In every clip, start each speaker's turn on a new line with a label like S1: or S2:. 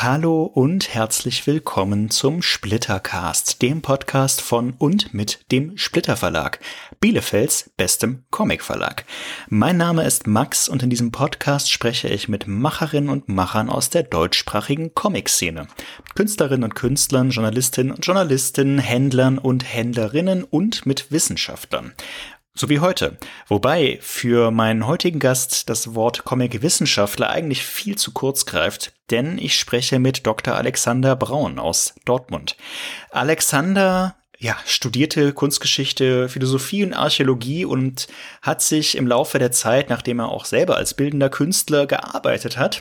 S1: Hallo und herzlich willkommen zum Splittercast, dem Podcast von und mit dem Splitter Verlag, Bielefelds bestem Comicverlag. Mein Name ist Max und in diesem Podcast spreche ich mit Macherinnen und Machern aus der deutschsprachigen Comic-Szene. Künstlerinnen und Künstlern, Journalistinnen und Journalisten, Händlern und Händlerinnen und mit Wissenschaftlern. So wie heute. Wobei für meinen heutigen Gast das Wort Comic-Wissenschaftler eigentlich viel zu kurz greift, denn ich spreche mit Dr. Alexander Braun aus Dortmund. Alexander, studierte Kunstgeschichte, Philosophie und Archäologie und hat sich im Laufe der Zeit, nachdem er auch selber als bildender Künstler gearbeitet hat,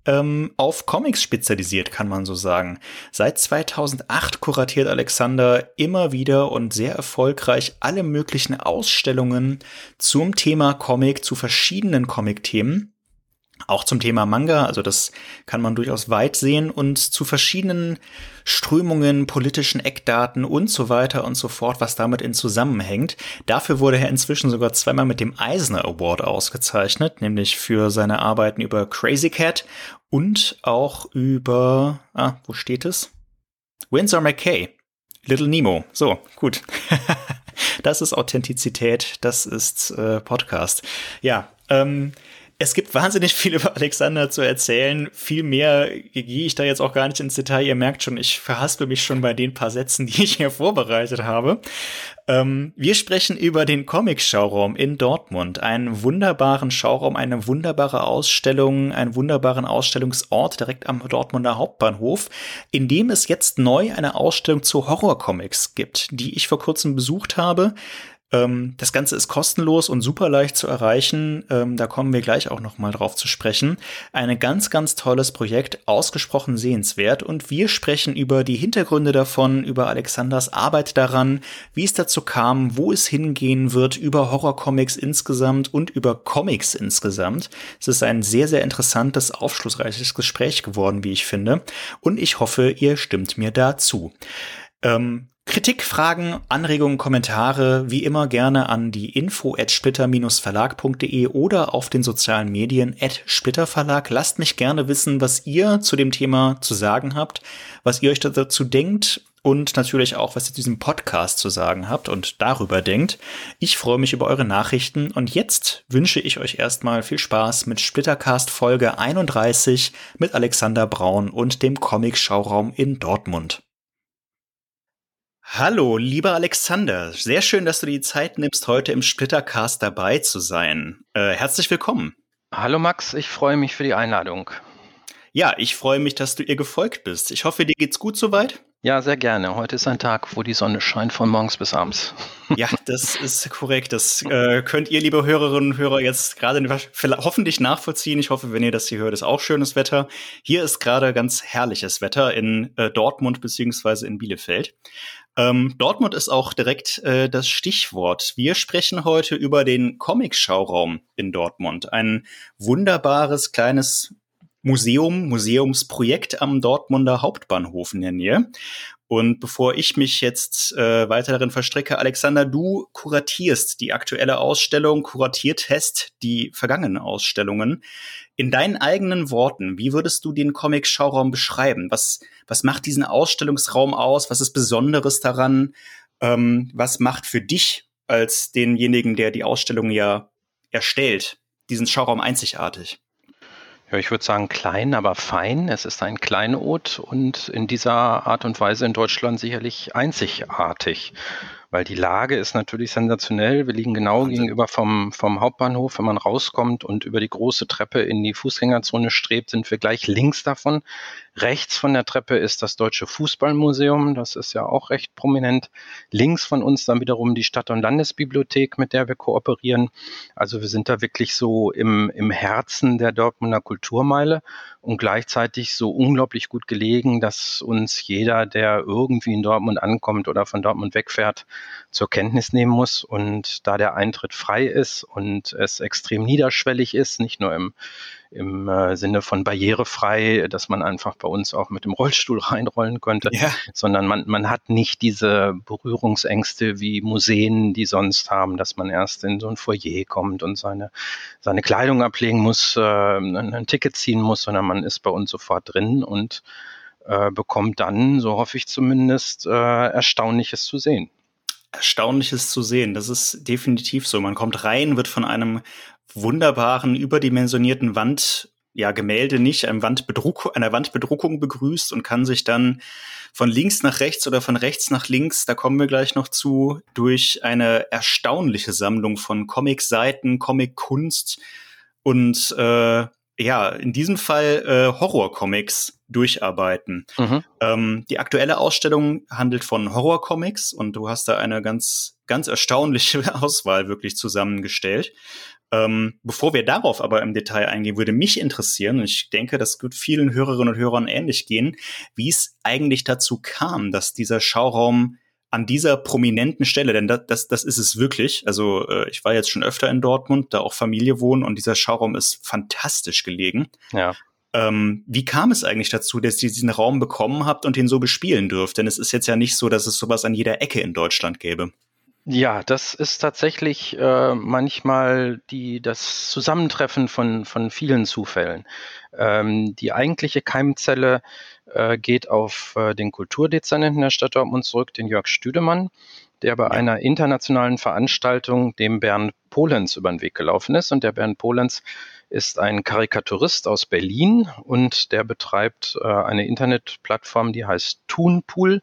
S1: auf Comics spezialisiert, kann man so sagen. Seit 2008 kuratiert Alexander immer wieder und sehr erfolgreich alle möglichen Ausstellungen zum Thema Comic, zu verschiedenen Comic-Themen. Auch zum Thema Manga, also das kann man durchaus weit sehen, und zu verschiedenen Strömungen, politischen Eckdaten und so weiter und so fort, was damit in zusammenhängt. Dafür wurde er inzwischen sogar zweimal mit dem Eisner Award ausgezeichnet, nämlich für seine Arbeiten über Crazy Cat und auch über, wo steht es? Winsor McCay, Little Nemo. So, gut. Das ist Authentizität, das ist Podcast. Ja, es gibt wahnsinnig viel über Alexander zu erzählen. Viel mehr gehe ich da jetzt auch gar nicht ins Detail. Ihr merkt schon, ich verhaspel mich schon bei den paar Sätzen, die ich hier vorbereitet habe. Wir sprechen über den Comic-Schauraum in Dortmund. Einen wunderbaren Schauraum, eine wunderbare Ausstellung, einen wunderbaren Ausstellungsort direkt am Dortmunder Hauptbahnhof, in dem es jetzt neu eine Ausstellung zu Horrorcomics gibt, die ich vor kurzem besucht habe. Das Ganze ist kostenlos und super leicht zu erreichen. Da kommen wir gleich auch noch mal drauf zu sprechen. Ein ganz, ganz tolles Projekt, ausgesprochen sehenswert. Und wir sprechen über die Hintergründe davon, über Alexanders Arbeit daran, wie es dazu kam, wo es hingehen wird, über Horrorcomics insgesamt und über Comics insgesamt. Es ist ein sehr, sehr interessantes, aufschlussreiches Gespräch geworden, wie ich finde. Und ich hoffe, ihr stimmt mir dazu. Kritik, Fragen, Anregungen, Kommentare wie immer gerne an die info@splitter-verlag.de oder auf den sozialen Medien @splitterverlag. Lasst mich gerne wissen, was ihr zu dem Thema zu sagen habt, was ihr euch dazu denkt und natürlich auch, was ihr zu diesem Podcast zu sagen habt und darüber denkt. Ich freue mich über eure Nachrichten und jetzt wünsche ich euch erstmal viel Spaß mit Splittercast Folge 31 mit Alexander Braun und dem Comic-Schauraum in Dortmund. Hallo, lieber Alexander. Sehr schön, dass du die Zeit nimmst, heute im Splittercast dabei zu sein. Herzlich willkommen.
S2: Hallo Max, ich freue mich für die Einladung.
S1: Ja, ich freue mich, dass du ihr gefolgt bist. Ich hoffe, dir geht's gut soweit?
S2: Ja, sehr gerne. Heute ist ein Tag, wo die Sonne scheint von morgens bis abends.
S1: Ja, das ist korrekt. Das könnt ihr, liebe Hörerinnen und Hörer, jetzt gerade hoffentlich nachvollziehen. Ich hoffe, wenn ihr das hier hört, ist auch schönes Wetter. Hier ist gerade ganz herrliches Wetter in Dortmund beziehungsweise in Bielefeld. Dortmund ist auch direkt das Stichwort. Wir sprechen heute über den Comic-Schauraum in Dortmund. Ein wunderbares kleines Museumsprojekt am Dortmunder Hauptbahnhof in der Nähe. Und bevor ich mich jetzt weiter darin verstricke, Alexander, du kuratierst die aktuelle Ausstellung, kuratiertest die vergangenen Ausstellungen. In deinen eigenen Worten, wie würdest du den Comic-Schauraum beschreiben? Was macht diesen Ausstellungsraum aus? Was ist Besonderes daran? Was macht für dich als denjenigen, der die Ausstellung ja erstellt, diesen Schauraum einzigartig?
S2: Ja, ich würde sagen klein, aber fein. Es ist ein Kleinod und in dieser Art und Weise in Deutschland sicherlich einzigartig. Weil die Lage ist natürlich sensationell. Wir liegen genau gegenüber vom Hauptbahnhof. Wenn man rauskommt und über die große Treppe in die Fußgängerzone strebt, sind wir gleich links davon. Rechts von der Treppe ist das Deutsche Fußballmuseum. Das ist ja auch recht prominent. Links von uns dann wiederum die Stadt- und Landesbibliothek, mit der wir kooperieren. Also wir sind da wirklich so im Herzen der Dortmunder Kulturmeile und gleichzeitig so unglaublich gut gelegen, dass uns jeder, der irgendwie in Dortmund ankommt oder von Dortmund wegfährt, zur Kenntnis nehmen muss. Und da der Eintritt frei ist und es extrem niederschwellig ist, nicht nur im Sinne von barrierefrei, dass man einfach bei uns auch mit dem Rollstuhl reinrollen könnte, sondern man hat nicht diese Berührungsängste wie Museen, die sonst haben, dass man erst in so ein Foyer kommt und seine Kleidung ablegen muss, ein Ticket ziehen muss, sondern man ist bei uns sofort drin und bekommt dann, so hoffe ich zumindest, Erstaunliches zu sehen.
S1: Erstaunliches zu sehen, das ist definitiv so. Man kommt rein, wird von einem wunderbaren, überdimensionierten Gemälde nicht, einer Wandbedruckung begrüßt und kann sich dann von links nach rechts oder von rechts nach links, da kommen wir gleich noch zu, durch eine erstaunliche Sammlung von Comic-Seiten, Comic-Kunst und in diesem Fall Horror-Comics durcharbeiten. Die aktuelle Ausstellung handelt von Horror-Comics und du hast da eine ganz, ganz erstaunliche Auswahl wirklich zusammengestellt. Bevor wir darauf aber im Detail eingehen, würde mich interessieren, und ich denke, das wird vielen Hörerinnen und Hörern ähnlich gehen, wie es eigentlich dazu kam, dass dieser Schauraum an dieser prominenten Stelle, denn das ist es wirklich. Also ich war jetzt schon öfter in Dortmund, da auch Familie wohnen und dieser Schauraum ist fantastisch gelegen.
S2: Ja.
S1: Wie kam es eigentlich dazu, dass ihr diesen Raum bekommen habt und den so bespielen dürft? Denn es ist jetzt ja nicht so, dass es sowas an jeder Ecke in Deutschland gäbe.
S2: Ja, das ist tatsächlich manchmal das Zusammentreffen von vielen Zufällen. Die eigentliche Keimzelle geht auf den Kulturdezernenten der Stadt Dortmund zurück, den Jörg Stüdemann, der bei einer internationalen Veranstaltung dem Bernd Polenz über den Weg gelaufen ist. Und der Bernd Polenz ist ein Karikaturist aus Berlin und der betreibt eine Internetplattform, die heißt Toonpool.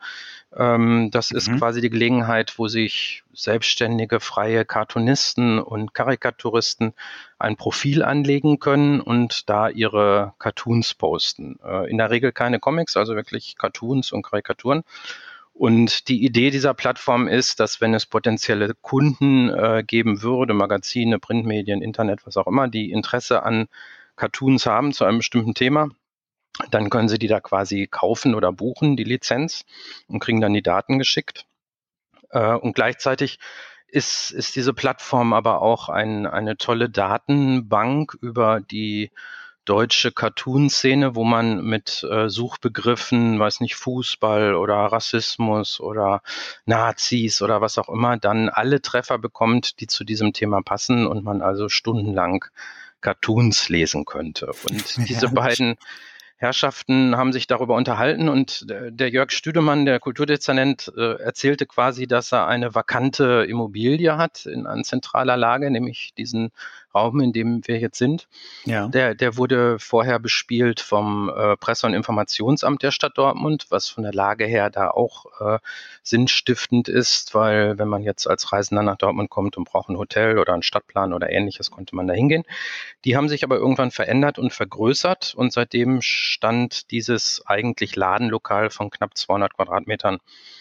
S2: Das ist quasi die Gelegenheit, wo sich selbstständige, freie Cartoonisten und Karikaturisten ein Profil anlegen können und da ihre Cartoons posten. In der Regel keine Comics, also wirklich Cartoons und Karikaturen. Und die Idee dieser Plattform ist, dass wenn es potenzielle Kunden geben würde, Magazine, Printmedien, Internet, was auch immer, die Interesse an Cartoons haben zu einem bestimmten Thema, dann können Sie die da quasi kaufen oder buchen, die Lizenz, und kriegen dann die Daten geschickt. Und gleichzeitig ist diese Plattform aber auch eine tolle Datenbank über die deutsche Cartoon-Szene, wo man mit Suchbegriffen, weiß nicht, Fußball oder Rassismus oder Nazis oder was auch immer, dann alle Treffer bekommt, die zu diesem Thema passen und man also stundenlang Cartoons lesen könnte. Und diese beiden Herrschaften haben sich darüber unterhalten und der Jörg Stüdemann, der Kulturdezernent, erzählte quasi, dass er eine vakante Immobilie hat an zentraler Lage, nämlich diesen Raum, in dem wir jetzt sind.
S1: Ja.
S2: Der wurde vorher bespielt vom Presse- und Informationsamt der Stadt Dortmund, was von der Lage her da auch sinnstiftend ist, weil wenn man jetzt als Reisender nach Dortmund kommt und braucht ein Hotel oder einen Stadtplan oder ähnliches, konnte man da hingehen. Die haben sich aber irgendwann verändert und vergrößert und seitdem stand dieses eigentlich Ladenlokal von knapp 200 Quadratmetern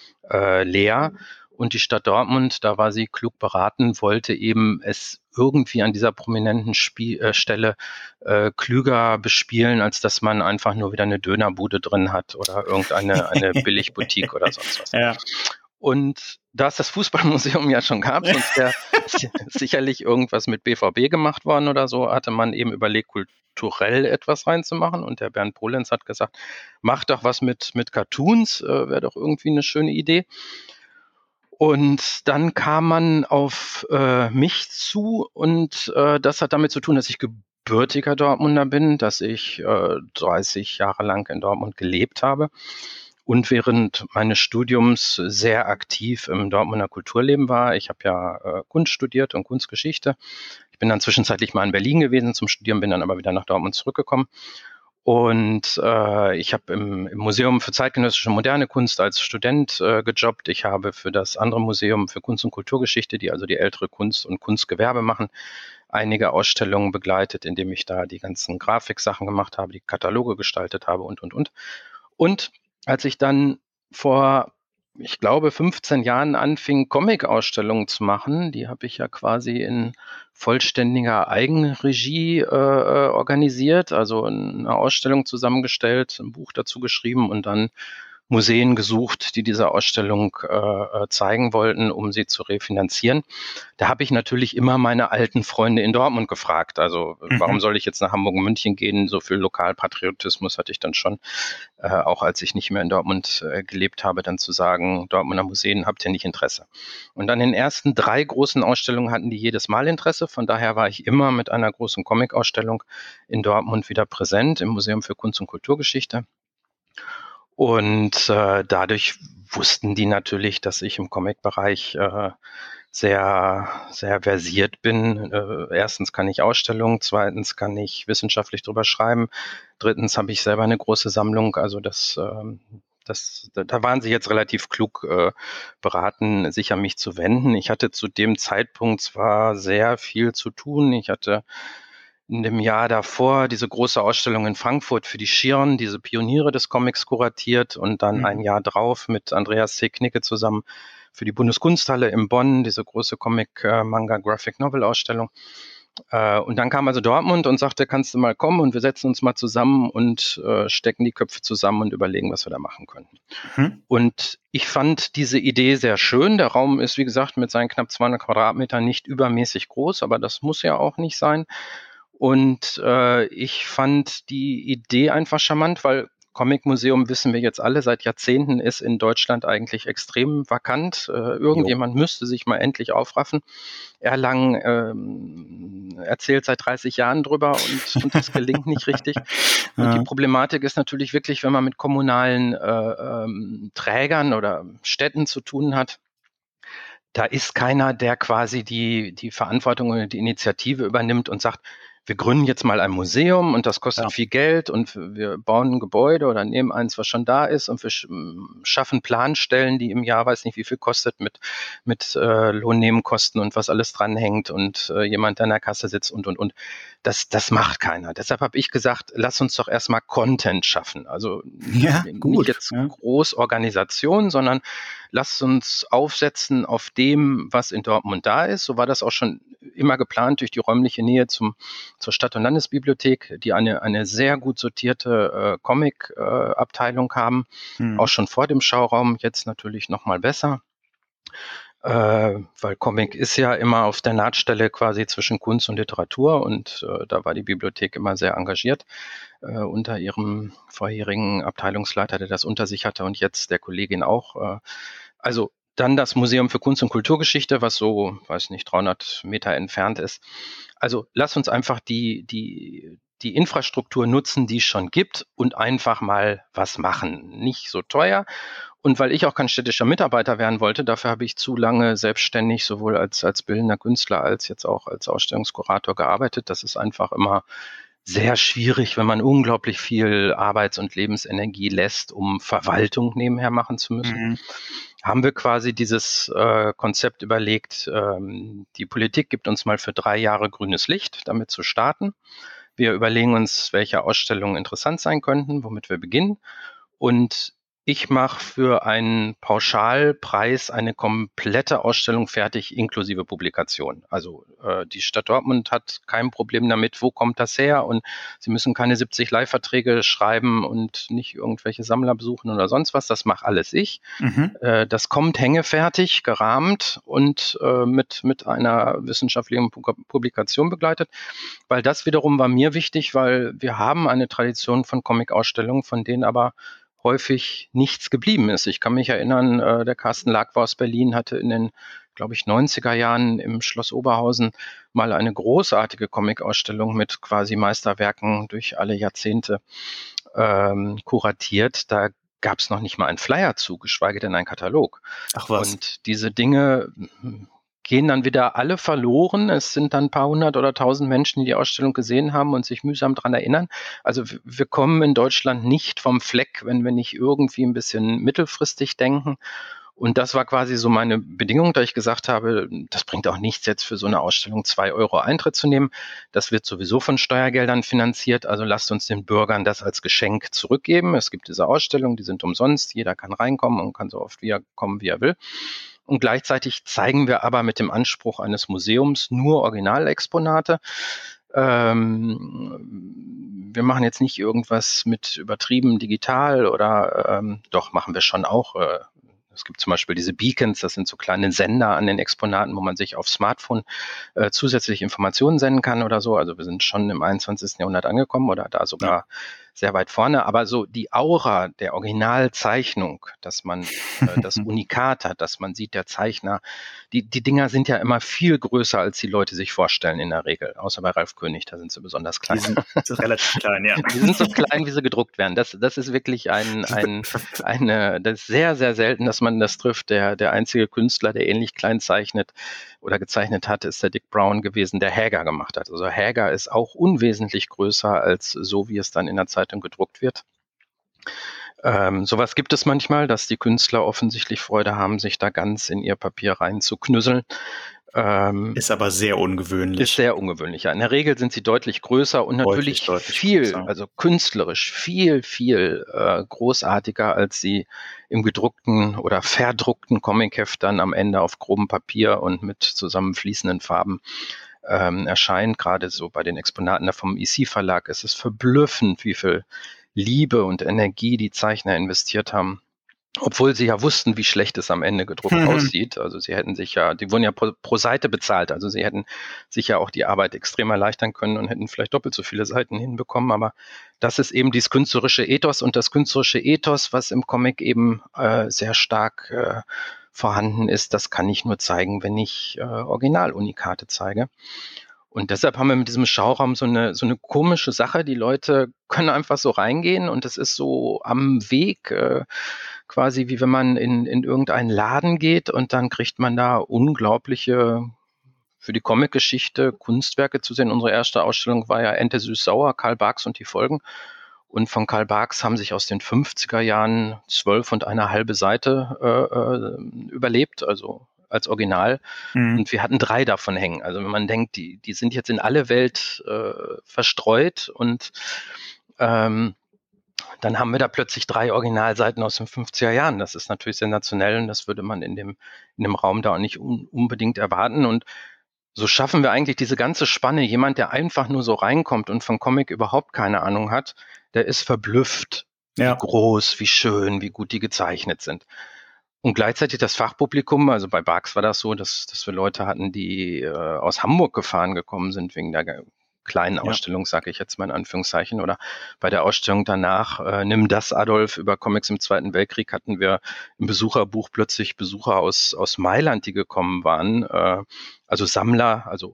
S2: leer. Und die Stadt Dortmund, da war sie klug beraten, wollte eben es irgendwie an dieser prominenten Stelle klüger bespielen, als dass man einfach nur wieder eine Dönerbude drin hat oder eine Billigboutique oder sonst was.
S1: Ja.
S2: Und da es das Fußballmuseum ja schon gab, sonst wäre sicherlich irgendwas mit BVB gemacht worden oder so, hatte man eben überlegt, kulturell etwas reinzumachen. Und der Bernd Polenz hat gesagt, mach doch was mit Cartoons, wäre doch irgendwie eine schöne Idee. Und dann kam man auf mich zu und das hat damit zu tun, dass ich gebürtiger Dortmunder bin, dass ich 30 Jahre lang in Dortmund gelebt habe und während meines Studiums sehr aktiv im Dortmunder Kulturleben war. Ich habe ja Kunst studiert und Kunstgeschichte. Ich bin dann zwischenzeitlich mal in Berlin gewesen zum Studieren, bin dann aber wieder nach Dortmund zurückgekommen. Und ich habe im Museum für zeitgenössische moderne Kunst als Student gejobbt. Ich habe für das andere Museum für Kunst und Kulturgeschichte, die also die ältere Kunst und Kunstgewerbe machen, einige Ausstellungen begleitet, indem ich da die ganzen Grafiksachen gemacht habe, die Kataloge gestaltet habe und. Und als ich dann vor, ich glaube, 15 Jahren anfing, Comic-Ausstellungen zu machen, die habe ich ja quasi in vollständiger Eigenregie organisiert, also eine Ausstellung zusammengestellt, ein Buch dazu geschrieben und dann Museen gesucht, die diese Ausstellung zeigen wollten, um sie zu refinanzieren. Da habe ich natürlich immer meine alten Freunde in Dortmund gefragt. Also warum soll ich jetzt nach Hamburg und München gehen? So viel Lokalpatriotismus hatte ich dann schon, auch als ich nicht mehr in Dortmund gelebt habe, dann zu sagen, Dortmunder Museen, habt ihr nicht Interesse? Und an den ersten 3 großen Ausstellungen hatten die jedes Mal Interesse. Von daher war ich immer mit einer großen Comic-Ausstellung in Dortmund wieder präsent im Museum für Kunst und Kulturgeschichte. Und dadurch wussten die natürlich, dass ich im Comic-Bereich sehr, sehr versiert bin. Erstens kann ich Ausstellungen, zweitens kann ich wissenschaftlich drüber schreiben, drittens habe ich selber eine große Sammlung. Also da waren sie jetzt relativ klug beraten, sich an mich zu wenden. Ich hatte zu dem Zeitpunkt zwar sehr viel zu tun. Ich hatte in dem Jahr davor diese große Ausstellung in Frankfurt für die Schirn, diese Pioniere des Comics kuratiert und dann ein Jahr drauf mit Andreas C. Knicke zusammen für die Bundeskunsthalle in Bonn, diese große Comic-Manga-Graphic-Novel-Ausstellung. Und dann kam also Dortmund und sagte, kannst du mal kommen und wir setzen uns mal zusammen und stecken die Köpfe zusammen und überlegen, was wir da machen können. Und ich fand diese Idee sehr schön. Der Raum ist, wie gesagt, mit seinen knapp 200 Quadratmetern nicht übermäßig groß, aber das muss ja auch nicht sein. Und ich fand die Idee einfach charmant, weil Comic-Museum, wissen wir jetzt alle, seit Jahrzehnten ist in Deutschland eigentlich extrem vakant. Irgendjemand müsste sich mal endlich aufraffen. Erlangen erzählt seit 30 Jahren drüber und das gelingt nicht richtig. Und die Problematik ist natürlich wirklich, wenn man mit kommunalen Trägern oder Städten zu tun hat, da ist keiner, der quasi die Verantwortung oder die Initiative übernimmt und sagt, wir gründen jetzt mal ein Museum und das kostet viel Geld und wir bauen ein Gebäude oder nehmen eins, was schon da ist und wir schaffen Planstellen, die im Jahr weiß nicht wie viel kostet mit Lohnnebenkosten und was alles dranhängt und jemand, der in der Kasse sitzt und. Das macht keiner. Deshalb habe ich gesagt, lass uns doch erstmal Content schaffen. Also nicht jetzt Großorganisation, sondern lass uns aufsetzen auf dem, was in Dortmund da ist. So war das auch schon immer geplant durch die räumliche Nähe zur Stadt- und Landesbibliothek, die eine sehr gut sortierte Comic-Abteilung haben. Auch schon vor dem Schauraum, jetzt natürlich noch mal besser. Weil Comic ist ja immer auf der Nahtstelle quasi zwischen Kunst und Literatur und da war die Bibliothek immer sehr engagiert unter ihrem vorherigen Abteilungsleiter, der das unter sich hatte und jetzt der Kollegin auch. Also dann das Museum für Kunst und Kulturgeschichte, was so, weiß nicht, 300 Meter entfernt ist. Also lass uns einfach die Infrastruktur nutzen, die es schon gibt und einfach mal was machen. Nicht so teuer. Und weil ich auch kein städtischer Mitarbeiter werden wollte, dafür habe ich zu lange selbstständig sowohl als bildender Künstler als jetzt auch als Ausstellungskurator gearbeitet. Das ist einfach immer sehr schwierig, wenn man unglaublich viel Arbeits- und Lebensenergie lässt, um Verwaltung nebenher machen zu müssen. Haben wir quasi dieses Konzept überlegt, die Politik gibt uns mal für 3 Jahre grünes Licht, damit zu starten. Wir überlegen uns, welche Ausstellungen interessant sein könnten, womit wir beginnen. Und ich mache für einen Pauschalpreis eine komplette Ausstellung fertig, inklusive Publikation. Also die Stadt Dortmund hat kein Problem damit, wo kommt das her? Und sie müssen keine 70 Leihverträge schreiben und nicht irgendwelche Sammler besuchen oder sonst was. Das mache alles ich. Das kommt hängefertig, gerahmt und mit einer wissenschaftlichen Publikation begleitet. Weil das wiederum war mir wichtig, weil wir haben eine Tradition von Comic-Ausstellungen, von denen aber häufig nichts geblieben ist. Ich kann mich erinnern, der Carsten Lagwer aus Berlin hatte in den, glaube ich, 90er Jahren im Schloss Oberhausen mal eine großartige Comic-Ausstellung mit quasi Meisterwerken durch alle Jahrzehnte kuratiert. Da gab es noch nicht mal einen Flyer zu, geschweige denn einen Katalog.
S1: Ach was.
S2: Und diese Dinge gehen dann wieder alle verloren. Es sind dann ein paar hundert oder tausend Menschen, die die Ausstellung gesehen haben und sich mühsam daran erinnern. Also wir kommen in Deutschland nicht vom Fleck, wenn wir nicht irgendwie ein bisschen mittelfristig denken. Und das war quasi so meine Bedingung, da ich gesagt habe, das bringt auch nichts, jetzt für so eine Ausstellung 2 Euro Eintritt zu nehmen. Das wird sowieso von Steuergeldern finanziert. Also lasst uns den Bürgern das als Geschenk zurückgeben. Es gibt diese Ausstellungen, die sind umsonst. Jeder kann reinkommen und kann so oft kommen, wie er will. Und gleichzeitig zeigen wir aber mit dem Anspruch eines Museums nur Originalexponate. Wir machen jetzt nicht irgendwas mit übertrieben digital oder doch machen wir schon auch. Es gibt zum Beispiel diese Beacons, das sind so kleine Sender an den Exponaten, wo man sich auf Smartphone zusätzlich Informationen senden kann oder so. Also wir sind schon im 21. Jahrhundert angekommen oder da sogar sehr weit vorne. Aber so die Aura der Originalzeichnung, dass man das Unikat hat, dass man sieht, der Zeichner, die Dinger sind ja immer viel größer, als die Leute sich vorstellen in der Regel. Außer bei Ralf König, da sind sie besonders klein.
S1: Die sind relativ klein, ja.
S2: Die sind so klein, wie sie gedruckt werden. Das ist wirklich das ist sehr, sehr selten, dass man das trifft. Der einzige Künstler, der ähnlich klein zeichnet oder gezeichnet hat, ist der Dick Brown gewesen, der Hager gemacht hat. Also Hager ist auch unwesentlich größer als so, wie es dann in der Zeitung gedruckt wird. Sowas gibt es manchmal, dass die Künstler offensichtlich Freude haben, sich da ganz in ihr Papier reinzuknüsseln.
S1: Ist aber sehr ungewöhnlich.
S2: Ist sehr ungewöhnlich, ja. In der Regel sind sie deutlich größer und natürlich
S1: deutlich
S2: viel,
S1: größer.
S2: also künstlerisch viel großartiger, als sie im gedruckten oder verdruckten Comicheft dann am Ende auf grobem Papier und mit zusammenfließenden Farben erscheint. Gerade so bei den Exponaten da vom EC-Verlag ist es verblüffend, wie viel Liebe und Energie die Zeichner investiert haben. Obwohl sie ja wussten, wie schlecht es am Ende gedruckt aussieht. Also sie hätten sich ja, die wurden ja pro Seite bezahlt. Also sie hätten sich ja auch die Arbeit extrem erleichtern können und hätten vielleicht doppelt so viele Seiten hinbekommen. Aber das ist eben dieses künstlerische Ethos und das künstlerische Ethos, was im Comic eben sehr stark vorhanden ist, das kann ich nur zeigen, wenn ich Originalunikate zeige. Und deshalb haben wir mit diesem Schauraum so eine komische Sache. Die Leute können einfach so reingehen und es ist so am Weg, quasi wie wenn man in irgendeinen Laden geht und dann kriegt man da unglaubliche, für die Comic-Geschichte, Kunstwerke zu sehen. Unsere erste Ausstellung war ja Ente süß-sauer, Karl Barks und die Folgen. Und von Karl Barks haben sich aus den 50er Jahren 12,5 Seite überlebt, also als Original. Und wir hatten 3 davon hängen. Also wenn man denkt, die sind jetzt in alle Welt verstreut und dann haben wir da plötzlich 3 Originalseiten aus den 50er Jahren. Das ist natürlich sensationell und das würde man in dem Raum da auch nicht unbedingt erwarten. Und so schaffen wir eigentlich diese ganze Spanne. Jemand, der einfach nur so reinkommt und von Comic überhaupt keine Ahnung hat, der ist verblüfft, wie groß, wie schön, wie gut die gezeichnet sind. Und gleichzeitig das Fachpublikum, also bei Barks war das so, dass wir Leute hatten, die aus Hamburg gekommen sind wegen der kleinen Ausstellung, sage ich jetzt mal in Anführungszeichen, oder bei der Ausstellung danach, Nimm das, Adolf, über Comics im Zweiten Weltkrieg, hatten wir im Besucherbuch plötzlich Besucher aus Mailand, die gekommen waren, also Sammler, also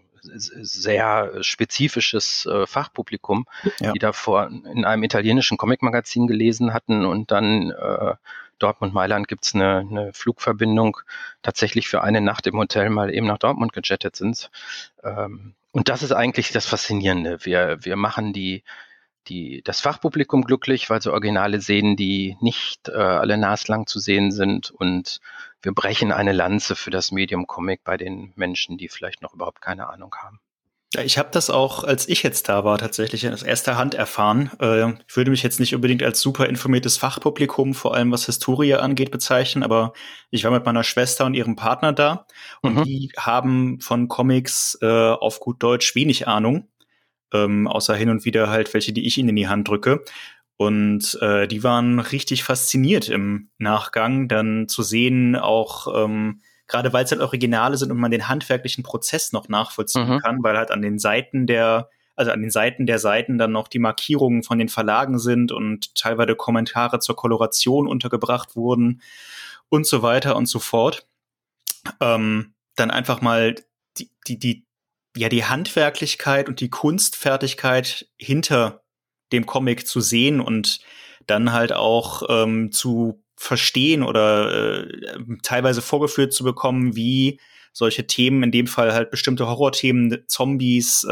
S2: sehr spezifisches Fachpublikum, die davor in einem italienischen Comicmagazin gelesen hatten und dann Dortmund-Mailand gibt es eine Flugverbindung, tatsächlich für eine Nacht im Hotel mal eben nach Dortmund gejettet sind. Und das ist eigentlich das Faszinierende. Wir machen das Fachpublikum glücklich, weil sie Originale sehen, die nicht alle naslang zu sehen sind, und wir brechen eine Lanze für das Medium Comic bei den Menschen, die vielleicht noch überhaupt keine Ahnung haben.
S1: Ja, ich habe das auch, als ich jetzt da war, tatsächlich aus erster Hand erfahren. Ich würde mich jetzt nicht unbedingt als super informiertes Fachpublikum, vor allem was Historie angeht, bezeichnen, aber ich war mit meiner Schwester und ihrem Partner da und die haben von Comics auf gut Deutsch wenig Ahnung, außer hin und wieder halt welche, die ich ihnen in die Hand drücke. Und die waren richtig fasziniert im Nachgang, dann zu sehen, auch gerade weil es halt Originale sind und man den handwerklichen Prozess noch nachvollziehen kann, weil halt an den Seiten der Seiten dann noch die Markierungen von den Verlagen sind und teilweise Kommentare zur Koloration untergebracht wurden und so weiter und so fort. Dann einfach mal die Handwerklichkeit und die Kunstfertigkeit hinter dem Comic zu sehen und dann halt auch zu verstehen oder teilweise vorgeführt zu bekommen, wie solche Themen, in dem Fall halt bestimmte Horrorthemen, Zombies,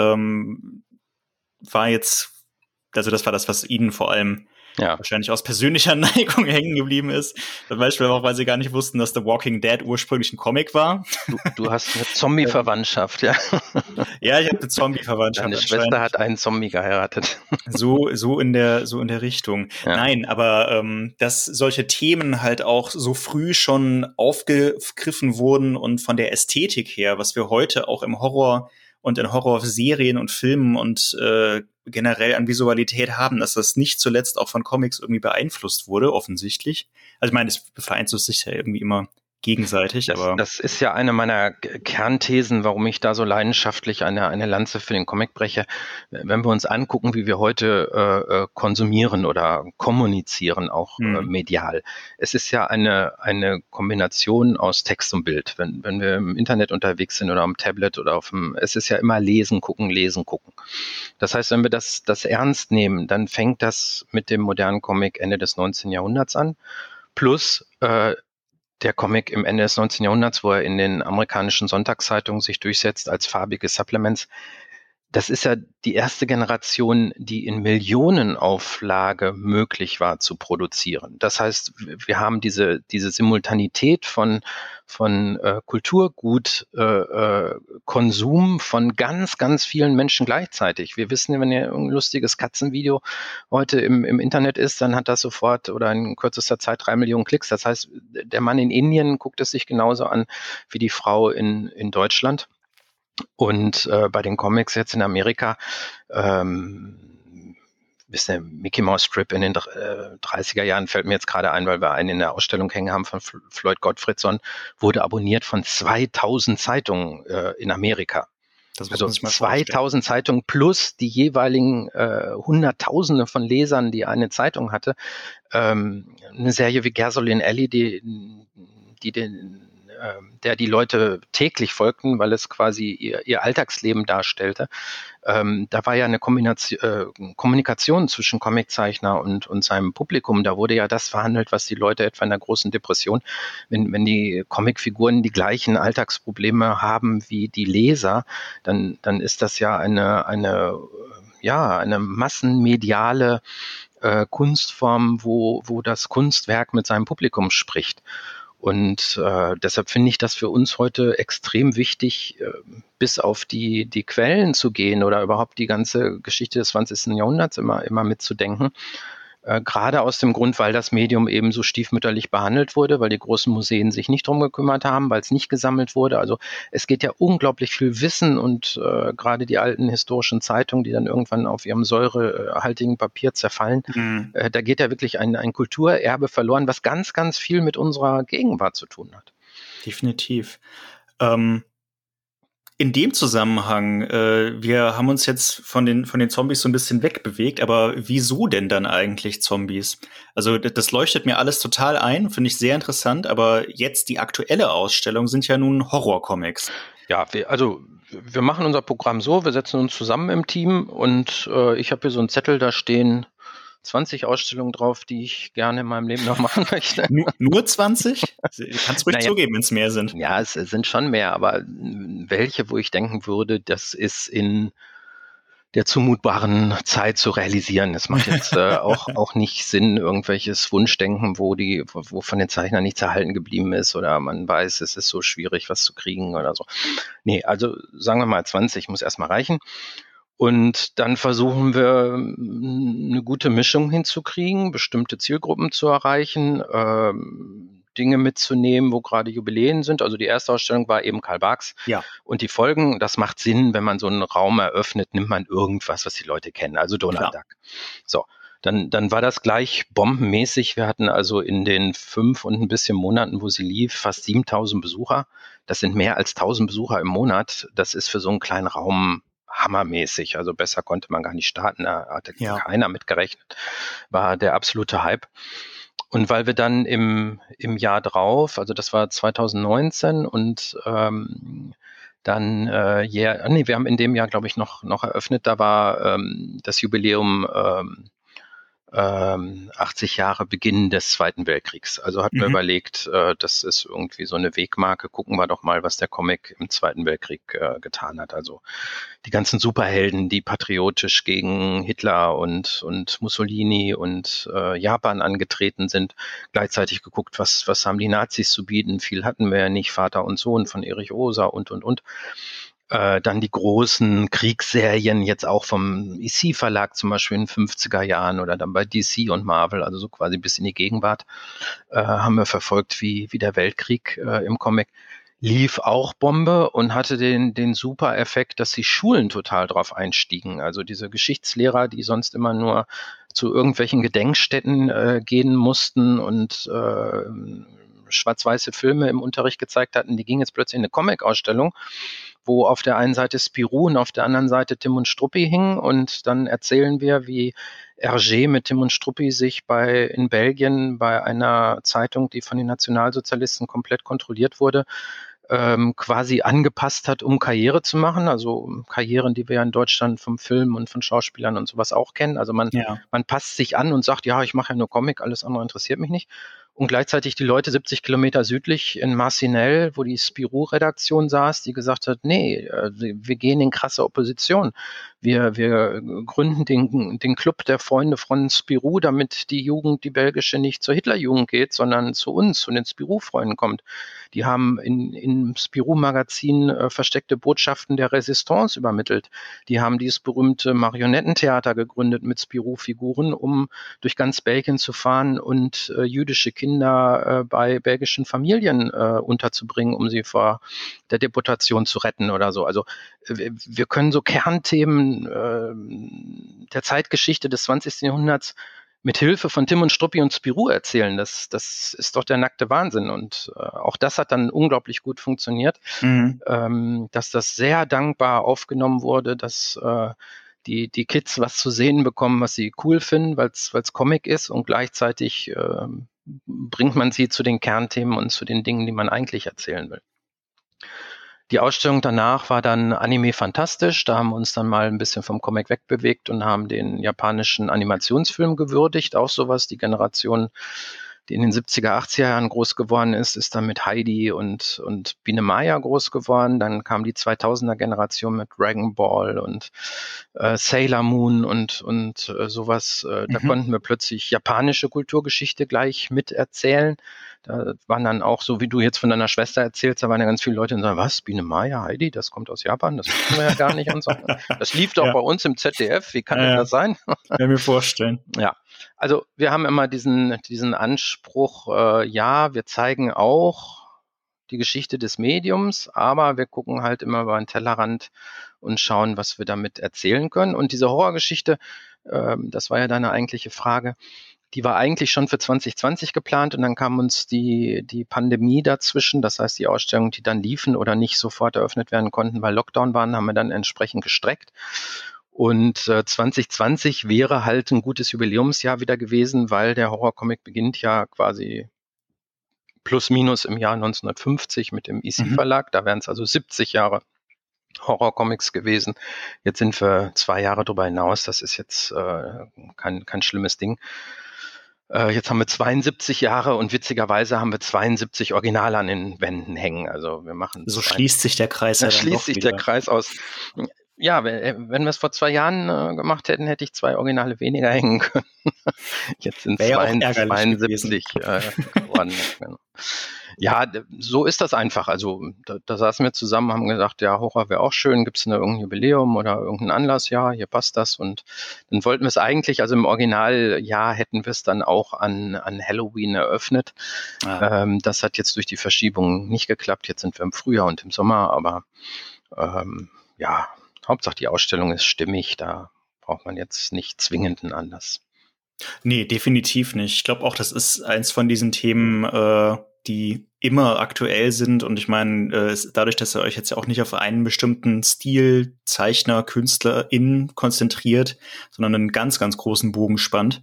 S1: war jetzt, also das war das, was ihnen vor allem wahrscheinlich aus persönlicher Neigung hängen geblieben ist. Zum Beispiel auch, weil sie gar nicht wussten, dass The Walking Dead ursprünglich ein Comic war.
S2: Du hast eine Zombie-Verwandtschaft, ja.
S1: Ja, ich habe eine Zombie-Verwandtschaft.
S2: Deine Schwester hat einen Zombie geheiratet.
S1: So in der Richtung. Ja. Nein, aber dass solche Themen halt auch so früh schon aufgegriffen wurden und von der Ästhetik her, was wir heute auch im Horror und in Horrorserien und Filmen und generell an Visualität haben, dass das nicht zuletzt auch von Comics irgendwie beeinflusst wurde, offensichtlich. Also ich meine, es beeinflusst sich ja irgendwie immer gegenseitig, aber
S2: Das ist ja eine meiner Kernthesen, warum ich da so leidenschaftlich eine Lanze für den Comic breche. Wenn wir uns angucken, wie wir heute konsumieren oder kommunizieren, auch medial. Es ist ja eine Kombination aus Text und Bild. Wenn wir im Internet unterwegs sind oder am Tablet oder es ist ja immer lesen, gucken, lesen, gucken. Das heißt, wenn wir das ernst nehmen, dann fängt das mit dem modernen Comic Ende des 19. Jahrhunderts an. Plus der Comic im Ende des 19. Jahrhunderts, wo er in den amerikanischen Sonntagszeitungen sich durchsetzt als farbige Supplements. Das ist ja die erste Generation, die in Millionenauflage möglich war zu produzieren. Das heißt, wir haben diese Simultanität von Kulturgut, Konsum von ganz, ganz vielen Menschen gleichzeitig. Wir wissen, wenn ja ein lustiges Katzenvideo heute im Internet ist, dann hat das sofort oder in kürzester Zeit 3 Millionen Klicks. Das heißt, der Mann in Indien guckt es sich genauso an wie die Frau in Deutschland. Und bei den Comics jetzt in Amerika, ist der Mickey Mouse Strip in den 30er Jahren, fällt mir jetzt gerade ein, weil wir einen in der Ausstellung hängen haben von Floyd Gottfriedson, wurde abonniert von 2000 Zeitungen in Amerika. Also 2000 Zeitungen plus die jeweiligen Hunderttausende von Lesern, die eine Zeitung hatte. Eine Serie wie Gasoline Alley, der die Leute täglich folgten, weil es quasi ihr Alltagsleben darstellte. Da war ja eine Kommunikation zwischen Comiczeichner und seinem Publikum. Da wurde ja das verhandelt, was die Leute etwa in der großen Depression, wenn die Comicfiguren die gleichen Alltagsprobleme haben wie die Leser, dann ist das ja eine massenmediale Kunstform, wo das Kunstwerk mit seinem Publikum spricht. Und deshalb finde ich das für uns heute extrem wichtig, bis auf die Quellen zu gehen oder überhaupt die ganze Geschichte des 20. Jahrhunderts immer mitzudenken. Gerade aus dem Grund, weil das Medium eben so stiefmütterlich behandelt wurde, weil die großen Museen sich nicht drum gekümmert haben, weil es nicht gesammelt wurde. Also es geht ja unglaublich viel Wissen und gerade die alten historischen Zeitungen, die dann irgendwann auf ihrem säurehaltigen Papier zerfallen, da geht ja wirklich ein Kulturerbe verloren, was ganz, ganz viel mit unserer Gegenwart zu tun hat.
S1: Definitiv. In dem Zusammenhang, wir haben uns jetzt von den Zombies so ein bisschen wegbewegt, aber wieso denn dann eigentlich Zombies? Also das leuchtet mir alles total ein, finde ich sehr interessant, aber jetzt die aktuelle Ausstellung sind ja nun Horrorcomics.
S2: Ja, wir machen unser Programm so, wir setzen uns zusammen im Team und ich habe hier so einen Zettel, da stehen 20 Ausstellungen drauf, die ich gerne in meinem Leben noch machen möchte.
S1: Nur 20? Kannst ruhig zugeben, wenn es mehr sind.
S2: Ja, es sind schon mehr, aber welche, wo ich denken würde, das ist in der zumutbaren Zeit zu realisieren. Es macht jetzt auch nicht Sinn, irgendwelches Wunschdenken, wo von den Zeichnern nichts erhalten geblieben ist oder man weiß, es ist so schwierig, was zu kriegen oder so. Nee, also sagen wir mal 20 muss erstmal reichen. Und dann versuchen wir, eine gute Mischung hinzukriegen, bestimmte Zielgruppen zu erreichen, Dinge mitzunehmen, wo gerade Jubiläen sind. Also die erste Ausstellung war eben Karl Barks.
S1: Ja.
S2: Und die Folgen, das macht Sinn, wenn man so einen Raum eröffnet, nimmt man irgendwas, was die Leute kennen. Also Donald Duck. So. Dann war das gleich bombenmäßig. Wir hatten also in den 5 und ein bisschen Monaten, wo sie lief, fast 7.000 Besucher. Das sind mehr als 1.000 Besucher im Monat. Das ist für so einen kleinen Raum hammermäßig. Also besser konnte man gar nicht starten. Da hatte keiner mitgerechnet. War der absolute Hype. Und weil wir dann im Jahr drauf, also das war 2019 und wir haben in dem Jahr, glaube ich, noch eröffnet, da war das Jubiläum 80 Jahre Beginn des Zweiten Weltkriegs. Also hatten wir überlegt, das ist irgendwie so eine Wegmarke, gucken wir doch mal, was der Comic im Zweiten Weltkrieg getan hat. Also die ganzen Superhelden, die patriotisch gegen Hitler und Mussolini und Japan angetreten sind, gleichzeitig geguckt, was haben die Nazis zu bieten. Viel hatten wir ja nicht, Vater und Sohn von Erich Osa und. Dann die großen Kriegsserien jetzt auch vom EC-Verlag zum Beispiel in den 50er Jahren oder dann bei DC und Marvel, also so quasi bis in die Gegenwart, haben wir verfolgt, wie der Weltkrieg im Comic lief auch Bombe und hatte den super Effekt, dass die Schulen total drauf einstiegen. Also diese Geschichtslehrer, die sonst immer nur zu irgendwelchen Gedenkstätten gehen mussten und schwarz-weiße Filme im Unterricht gezeigt hatten, die gingen jetzt plötzlich in eine Comic-Ausstellung, wo auf der einen Seite Spirou und auf der anderen Seite Tim und Struppi hingen, und dann erzählen wir, wie Hergé mit Tim und Struppi sich in Belgien bei einer Zeitung, die von den Nationalsozialisten komplett kontrolliert wurde, quasi angepasst hat, um Karriere zu machen. Also Karrieren, die wir ja in Deutschland vom Film und von Schauspielern und sowas auch kennen. Also man passt sich an und sagt, ja, ich mache ja nur Comic, alles andere interessiert mich nicht. Und gleichzeitig die Leute 70 Kilometer südlich in Marcinelle, wo die Spirou-Redaktion saß, die gesagt hat, nee, wir gehen in krasse Opposition. Wir gründen den Club der Freunde von Spirou, damit die Jugend, die belgische, nicht zur Hitlerjugend geht, sondern zu uns, zu den Spirou-Freunden kommt. Die haben im Spirou-Magazin versteckte Botschaften der Resistance übermittelt. Die haben dieses berühmte Marionettentheater gegründet mit Spirou-Figuren, um durch ganz Belgien zu fahren und jüdische Kinder bei belgischen Familien unterzubringen, um sie vor der Deportation zu retten oder so. Also wir können so Kernthemen der Zeitgeschichte des 20. Jahrhunderts mit Hilfe von Tim und Struppi und Spirou erzählen. Das ist doch der nackte Wahnsinn. Und auch das hat dann unglaublich gut funktioniert, dass das sehr dankbar aufgenommen wurde, dass die Kids was zu sehen bekommen, was sie cool finden, weil es Comic ist, und gleichzeitig bringt man sie zu den Kernthemen und zu den Dingen, die man eigentlich erzählen will. Die Ausstellung danach war dann Anime Fantastisch. Da haben wir uns dann mal ein bisschen vom Comic wegbewegt und haben den japanischen Animationsfilm gewürdigt. Auch sowas, die Generation, die in den 70er, 80er Jahren groß geworden ist dann mit Heidi und Biene Maya groß geworden. Dann kam die 2000er Generation mit Dragon Ball und Sailor Moon und sowas. Da konnten wir plötzlich japanische Kulturgeschichte gleich miterzählen. Da waren dann auch, so wie du jetzt von deiner Schwester erzählst, da waren ja ganz viele Leute, die sagen, was, Biene Maya, Heidi, das kommt aus Japan, das wissen wir ja gar nicht und so. Das lief doch bei uns im ZDF, wie kann denn das sein?
S1: Kann mir vorstellen.
S2: Ja, also wir haben immer diesen Anspruch, wir zeigen auch die Geschichte des Mediums, aber wir gucken halt immer über den Tellerrand und schauen, was wir damit erzählen können. Und diese Horrorgeschichte, das war ja deine eigentliche Frage, die war eigentlich schon für 2020 geplant, und dann kam uns die Pandemie dazwischen. Das heißt, die Ausstellungen, die dann liefen oder nicht sofort eröffnet werden konnten, weil Lockdown waren, haben wir dann entsprechend gestreckt. Und 2020 wäre halt ein gutes Jubiläumsjahr wieder gewesen, weil der Horrorcomic beginnt ja quasi plus minus im Jahr 1950 mit dem EC-Verlag. Da wären es also 70 Jahre Horrorcomics gewesen. Jetzt sind wir 2 Jahre darüber hinaus. Das ist jetzt kein schlimmes Ding. Jetzt haben wir 72 Jahre und witzigerweise haben wir 72 Originale an den Wänden hängen. Also wir machen
S1: so schließt sich der Kreis.
S2: Da schließt sich der Kreis aus. Ja, wenn wir es vor 2 Jahren gemacht hätten, hätte ich 2 Originale weniger hängen können. Jetzt sind es 72 geworden. Ja, so ist das einfach. Also da saßen wir zusammen, haben gesagt, ja, Horror wäre auch schön. Gibt es irgendein Jubiläum oder irgendeinen Anlass? Ja, hier passt das. Und dann wollten wir es eigentlich, also im Originaljahr hätten wir es dann auch an Halloween eröffnet. Das hat jetzt durch die Verschiebung nicht geklappt. Jetzt sind wir im Frühjahr und im Sommer, aber Hauptsache die Ausstellung ist stimmig. Da braucht man jetzt nicht zwingend einen Anlass.
S1: Nee, definitiv nicht. Ich glaube auch, das ist eins von diesen Themen, die immer aktuell sind. Und ich meine, dadurch, dass ihr euch jetzt ja auch nicht auf einen bestimmten Stil, Zeichner, KünstlerInnen konzentriert, sondern einen ganz, ganz großen Bogen spannt,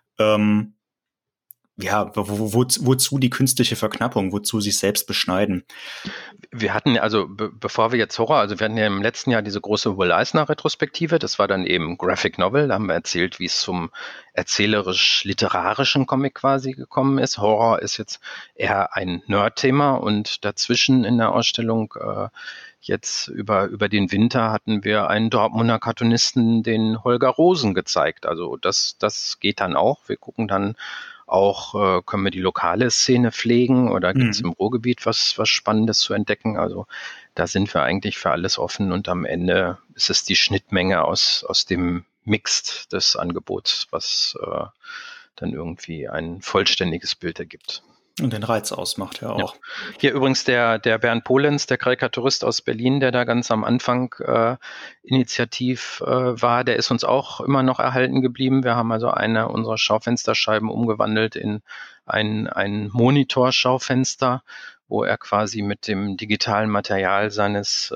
S1: wozu die künstliche Verknappung, wozu sich selbst beschneiden?
S2: Wir hatten, also bevor wir jetzt wir hatten ja im letzten Jahr diese große Will Eisner-Retrospektive, das war dann eben Graphic Novel, da haben wir erzählt, wie es zum erzählerisch-literarischen Comic quasi gekommen ist. Horror ist jetzt eher ein Nerd-Thema, und dazwischen in der Ausstellung jetzt über den Winter hatten wir einen Dortmunder Cartoonisten, den Holger Rosen, gezeigt. Also das geht dann auch. Wir gucken dann auch, können wir die lokale Szene pflegen oder gibt es im Ruhrgebiet was Spannendes zu entdecken? Also da sind wir eigentlich für alles offen, und am Ende ist es die Schnittmenge aus dem Mix des Angebots, was dann irgendwie ein vollständiges Bild ergibt.
S1: Und den Reiz ausmacht, ja
S2: Ja.
S1: auch.
S2: Hier übrigens der Bernd Polenz, der Karikaturist aus Berlin, der da ganz am Anfang initiativ war, der ist uns auch immer noch erhalten geblieben. Wir haben also eine unserer Schaufensterscheiben umgewandelt in ein Monitorschaufenster, wo er quasi mit dem digitalen Material seines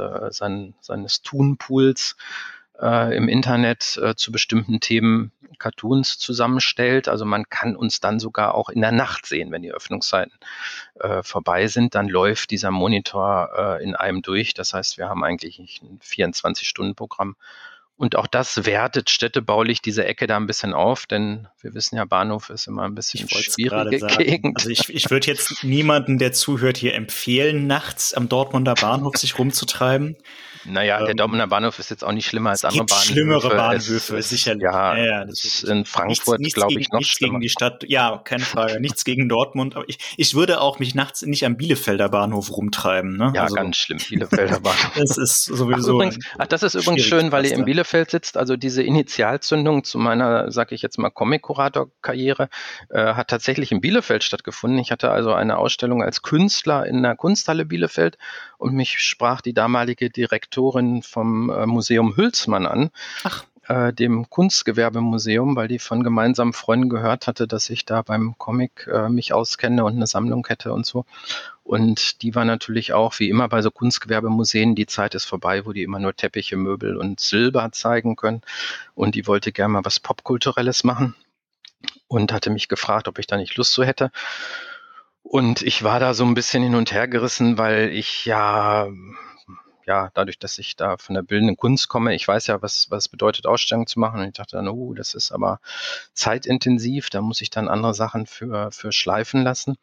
S2: Toonpools im Internet zu bestimmten Themen Cartoons zusammenstellt. Also man kann uns dann sogar auch in der Nacht sehen, wenn die Öffnungszeiten vorbei sind, dann läuft dieser Monitor in einem durch. Das heißt, wir haben eigentlich ein 24-Stunden-Programm. Und auch das wertet städtebaulich diese Ecke da ein bisschen auf, denn wir wissen ja, Bahnhof ist immer ein bisschen schwierige Gegend.
S1: Also ich würde jetzt niemanden, der zuhört, hier empfehlen, nachts am Dortmunder Bahnhof sich rumzutreiben.
S2: Naja, der Dortmunder Bahnhof ist jetzt auch nicht schlimmer als andere Bahnhöfe.
S1: Schlimmere Bahnhöfe, sicherlich.
S2: Ja, ist in Frankfurt, glaube ich, noch
S1: nichts
S2: schlimmer.
S1: Gegen die Stadt, ja, keine Frage. Nichts gegen Dortmund. Aber ich würde auch mich nachts nicht am Bielefelder Bahnhof rumtreiben. Ne?
S2: Ja, also, ganz schlimm, Bielefelder Bahnhof.
S1: Das ist sowieso.
S2: Das ist übrigens schön, weil ihr in Bielefeld sitzt. Also diese Initialzündung zu meiner, sag ich jetzt mal, Comic-Kurator-Karriere hat tatsächlich in Bielefeld stattgefunden. Ich hatte also eine Ausstellung als Künstler in der Kunsthalle Bielefeld und mich sprach die damalige Direktorin vom Museum Hülsmann an, dem Kunstgewerbemuseum, weil die von gemeinsamen Freunden gehört hatte, dass ich da beim Comic mich auskenne und eine Sammlung hätte und so. Und die war natürlich auch, wie immer bei so Kunstgewerbemuseen, die Zeit ist vorbei, wo die immer nur Teppiche, Möbel und Silber zeigen können. Und die wollte gerne mal was Popkulturelles machen und hatte mich gefragt, ob ich da nicht Lust zu hätte. Und ich war da so ein bisschen hin und her gerissen, weil ich ja, dadurch, dass ich da von der bildenden Kunst komme, ich weiß ja, was bedeutet, Ausstellungen zu machen. Und ich dachte dann, das ist aber zeitintensiv, da muss ich dann andere Sachen für schleifen lassen.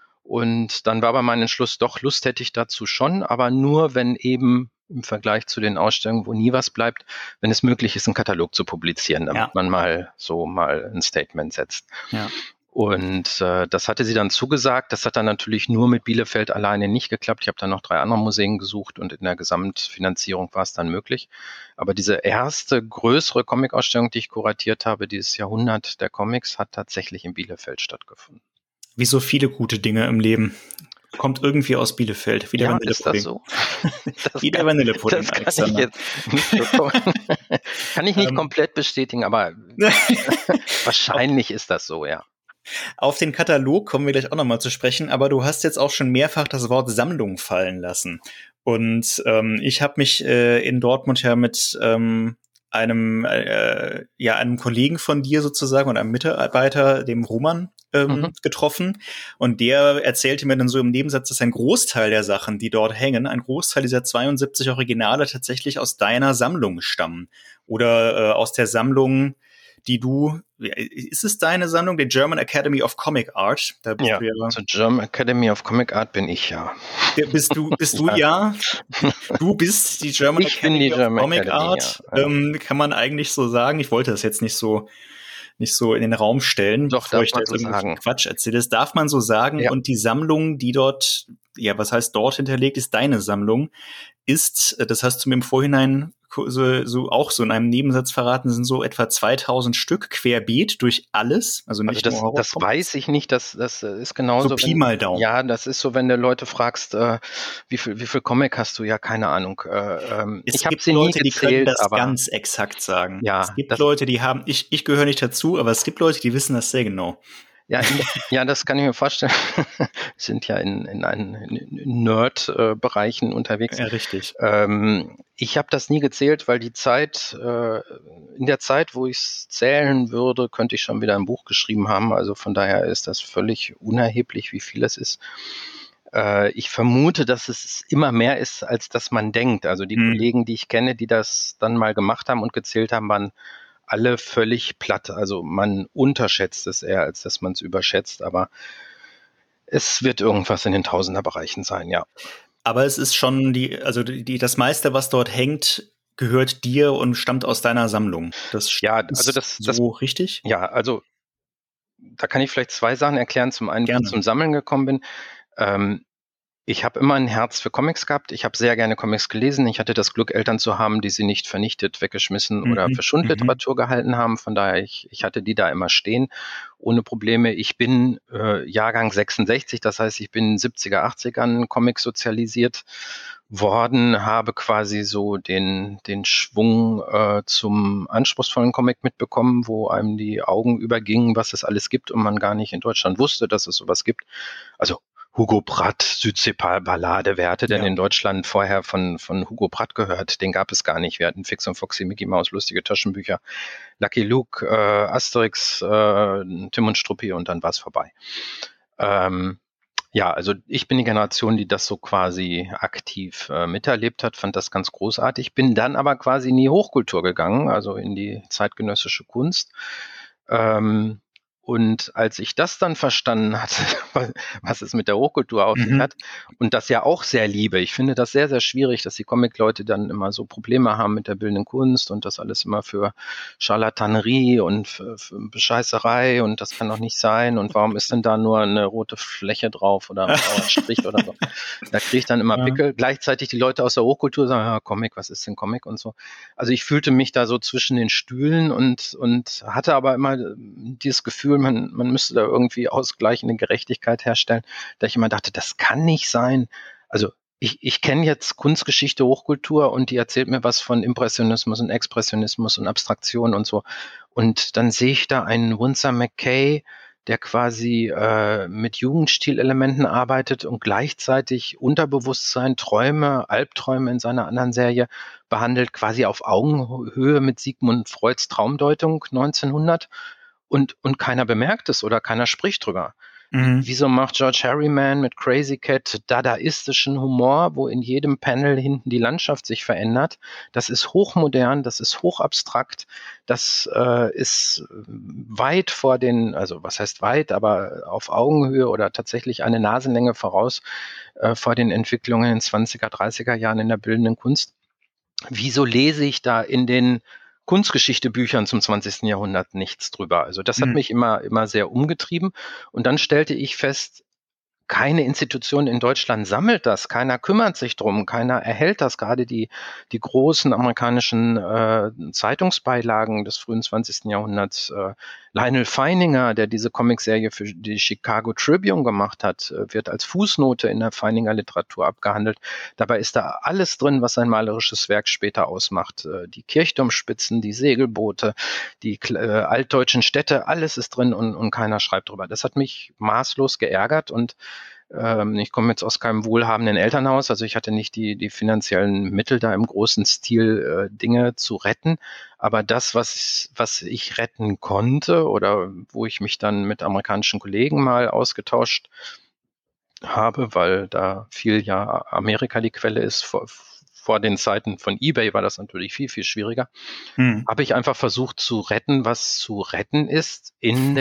S2: Und dann war aber mein Entschluss, doch, Lust hätte ich dazu schon, aber nur, wenn eben im Vergleich zu den Ausstellungen, wo nie was bleibt, wenn es möglich ist, einen Katalog zu publizieren, damit man mal ein Statement setzt.
S1: Ja.
S2: Und das hatte sie dann zugesagt. Das hat dann natürlich nur mit Bielefeld alleine nicht geklappt. Ich habe dann noch 3 andere Museen gesucht und in der Gesamtfinanzierung war es dann möglich. Aber diese erste größere Comic-Ausstellung, die ich kuratiert habe, dieses Jahrhundert der Comics, hat tatsächlich in Bielefeld stattgefunden.
S1: Wie so viele gute Dinge im Leben. Kommt irgendwie aus Bielefeld. Wie der Vanillepudding.
S2: Ist das so?
S1: Wie der Vanillepudding,
S2: das kann ich jetzt nicht so kann ich nicht komplett bestätigen, aber wahrscheinlich ist das so, ja.
S1: Auf den Katalog kommen wir gleich auch nochmal zu sprechen, aber du hast jetzt auch schon mehrfach das Wort Sammlung fallen lassen. Und ich habe mich in Dortmund ja mit einem Kollegen von dir sozusagen und einem Mitarbeiter, dem Roman, getroffen. Und der erzählte mir dann so im Nebensatz, dass ein Großteil der Sachen, die dort hängen, ein Großteil dieser 72 Originale tatsächlich aus deiner Sammlung stammen. Oder aus der Sammlung, ist es deine Sammlung, der German Academy of Comic Art? Da bist du ja.
S2: Also German Academy of Comic Art bin ich ja.
S1: Bist du ja? Du bist die German Academy of Comic Art. Ja. Kann man eigentlich so sagen. Ich wollte das jetzt nicht so in den Raum stellen,
S2: doch,
S1: bevor ich da jetzt irgendwelchen Quatsch erzähle. Das darf man so sagen. Ja. Und die Sammlung, die dort, was heißt dort hinterlegt, ist deine Sammlung, das hast du mir im Vorhinein auch so in einem Nebensatz verraten, sind so etwa 2000 Stück querbeet durch alles. Also nicht
S2: nur das weiß ich nicht, das ist genauso.
S1: So Pi mal Daumen.
S2: Ja, das ist so, wenn du Leute fragst, wie viel Comic hast du? Ja, keine Ahnung.
S1: Ich habe sie nie gezählt, die können das aber ganz exakt sagen.
S2: Ja,
S1: es gibt Leute, die haben, ich gehöre nicht dazu, aber es gibt Leute, die wissen das sehr genau.
S2: Ja, das kann ich mir vorstellen. Wir sind ja in Nerd-Bereichen unterwegs.
S1: Ja, richtig.
S2: Ich habe das nie gezählt, weil in der Zeit, wo ich es zählen würde, könnte ich schon wieder ein Buch geschrieben haben. Also von daher ist das völlig unerheblich, wie viel es ist. Ich vermute, dass es immer mehr ist, als dass man denkt. Also die Kollegen, die ich kenne, die das dann mal gemacht haben und gezählt haben, waren alle völlig platt. Also man unterschätzt es eher, als dass man es überschätzt, aber es wird irgendwas in den Tausenderbereichen sein, ja.
S1: Aber es ist schon das meiste, was dort hängt, gehört dir und stammt aus deiner Sammlung. Das so richtig?
S2: Ja, also da kann ich vielleicht 2 Sachen erklären. Zum einen, wie ich zum Sammeln gekommen bin. Ich habe immer ein Herz für Comics gehabt. Ich habe sehr gerne Comics gelesen. Ich hatte das Glück, Eltern zu haben, die sie nicht vernichtet, weggeschmissen oder für
S1: Mhm. Mhm.
S2: Schundliteratur gehalten haben. Von daher, ich hatte die da immer stehen, ohne Probleme. Ich bin Jahrgang 66, das heißt, ich bin in den 70er, 80ern Comics sozialisiert worden, habe quasi so den Schwung zum anspruchsvollen Comic mitbekommen, wo einem die Augen übergingen, was es alles gibt und man gar nicht in Deutschland wusste, dass es sowas gibt. Also Hugo Pratt, Südseeballade. Wer hatte denn
S1: Ja.
S2: in Deutschland vorher von Hugo Pratt gehört? Den gab es gar nicht. Wir hatten Fix und Foxy, Mickey Mouse, lustige Taschenbücher, Lucky Luke, Asterix, Tim und Struppi und dann war es vorbei. Ja, also ich bin die Generation, die das so quasi aktiv miterlebt hat, fand das ganz großartig, bin dann aber quasi in die Hochkultur gegangen, also in die zeitgenössische Kunst. Ähm, und als ich das dann verstanden hatte, was es mit der Hochkultur auf sich
S1: Mhm.
S2: hat und das ja auch sehr liebe, ich finde das sehr, sehr schwierig, dass die Comic-Leute dann immer so Probleme haben mit der bildenden Kunst und das alles immer für Scharlatanerie und für Bescheißerei und das kann doch nicht sein und warum ist denn da nur eine rote Fläche drauf oder ein blauer Strich oder so. Da kriege ich dann immer
S1: Ja.
S2: Pickel. Gleichzeitig die Leute aus der Hochkultur sagen, ja, Comic, was ist denn Comic und so. Also ich fühlte mich da so zwischen den Stühlen und hatte aber immer dieses Gefühl, man müsste da irgendwie ausgleichende Gerechtigkeit herstellen, da ich immer dachte, das kann nicht sein. Also ich kenne jetzt Kunstgeschichte, Hochkultur und die erzählt mir was von Impressionismus und Expressionismus und Abstraktion und so. Und dann sehe ich da einen Winsor McCay, der quasi mit Jugendstilelementen arbeitet und gleichzeitig Unterbewusstsein, Träume, Albträume in seiner anderen Serie behandelt, quasi auf Augenhöhe mit Sigmund Freuds Traumdeutung 1900 und keiner bemerkt es oder keiner spricht drüber.
S1: Mhm.
S2: Wieso macht George Harriman mit Crazy Cat dadaistischen Humor, wo in jedem Panel hinten die Landschaft sich verändert? Das ist hochmodern, das ist hochabstrakt, das ist weit vor den, also was heißt weit, aber auf Augenhöhe oder tatsächlich eine Nasenlänge voraus vor den Entwicklungen in den 20er, 30er Jahren in der bildenden Kunst. Wieso lese ich da in den Kunstgeschichtebüchern zum 20. Jahrhundert nichts drüber? Also das hat
S1: Mhm.
S2: mich immer sehr umgetrieben. Und dann stellte ich fest, keine Institution in Deutschland sammelt das, keiner kümmert sich drum, keiner erhält das. Gerade die großen amerikanischen Zeitungsbeilagen des frühen 20. Jahrhunderts, Lionel Feininger, der diese Comicserie für die Chicago Tribune gemacht hat, wird als Fußnote in der Feininger Literatur abgehandelt. Dabei ist da alles drin, was sein malerisches Werk später ausmacht. Die Kirchturmspitzen, die Segelboote, die altdeutschen Städte, alles ist drin und keiner schreibt drüber. Das hat mich maßlos geärgert und ich komme jetzt aus keinem wohlhabenden Elternhaus, also ich hatte nicht die finanziellen Mittel, da im großen Stil Dinge zu retten. Aber das, was ich retten konnte oder wo ich mich dann mit amerikanischen Kollegen mal ausgetauscht habe, weil da viel ja Amerika die Quelle ist. Vor den Zeiten von eBay war das natürlich viel, viel schwieriger.
S1: Mhm.
S2: Habe ich einfach versucht zu retten, was zu retten ist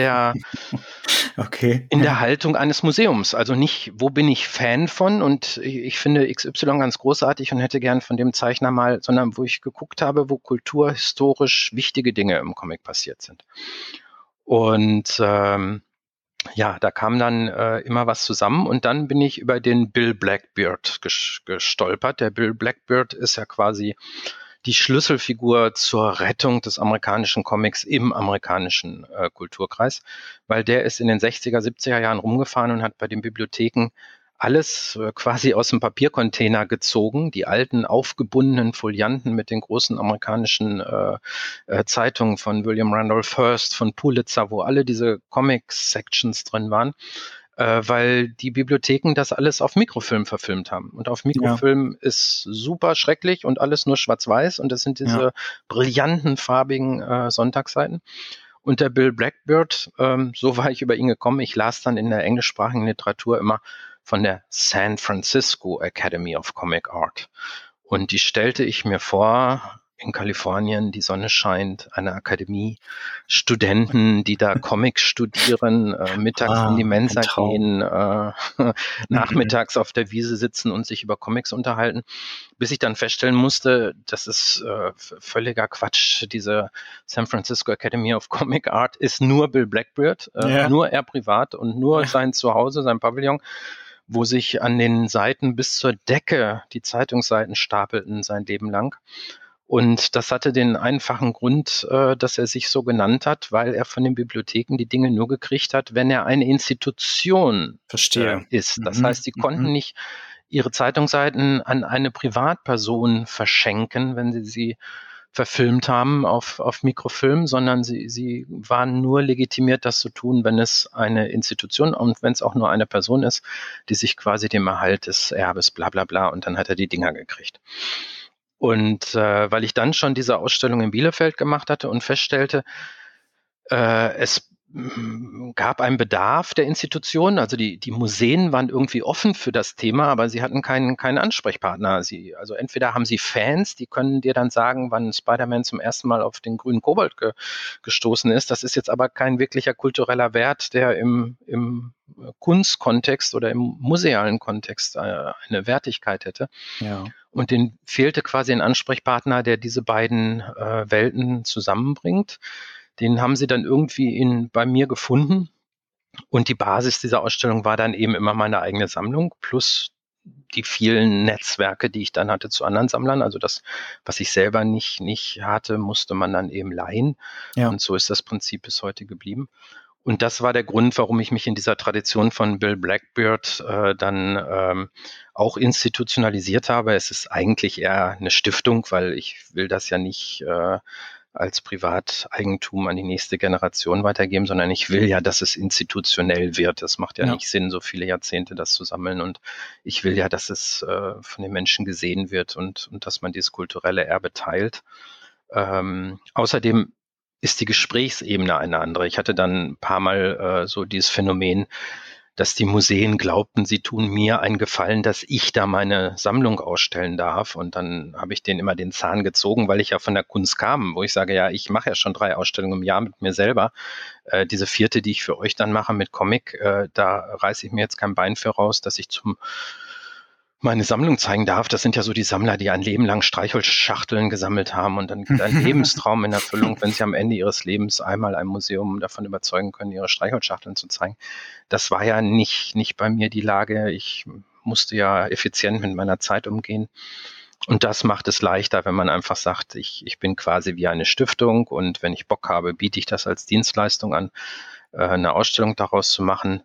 S1: Okay,
S2: in der
S1: ja.
S2: Haltung eines Museums. Also nicht, wo bin ich Fan von und ich finde XY ganz großartig und hätte gern von dem Zeichner mal, sondern wo ich geguckt habe, wo kulturhistorisch wichtige Dinge im Comic passiert sind. Und ja, da kam dann immer was zusammen und dann bin ich über den Bill Blackbeard gestolpert. Der Bill Blackbeard ist ja quasi die Schlüsselfigur zur Rettung des amerikanischen Comics im amerikanischen Kulturkreis, weil der ist in den 60er, 70er Jahren rumgefahren und hat bei den Bibliotheken alles quasi aus dem Papiercontainer gezogen, die alten aufgebundenen Folianten mit den großen amerikanischen Zeitungen von William Randolph Hearst, von Pulitzer, wo alle diese Comic-Sections drin waren, weil die Bibliotheken das alles auf Mikrofilm verfilmt haben. Und auf
S1: Ja,
S2: Mikrofilm ist super schrecklich und alles nur schwarz-weiß und das sind
S1: ja.
S2: diese brillanten, farbigen Sonntagsseiten. Und der Bill Blackbeard, so war ich über ihn gekommen. Ich las dann in der englischsprachigen Literatur immer von der San Francisco Academy of Comic Art. Und die stellte ich mir vor, in Kalifornien, die Sonne scheint, eine Akademie, Studenten, die da Comics studieren, mittags in die
S1: Ah, ein
S2: Mensa
S1: Traum.
S2: gehen,
S1: Mhm.
S2: nachmittags auf der Wiese sitzen und sich über Comics unterhalten, bis ich dann feststellen musste, das ist völliger Quatsch. Diese San Francisco Academy of Comic Art ist nur Bill Blackbeard,
S1: Ja.
S2: nur er privat und nur sein Zuhause, sein Pavillon. wo sich an den Seiten bis zur Decke die Zeitungsseiten stapelten sein Leben lang. Und das hatte den einfachen Grund, dass er sich so genannt hat, weil er von den Bibliotheken die Dinge nur gekriegt hat, wenn er eine Institution
S1: Verstehe.
S2: ist. Das heißt, sie konnten nicht ihre Zeitungsseiten an eine Privatperson verschenken, wenn sie verfilmt haben auf Mikrofilm, sondern sie waren nur legitimiert, das zu tun, wenn es eine Institution und wenn es auch nur eine Person ist, die sich quasi dem Erhalt des Erbes bla bla bla, und dann hat er die Dinger gekriegt. Und weil ich dann schon diese Ausstellung in Bielefeld gemacht hatte und feststellte, es gab einen Bedarf der Institutionen, also die Museen waren irgendwie offen für das Thema, aber sie hatten keinen Ansprechpartner. Also entweder haben sie Fans, die können dir dann sagen, wann Spider-Man zum ersten Mal auf den grünen Kobold gestoßen ist. Das ist jetzt aber kein wirklicher kultureller Wert, der im Kunstkontext oder im musealen Kontext eine Wertigkeit hätte.
S1: Ja.
S2: Und denen fehlte quasi ein Ansprechpartner, der diese beiden Welten zusammenbringt. Den haben sie dann irgendwie bei mir gefunden. Und die Basis dieser Ausstellung war dann eben immer meine eigene Sammlung plus die vielen Netzwerke, die ich dann hatte zu anderen Sammlern. Also das, was ich selber nicht hatte, musste man dann eben leihen.
S1: Ja.
S2: Und so ist das Prinzip bis heute geblieben. Und das war der Grund, warum ich mich in dieser Tradition von Bill Blackbeard dann auch institutionalisiert habe. Es ist eigentlich eher eine Stiftung, weil ich will das ja nicht als Privateigentum an die nächste Generation weitergeben, sondern ich will ja, dass es institutionell wird. Es macht ja nicht Sinn, so viele Jahrzehnte das zu sammeln, und ich will ja, dass es von den Menschen gesehen wird und dass man dieses kulturelle Erbe teilt. Außerdem ist die Gesprächsebene eine andere. Ich hatte dann ein paar Mal so dieses Phänomen, dass die Museen glaubten, sie tun mir einen Gefallen, dass ich da meine Sammlung ausstellen darf. Und dann habe ich denen immer den Zahn gezogen, weil ich ja von der Kunst kam, wo ich sage, ja, ich mache ja schon 3 Ausstellungen im Jahr mit mir selber. Diese 4., die ich für euch dann mache mit Comic, da reiße ich mir jetzt kein Bein für raus, dass ich meine Sammlung zeigen darf. Das sind ja so die Sammler, die ein Leben lang Streichholzschachteln gesammelt haben, und dann geht ein Lebenstraum in Erfüllung, wenn sie am Ende ihres Lebens einmal ein Museum davon überzeugen können, ihre Streichholzschachteln zu zeigen. Das war ja nicht bei mir die Lage. Ich musste ja effizient mit meiner Zeit umgehen. Und das macht es leichter, wenn man einfach sagt, ich bin quasi wie eine Stiftung, und wenn ich Bock habe, biete ich das als Dienstleistung an, eine Ausstellung daraus zu machen.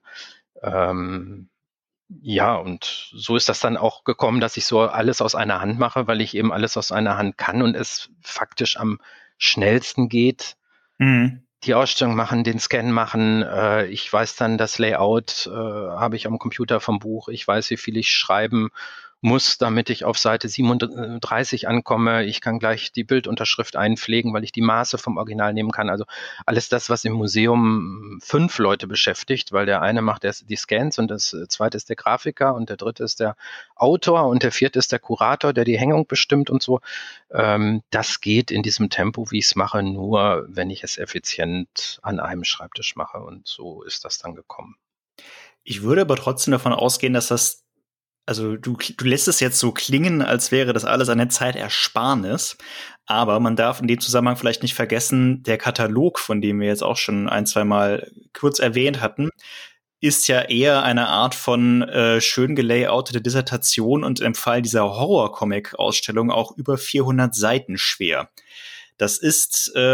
S2: Ja, und so ist das dann auch gekommen, dass ich so alles aus einer Hand mache, weil ich eben alles aus einer Hand kann und es faktisch am schnellsten geht. Die Ausstellung machen, den Scan machen. Ich weiß dann das Layout, habe ich am Computer vom Buch. Ich weiß, wie viel ich schreiben muss, damit ich auf Seite 37 ankomme. Ich kann gleich die Bildunterschrift einpflegen, weil ich die Maße vom Original nehmen kann. Also alles das, was im Museum 5 Leute beschäftigt, weil der eine macht die Scans, und das zweite ist der Grafiker, und der dritte ist der Autor, und der vierte ist der Kurator, der die Hängung bestimmt und so. Das geht in diesem Tempo, wie ich es mache, nur wenn ich es effizient an einem Schreibtisch mache, und so ist das dann gekommen.
S1: Ich würde aber trotzdem davon ausgehen, dass also du lässt es jetzt so klingen, als wäre das alles eine Zeitersparnis, aber man darf in dem Zusammenhang vielleicht nicht vergessen, der Katalog, von dem wir jetzt auch schon 1-2 Mal kurz erwähnt hatten, ist ja eher eine Art von schön gelayoutete Dissertation und im Fall dieser Horror-Comic-Ausstellung auch über 400 Seiten schwer. Das ist ich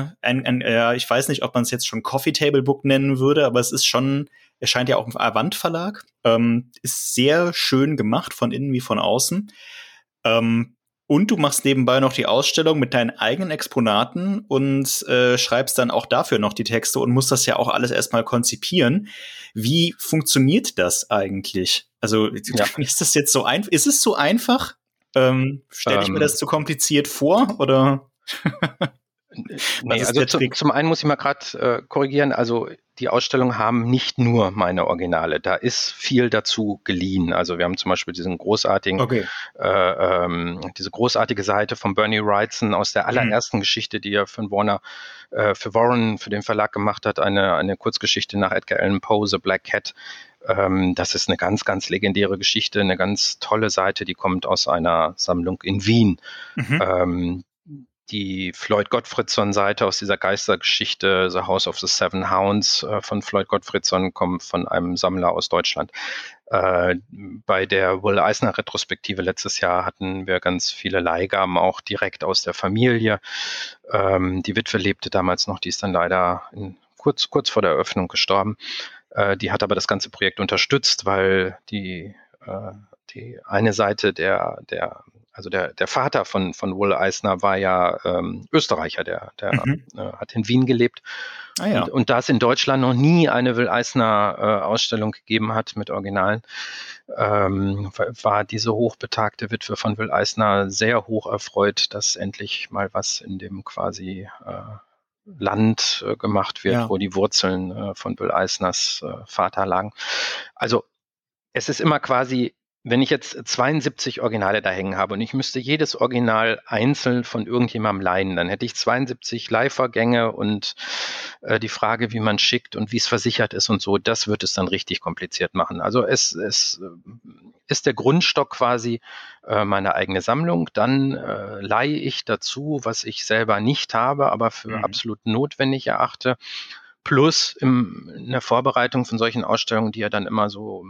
S1: weiß nicht, ob man es jetzt schon Coffee Table Book nennen würde, aber es ist schon, erscheint ja auch im Avant Verlag, ist sehr schön gemacht, von innen wie von außen. Und du machst nebenbei noch die Ausstellung mit deinen eigenen Exponaten und schreibst dann auch dafür noch die Texte und musst das ja auch alles erstmal konzipieren. Wie funktioniert das eigentlich? Also ist das jetzt so einfach? Ist es so einfach? Stelle ich mir das zu kompliziert vor, oder?
S2: Nee, also zum einen muss ich mal gerade korrigieren, also die Ausstellungen haben nicht nur meine Originale, da ist viel dazu geliehen. Also wir haben zum Beispiel diesen großartigen, diese großartige Seite von Bernie Wrightson aus der allerersten Geschichte, die er für Warren, für den Verlag gemacht hat, eine Kurzgeschichte nach Edgar Allan Poe, The Black Cat. Das ist eine ganz, ganz legendäre Geschichte, eine ganz tolle Seite, die kommt aus einer Sammlung in Wien. die Floyd Gottfriedson-Seite aus dieser Geistergeschichte The House of the Seven Hounds von Floyd Gottfriedson, kommt von einem Sammler aus Deutschland. Bei der Will Eisner Retrospektive letztes Jahr hatten wir ganz viele Leihgaben, auch direkt aus der Familie. Die Witwe lebte damals noch, die ist dann leider kurz vor der Eröffnung gestorben. Die hat aber das ganze Projekt unterstützt, weil die eine Seite der Vater von Will Eisner war ja Österreicher, der hat in Wien gelebt.
S1: Ah, ja.
S2: Und da es in Deutschland noch nie eine Will Eisner Ausstellung gegeben hat mit Originalen, war diese hochbetagte Witwe von Will Eisner sehr hoch erfreut, dass endlich mal was in dem quasi Land gemacht wird, wo die Wurzeln von Will Eisners Vater lagen. Also es ist immer quasi, wenn ich jetzt 72 Originale da hängen habe und ich müsste jedes Original einzeln von irgendjemandem leihen, dann hätte ich 72 Leihvorgänge und die Frage, wie man schickt und wie es versichert ist und so, das wird es dann richtig kompliziert machen. Also es ist der Grundstock quasi meine eigene Sammlung. Dann leihe ich dazu, was ich selber nicht habe, aber für absolut notwendig erachte. Plus in der Vorbereitung von solchen Ausstellungen, die ja dann immer so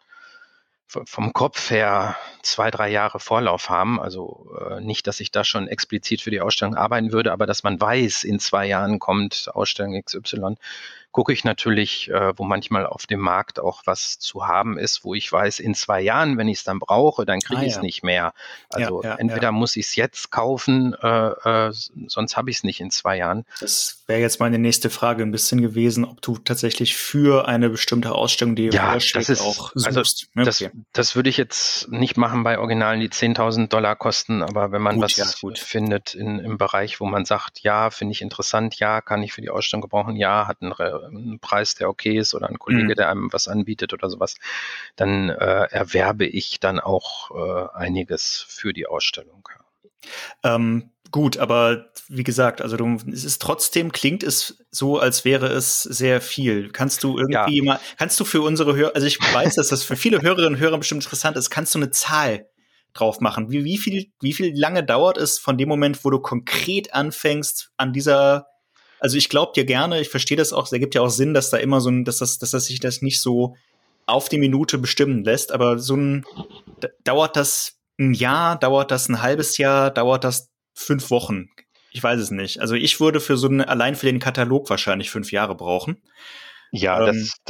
S2: vom Kopf her 2-3 Jahre Vorlauf haben. Also nicht, dass ich da schon explizit für die Ausstellung arbeiten würde, aber dass man weiß, in 2 Jahren kommt Ausstellung XY, gucke ich natürlich, wo manchmal auf dem Markt auch was zu haben ist, wo ich weiß, in 2 Jahren, wenn ich es dann brauche, dann kriege ich es nicht mehr. Also entweder muss ich es jetzt kaufen, sonst habe ich es nicht in 2 Jahren.
S1: Das wäre jetzt meine nächste Frage ein bisschen gewesen, ob du tatsächlich für eine bestimmte Ausstellung, die vorschlägt, auch suchst.
S2: Also das würde ich jetzt nicht machen bei Originalen, die $10.000 kosten, aber wenn man findet im Bereich, wo man sagt, ja, finde ich interessant, ja, kann ich für die Ausstellung gebrauchen, ja, hat einen Preis, der okay ist oder ein Kollege, der einem was anbietet oder sowas, dann erwerbe ich dann auch einiges für die Ausstellung.
S1: Gut, aber wie gesagt, also klingt es so, als wäre es sehr viel. Kannst du irgendwie kannst du für unsere Hörer, also ich weiß, dass das für viele Hörerinnen und Hörer bestimmt interessant ist, kannst du eine Zahl drauf machen? Wie viel lange dauert es von dem Moment, wo du konkret anfängst an dieser, also ich glaube dir gerne, ich verstehe das auch, es ergibt ja auch Sinn, dass da immer dass sich das nicht so auf die Minute bestimmen lässt, aber dauert das ein Jahr, dauert das ein halbes Jahr, dauert das 5 Wochen? Ich weiß es nicht. Also ich würde allein für den Katalog wahrscheinlich 5 Jahre brauchen.
S2: Ja,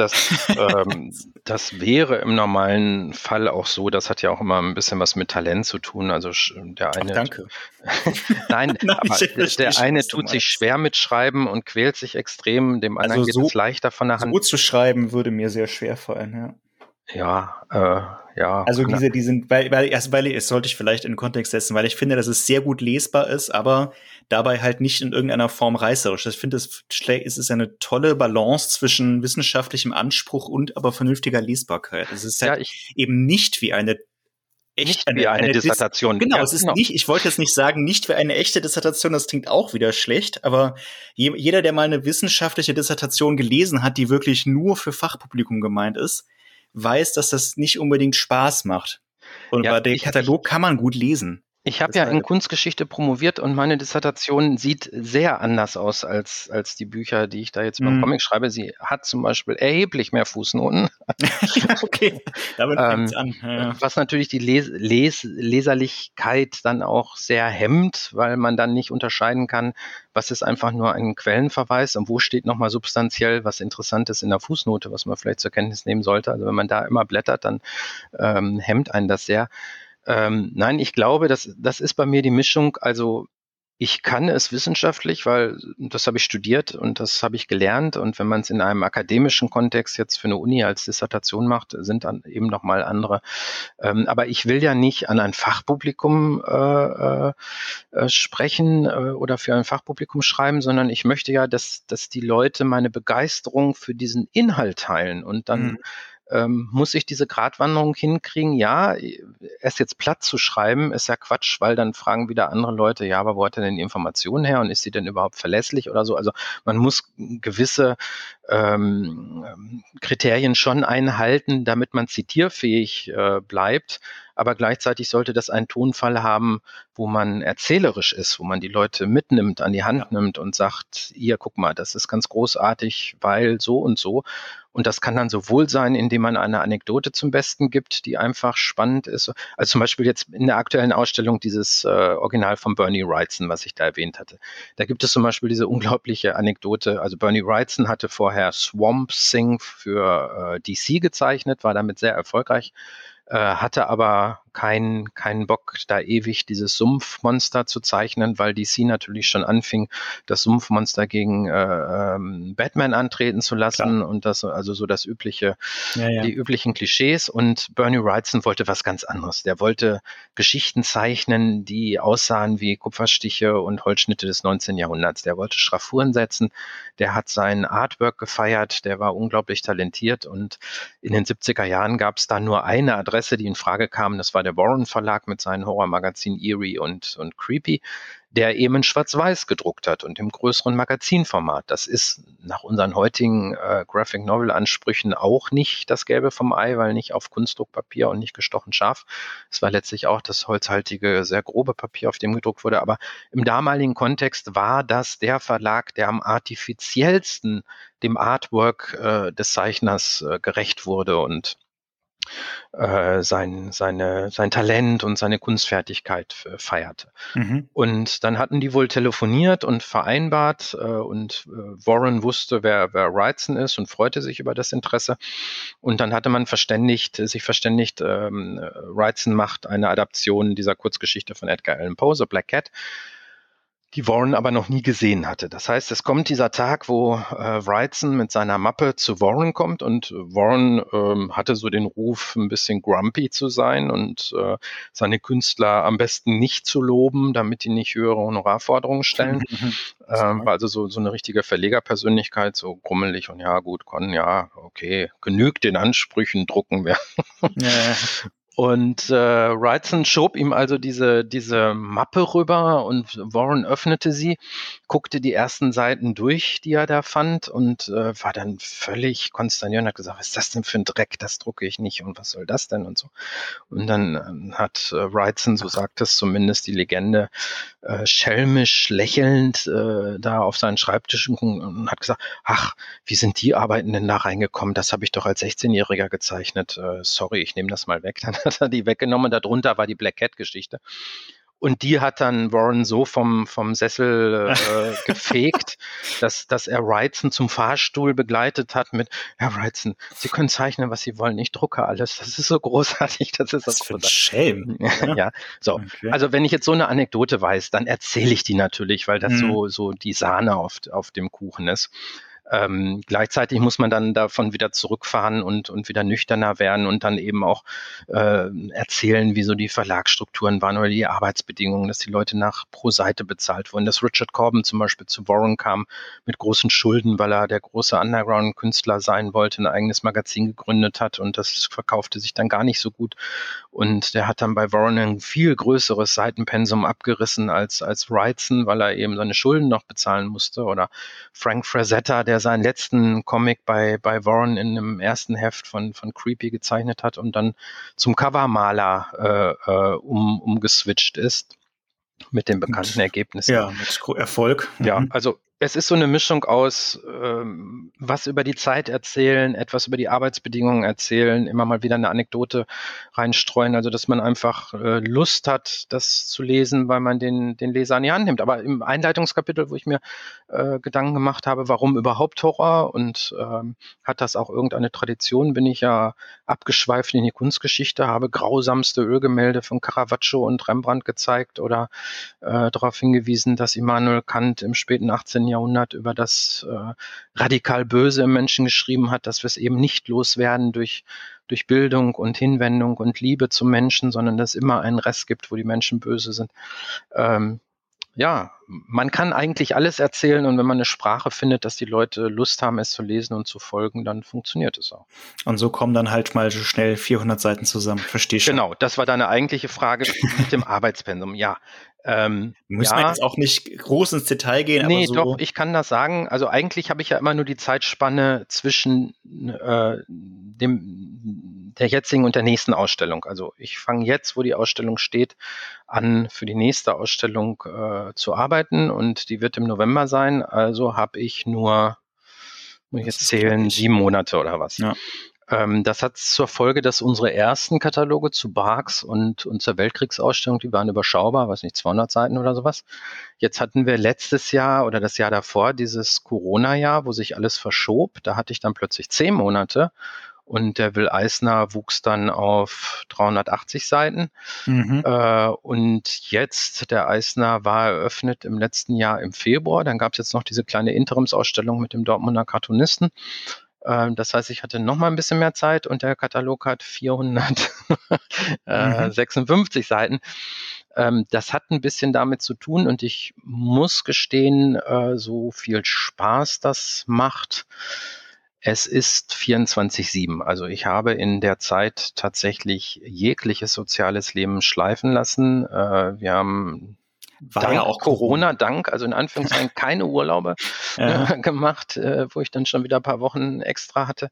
S2: das wäre im normalen Fall auch so. Das hat ja auch immer ein bisschen was mit Talent zu tun. Also der eine.
S1: Danke.
S2: Nein, aber der eine tut sich schwer mit Schreiben und quält sich extrem. Dem anderen geht es leichter von der Hand.
S1: So zu schreiben würde mir sehr schwer fallen,
S2: ja.
S1: Also die sind, weil es sollte ich vielleicht in den Kontext setzen, weil ich finde, dass es sehr gut lesbar ist, aber dabei halt nicht in irgendeiner Form reißerisch. Ich finde, es ist eine tolle Balance zwischen wissenschaftlichem Anspruch und aber vernünftiger Lesbarkeit. Es ist halt eben nicht wie eine
S2: Dissertation.
S1: Genau, es ist nicht, ich wollte jetzt nicht sagen, nicht wie eine echte Dissertation, das klingt auch wieder schlecht, aber jeder, der mal eine wissenschaftliche Dissertation gelesen hat, die wirklich nur für Fachpublikum gemeint ist, weiß, dass das nicht unbedingt Spaß macht. Und bei dem Katalog kann man gut lesen.
S2: Ich habe in Kunstgeschichte promoviert und meine Dissertation sieht sehr anders aus als die Bücher, die ich da jetzt beim Comic schreibe. Sie hat zum Beispiel erheblich mehr Fußnoten.
S1: Okay, damit fängt's an. Ja.
S2: Was natürlich die Leserlichkeit dann auch sehr hemmt, weil man dann nicht unterscheiden kann, was ist einfach nur ein Quellenverweis und wo steht nochmal substanziell was Interessantes in der Fußnote, was man vielleicht zur Kenntnis nehmen sollte. Also wenn man da immer blättert, dann hemmt einen das sehr. Nein, ich glaube, das ist bei mir die Mischung. Also ich kann es wissenschaftlich, weil das habe ich studiert und das habe ich gelernt. Und wenn man es in einem akademischen Kontext jetzt für eine Uni als Dissertation macht, sind dann eben nochmal andere. Aber ich will ja nicht an ein Fachpublikum sprechen oder für ein Fachpublikum schreiben, sondern ich möchte ja, dass die Leute meine Begeisterung für diesen Inhalt teilen. Und dann muss ich diese Gratwanderung hinkriegen? Ja, erst jetzt platt zu schreiben, ist ja Quatsch, weil dann fragen wieder andere Leute, ja, aber wo hat er denn die Information her und ist sie denn überhaupt verlässlich oder so? Also man muss gewisse Kriterien schon einhalten, damit man zitierfähig bleibt. aber gleichzeitig sollte das einen Tonfall haben, wo man erzählerisch ist, wo man die Leute mitnimmt, an die Hand nimmt und sagt, hier, guck mal, das ist ganz großartig, weil so und so. Und das kann dann sowohl sein, indem man eine Anekdote zum Besten gibt, die einfach spannend ist. Also zum Beispiel jetzt in der aktuellen Ausstellung dieses Original von Bernie Wrightson, was ich da erwähnt hatte. Da gibt es zum Beispiel diese unglaubliche Anekdote. Also Bernie Wrightson hatte vorher Swamp Thing für DC gezeichnet, war damit sehr erfolgreich, hatte aber keinen Bock, da ewig dieses Sumpfmonster zu zeichnen, weil DC natürlich schon anfing, das Sumpfmonster gegen Batman antreten zu lassen. Klar. Und das also so das übliche, die üblichen Klischees. Und Bernie Wrightson wollte was ganz anderes. Der wollte Geschichten zeichnen, die aussahen wie Kupferstiche und Holzschnitte des 19. Jahrhunderts. Der wollte Schraffuren setzen. Der hat sein Artwork gefeiert. Der war unglaublich talentiert. Und in den 70er Jahren gab es da nur eine Adresse, die in Frage kam. Das war der Warren Verlag mit seinen Horrormagazinen Eerie und Creepy, der eben in Schwarz-Weiß gedruckt hat und im größeren Magazinformat. Das ist nach unseren heutigen Graphic Novel Ansprüchen auch nicht das Gelbe vom Ei, weil nicht auf Kunstdruckpapier und nicht gestochen scharf. Es war letztlich auch das holzhaltige, sehr grobe Papier, auf dem gedruckt wurde. Aber im damaligen Kontext war das der Verlag, der am artifiziellsten dem Artwork des Zeichners gerecht wurde und sein Talent und seine Kunstfertigkeit feierte. Mhm. Und dann hatten die wohl telefoniert und vereinbart und Warren wusste, wer Wrightson ist und freute sich über das Interesse. Und dann hatte man sich verständigt, Wrightson macht eine Adaption dieser Kurzgeschichte von Edgar Allan Poe, The Black Cat, die Warren aber noch nie gesehen hatte. Das heißt, es kommt dieser Tag, wo Wrightson mit seiner Mappe zu Warren kommt und Warren hatte so den Ruf, ein bisschen grumpy zu sein und seine Künstler am besten nicht zu loben, damit die nicht höhere Honorarforderungen stellen. War also so eine richtige Verlegerpersönlichkeit, so grummelig und ja gut, okay, genügt den Ansprüchen, drucken wir. Ja. Und Wrightson schob ihm also diese Mappe rüber und Warren öffnete sie, guckte die ersten Seiten durch, die er da fand und war dann völlig konsterniert und hat gesagt, was ist das denn für ein Dreck, das drucke ich nicht und was soll das denn und so. Und dann hat Wrightson, so sagt es zumindest die Legende, schelmisch lächelnd da auf seinen Schreibtisch und hat gesagt, ach, wie sind die Arbeiten denn da reingekommen? Das habe ich doch als 16-Jähriger gezeichnet. Sorry, ich nehme das mal weg. Dann hat er die weggenommen. Darunter war die Black Cat-Geschichte. Und die hat dann Warren so vom Sessel gefegt, dass er Wrightson zum Fahrstuhl begleitet hat mit, Herr Wrightson, Sie können zeichnen, was Sie wollen, ich drucke alles. Das ist so großartig. Das ist so großartig.
S1: Schelm.
S2: Ja, so. Okay. Also wenn ich jetzt so eine Anekdote weiß, dann erzähle ich die natürlich, weil das so die Sahne auf dem Kuchen ist. Gleichzeitig muss man dann davon wieder zurückfahren und wieder nüchterner werden und dann eben auch erzählen, wie so die Verlagsstrukturen waren oder die Arbeitsbedingungen, dass die Leute pro Seite bezahlt wurden, dass Richard Corbin zum Beispiel zu Warren kam mit großen Schulden, weil er der große Underground-Künstler sein wollte, ein eigenes Magazin gegründet hat und das verkaufte sich dann gar nicht so gut. Und der hat dann bei Warren ein viel größeres Seitenpensum abgerissen als Wrightson, weil er eben seine Schulden noch bezahlen musste. Oder Frank Frazetta, der seinen letzten Comic bei Warren in einem ersten Heft von Creepy gezeichnet hat und dann zum Covermaler umgeswitcht ist mit den bekannten Ergebnissen.
S1: Ja, mit Erfolg.
S2: Ja, also es ist so eine Mischung aus was über die Zeit erzählen, etwas über die Arbeitsbedingungen erzählen, immer mal wieder eine Anekdote reinstreuen, also dass man einfach Lust hat, das zu lesen, weil man den Leser an die Hand nimmt. Aber im Einleitungskapitel, wo ich mir Gedanken gemacht habe, warum überhaupt Horror und hat das auch irgendeine Tradition, bin ich ja abgeschweift in die Kunstgeschichte, habe grausamste Ölgemälde von Caravaggio und Rembrandt gezeigt oder darauf hingewiesen, dass Immanuel Kant im späten 18. Jahrhundert über das radikal Böse im Menschen geschrieben hat, dass wir es eben nicht loswerden durch Bildung und Hinwendung und Liebe zum Menschen, sondern dass es immer einen Rest gibt, wo die Menschen böse sind. Ja, man kann eigentlich alles erzählen und wenn man eine Sprache findet, dass die Leute Lust haben, es zu lesen und zu folgen, dann funktioniert es auch.
S1: Und so kommen dann halt mal so schnell 400 Seiten zusammen, verstehe ich schon.
S2: Genau, das war deine eigentliche Frage mit dem Arbeitspensum, ja.
S1: Müssen wir jetzt auch nicht groß ins Detail gehen,
S2: nee,
S1: aber so.
S2: Doch, ich kann das sagen. Also eigentlich habe ich ja immer nur die Zeitspanne zwischen der jetzigen und der nächsten Ausstellung. Also ich fange jetzt, wo die Ausstellung steht, an, für die nächste Ausstellung zu arbeiten und die wird im November sein. Also habe ich nur, muss ich jetzt zählen, 7 Monate oder was.
S1: Ja.
S2: Das hat zur Folge, dass unsere ersten Kataloge zu Barks und zur Weltkriegsausstellung, die waren überschaubar, weiß nicht, 200 Seiten oder sowas. Jetzt hatten wir letztes Jahr oder das Jahr davor dieses Corona-Jahr, wo sich alles verschob. Da hatte ich dann plötzlich 10 Monate und der Will Eisner wuchs dann auf 380 Seiten. Und jetzt, der Eisner war eröffnet im letzten Jahr im Februar. Dann gab es jetzt noch diese kleine Interimsausstellung mit dem Dortmunder Cartoonisten. Das heißt, ich hatte noch mal ein bisschen mehr Zeit und der Katalog hat 456 Seiten. Das hat ein bisschen damit zu tun und ich muss gestehen, so viel Spaß das macht. Es ist 24/7. Also ich habe in der Zeit tatsächlich jegliches soziales Leben schleifen lassen. Wir haben dank Corona, also in Anführungszeichen keine Urlaube gemacht, wo ich dann schon wieder ein paar Wochen extra hatte.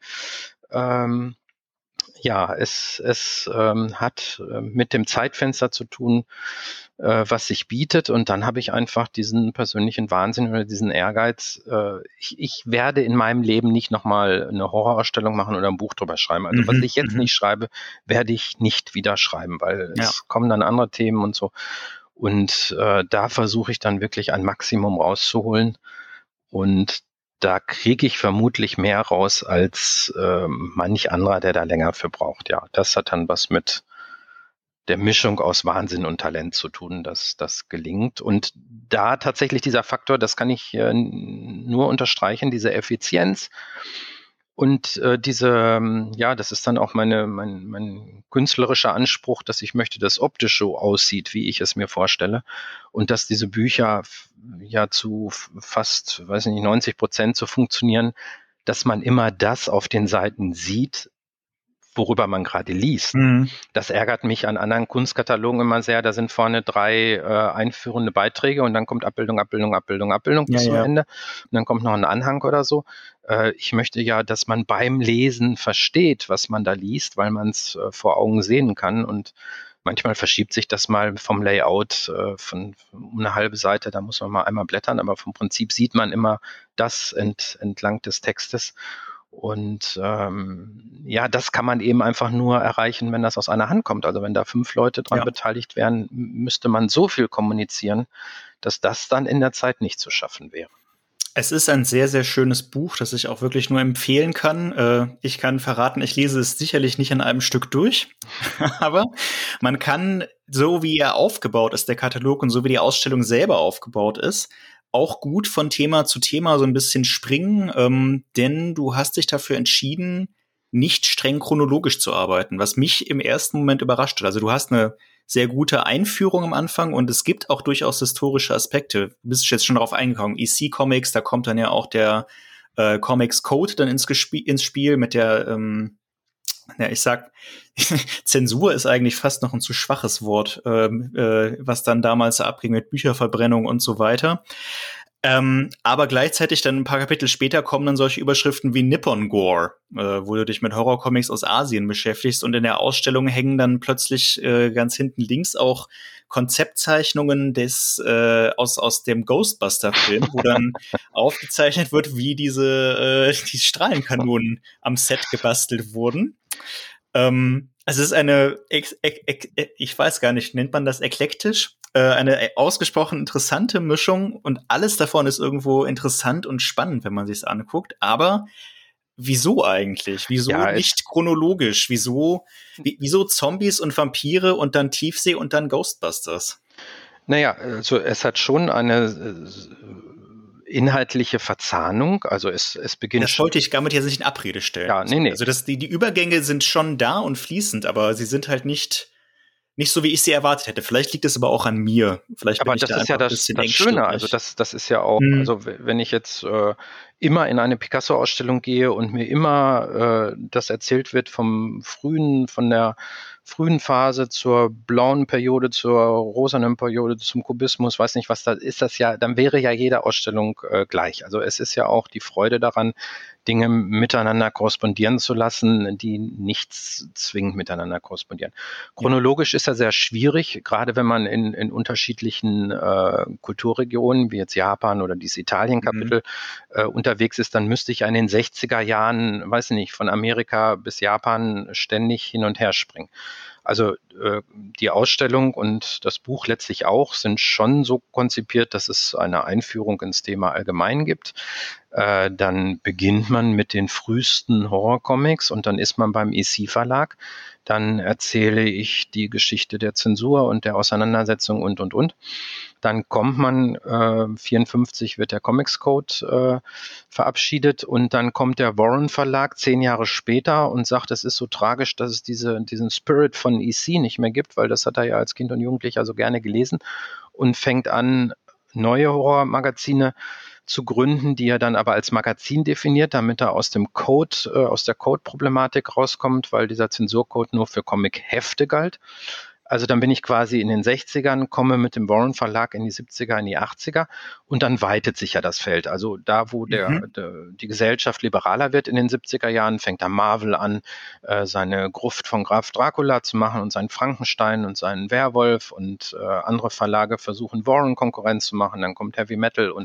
S2: Es hat mit dem Zeitfenster zu tun, was sich bietet. Und dann habe ich einfach diesen persönlichen Wahnsinn oder diesen Ehrgeiz. Ich werde in meinem Leben nicht nochmal eine Horrorausstellung machen oder ein Buch drüber schreiben. Also was ich jetzt nicht schreibe, werde ich nicht wieder schreiben, weil es kommen dann andere Themen und so. Und da versuche ich dann wirklich ein Maximum rauszuholen. Und da kriege ich vermutlich mehr raus als manch anderer, der da länger für braucht. Ja, das hat dann was mit der Mischung aus Wahnsinn und Talent zu tun, dass das gelingt. Und da tatsächlich dieser Faktor, das kann ich nur unterstreichen, diese Effizienz und das ist dann auch mein künstlerischer Anspruch, dass ich möchte, dass optisch so aussieht, wie ich es mir vorstelle. Und dass diese Bücher zu fast, 90% so funktionieren, dass man immer das auf den Seiten sieht, worüber man gerade liest. Das ärgert mich an anderen Kunstkatalogen immer sehr. Da sind vorne 3 einführende Beiträge und dann kommt Abbildung bis zum Ende. Und dann kommt noch ein Anhang oder so. Ich möchte ja, dass man beim Lesen versteht, was man da liest, weil man es vor Augen sehen kann. Und manchmal verschiebt sich das mal vom Layout um eine halbe Seite. Da muss man mal einmal blättern, aber vom Prinzip sieht man immer das entlang des Textes. Und das kann man eben einfach nur erreichen, wenn das aus einer Hand kommt. Also wenn da 5 Leute dran beteiligt wären, müsste man so viel kommunizieren, dass das dann in der Zeit nicht zu schaffen wäre.
S1: Es ist ein sehr, sehr schönes Buch, das ich auch wirklich nur empfehlen kann. Ich kann verraten, ich lese es sicherlich nicht in einem Stück durch, aber man kann, so wie er aufgebaut ist, der Katalog, und so wie die Ausstellung selber aufgebaut ist, auch gut von Thema zu Thema so ein bisschen springen, denn du hast dich dafür entschieden, nicht streng chronologisch zu arbeiten, was mich im ersten Moment überrascht hat. Also du hast eine sehr gute Einführung am Anfang und es gibt auch durchaus historische Aspekte. Du bist jetzt schon darauf eingegangen. EC Comics, da kommt dann ja auch der Comics Code dann ins Spiel mit der ich sag, Zensur ist eigentlich fast noch ein zu schwaches Wort, was dann damals abging mit Bücherverbrennung und so weiter. Aber gleichzeitig dann ein paar Kapitel später kommen dann solche Überschriften wie Nippon Gore, wo du dich mit Horrorcomics aus Asien beschäftigst, und in der Ausstellung hängen dann plötzlich ganz hinten links auch Konzeptzeichnungen aus dem Ghostbuster-Film, wo dann aufgezeichnet wird, wie die Strahlenkanonen am Set gebastelt wurden. Also es ist eine, ich weiß gar nicht, nennt man das eklektisch? Eine ausgesprochen interessante Mischung, und alles davon ist irgendwo interessant und spannend, wenn man sich's anguckt. Aber wieso eigentlich? Wieso nicht chronologisch? Wieso Zombies und Vampire und dann Tiefsee und dann Ghostbusters?
S2: Naja, also es hat schon eine inhaltliche Verzahnung, also es beginnt.
S1: Das wollte ich damit jetzt nicht in Abrede stellen.
S2: Ja, nee.
S1: Also die Übergänge sind schon da und fließend, aber sie sind halt nicht so, wie ich sie erwartet hätte. Vielleicht liegt es aber auch an mir.
S2: Aber das ist ja das Schöne. Also das ist ja auch, also wenn ich jetzt immer in eine Picasso-Ausstellung gehe und mir immer das erzählt wird von der frühen Phase zur blauen Periode, zur rosanen Periode, zum Kubismus, weiß nicht, was da ist, das ja, dann wäre ja jede Ausstellung gleich. Also es ist ja auch die Freude daran, Dinge miteinander korrespondieren zu lassen, die nicht zwingend miteinander korrespondieren. Chronologisch ist ja sehr schwierig, gerade wenn man in unterschiedlichen Kulturregionen, wie jetzt Japan oder dieses Italien-Kapitel, unterwegs ist, dann müsste ich in den 60er Jahren, weiß nicht, von Amerika bis Japan ständig hin und her springen. Also die Ausstellung und das Buch letztlich auch sind schon so konzipiert, dass es eine Einführung ins Thema allgemein gibt. Dann beginnt man mit den frühesten Horrorcomics und dann ist man beim EC-Verlag. Dann erzähle ich die Geschichte der Zensur und der Auseinandersetzung und. Dann kommt man, 54 wird der Comics Code verabschiedet und dann kommt der Warren Verlag 10 Jahre später und sagt, es ist so tragisch, dass es diesen Spirit von EC nicht mehr gibt, weil das hat er ja als Kind und Jugendlicher so gerne gelesen und fängt an, neue Horrormagazine zu gründen, die er dann aber als Magazin definiert, damit er aus dem Code, aus der Code-Problematik rauskommt, weil dieser Zensurcode nur für Comic-Hefte galt. Also dann bin ich quasi in den 60ern, komme mit dem Warren Verlag in die 70er, in die 80er und dann weitet sich ja das Feld. Also da, wo die Gesellschaft liberaler wird in den 70er Jahren, fängt da Marvel an, seine Gruft von Graf Dracula zu machen und seinen Frankenstein und seinen Werwolf und andere Verlage versuchen Warren Konkurrenz zu machen, dann kommt Heavy Metal und.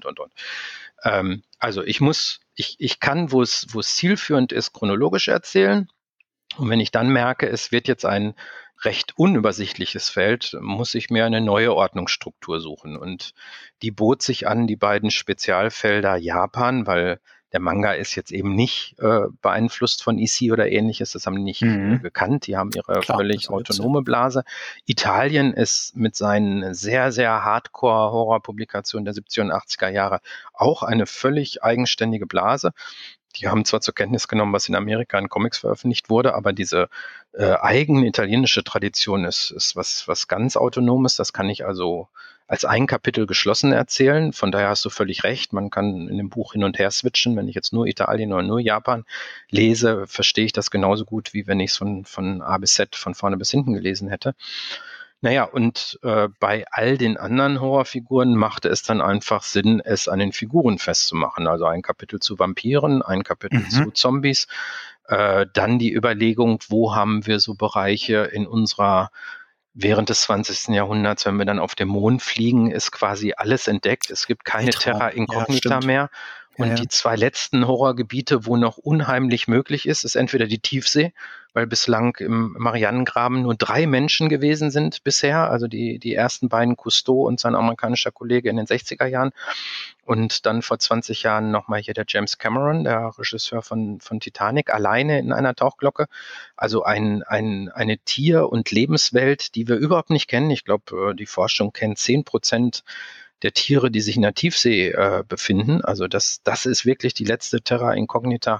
S2: Also ich kann, wo es zielführend ist, chronologisch erzählen. Und wenn ich dann merke, es wird jetzt ein recht unübersichtliches Feld, muss ich mir eine neue Ordnungsstruktur suchen. Und die bot sich an, die beiden Spezialfelder Japan, weil der Manga ist jetzt eben nicht beeinflusst von EC oder ähnliches, das haben die nicht gekannt, die haben ihre völlig autonome Blase. Italien ist mit seinen sehr, sehr Hardcore-Horror-Publikationen der 70er und 80er Jahre auch eine völlig eigenständige Blase. Die haben zwar zur Kenntnis genommen, was in Amerika in Comics veröffentlicht wurde, aber diese eigene italienische Tradition ist was ganz Autonomes. Das kann ich also als ein Kapitel geschlossen erzählen. Von daher hast du völlig recht. Man kann in dem Buch hin und her switchen. Wenn ich jetzt nur Italien oder nur Japan lese, verstehe ich das genauso gut, wie wenn ich es von A bis Z, von vorne bis hinten gelesen hätte. Naja, und bei all den anderen Horrorfiguren machte es dann einfach Sinn, es an den Figuren festzumachen. Also ein Kapitel zu Vampiren, ein Kapitel zu Zombies, dann die Überlegung, wo haben wir so Bereiche in unserer während des 20. Jahrhunderts, wenn wir dann auf dem Mond fliegen, ist quasi alles entdeckt. Es gibt keine Terra Incognita mehr. Und die zwei letzten Horrorgebiete, wo noch unheimlich möglich ist entweder die Tiefsee, weil bislang im Marianengraben nur 3 Menschen gewesen sind bisher, also die ersten beiden, Cousteau und sein amerikanischer Kollege in den 60er Jahren. Und dann vor 20 Jahren nochmal hier der James Cameron, der Regisseur von Titanic, alleine in einer Tauchglocke. Also eine Tier- und Lebenswelt, die wir überhaupt nicht kennen. Ich glaube, die Forschung kennt 10% der Tiere, die sich in der Tiefsee befinden. Also das ist wirklich die letzte Terra Incognita,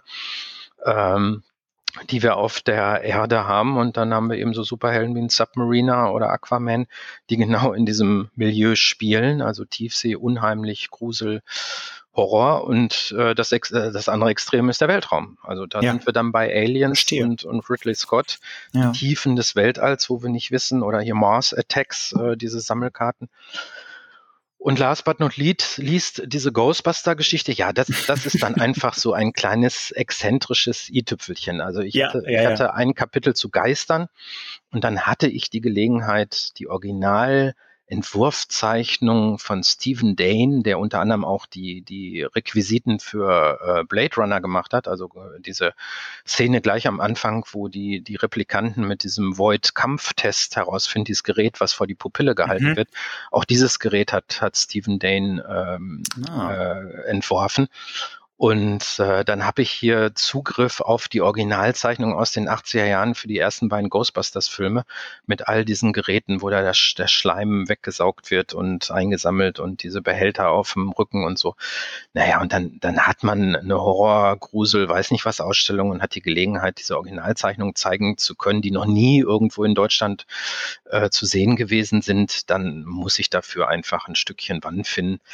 S2: die wir auf der Erde haben. Und dann haben wir eben so Superhelden wie ein Submariner oder Aquaman, die genau in diesem Milieu spielen. Also Tiefsee, unheimlich, Grusel, Horror. Und das andere Extrem ist der Weltraum. Also da sind wir dann bei Aliens und Ridley Scott, die Tiefen des Weltalls, wo wir nicht wissen, oder hier Mars Attacks, diese Sammelkarten. Und last but not least diese Ghostbuster-Geschichte, ja, das ist dann einfach so ein kleines exzentrisches i-Tüpfelchen. Also ich hatte ein Kapitel zu Geistern und dann hatte ich die Gelegenheit, die Originalentwurfzeichnung von Stephen Dane, der unter anderem auch die Requisiten für Blade Runner gemacht hat, also diese Szene gleich am Anfang, wo die Replikanten mit diesem Void-Kampftest herausfinden, dieses Gerät, was vor die Pupille gehalten wird. Auch dieses Gerät hat Stephen Dane entworfen. Und dann habe ich hier Zugriff auf die Originalzeichnung aus den 80er Jahren für die ersten beiden Ghostbusters-Filme mit all diesen Geräten, wo da der Schleim weggesaugt wird und eingesammelt und diese Behälter auf dem Rücken und so. Naja, und dann hat man eine Horror-Grusel, weiß nicht was Ausstellung und hat die Gelegenheit, diese Originalzeichnungen zeigen zu können, die noch nie irgendwo in Deutschland zu sehen gewesen sind. Dann muss ich dafür einfach ein Stückchen Wand finden.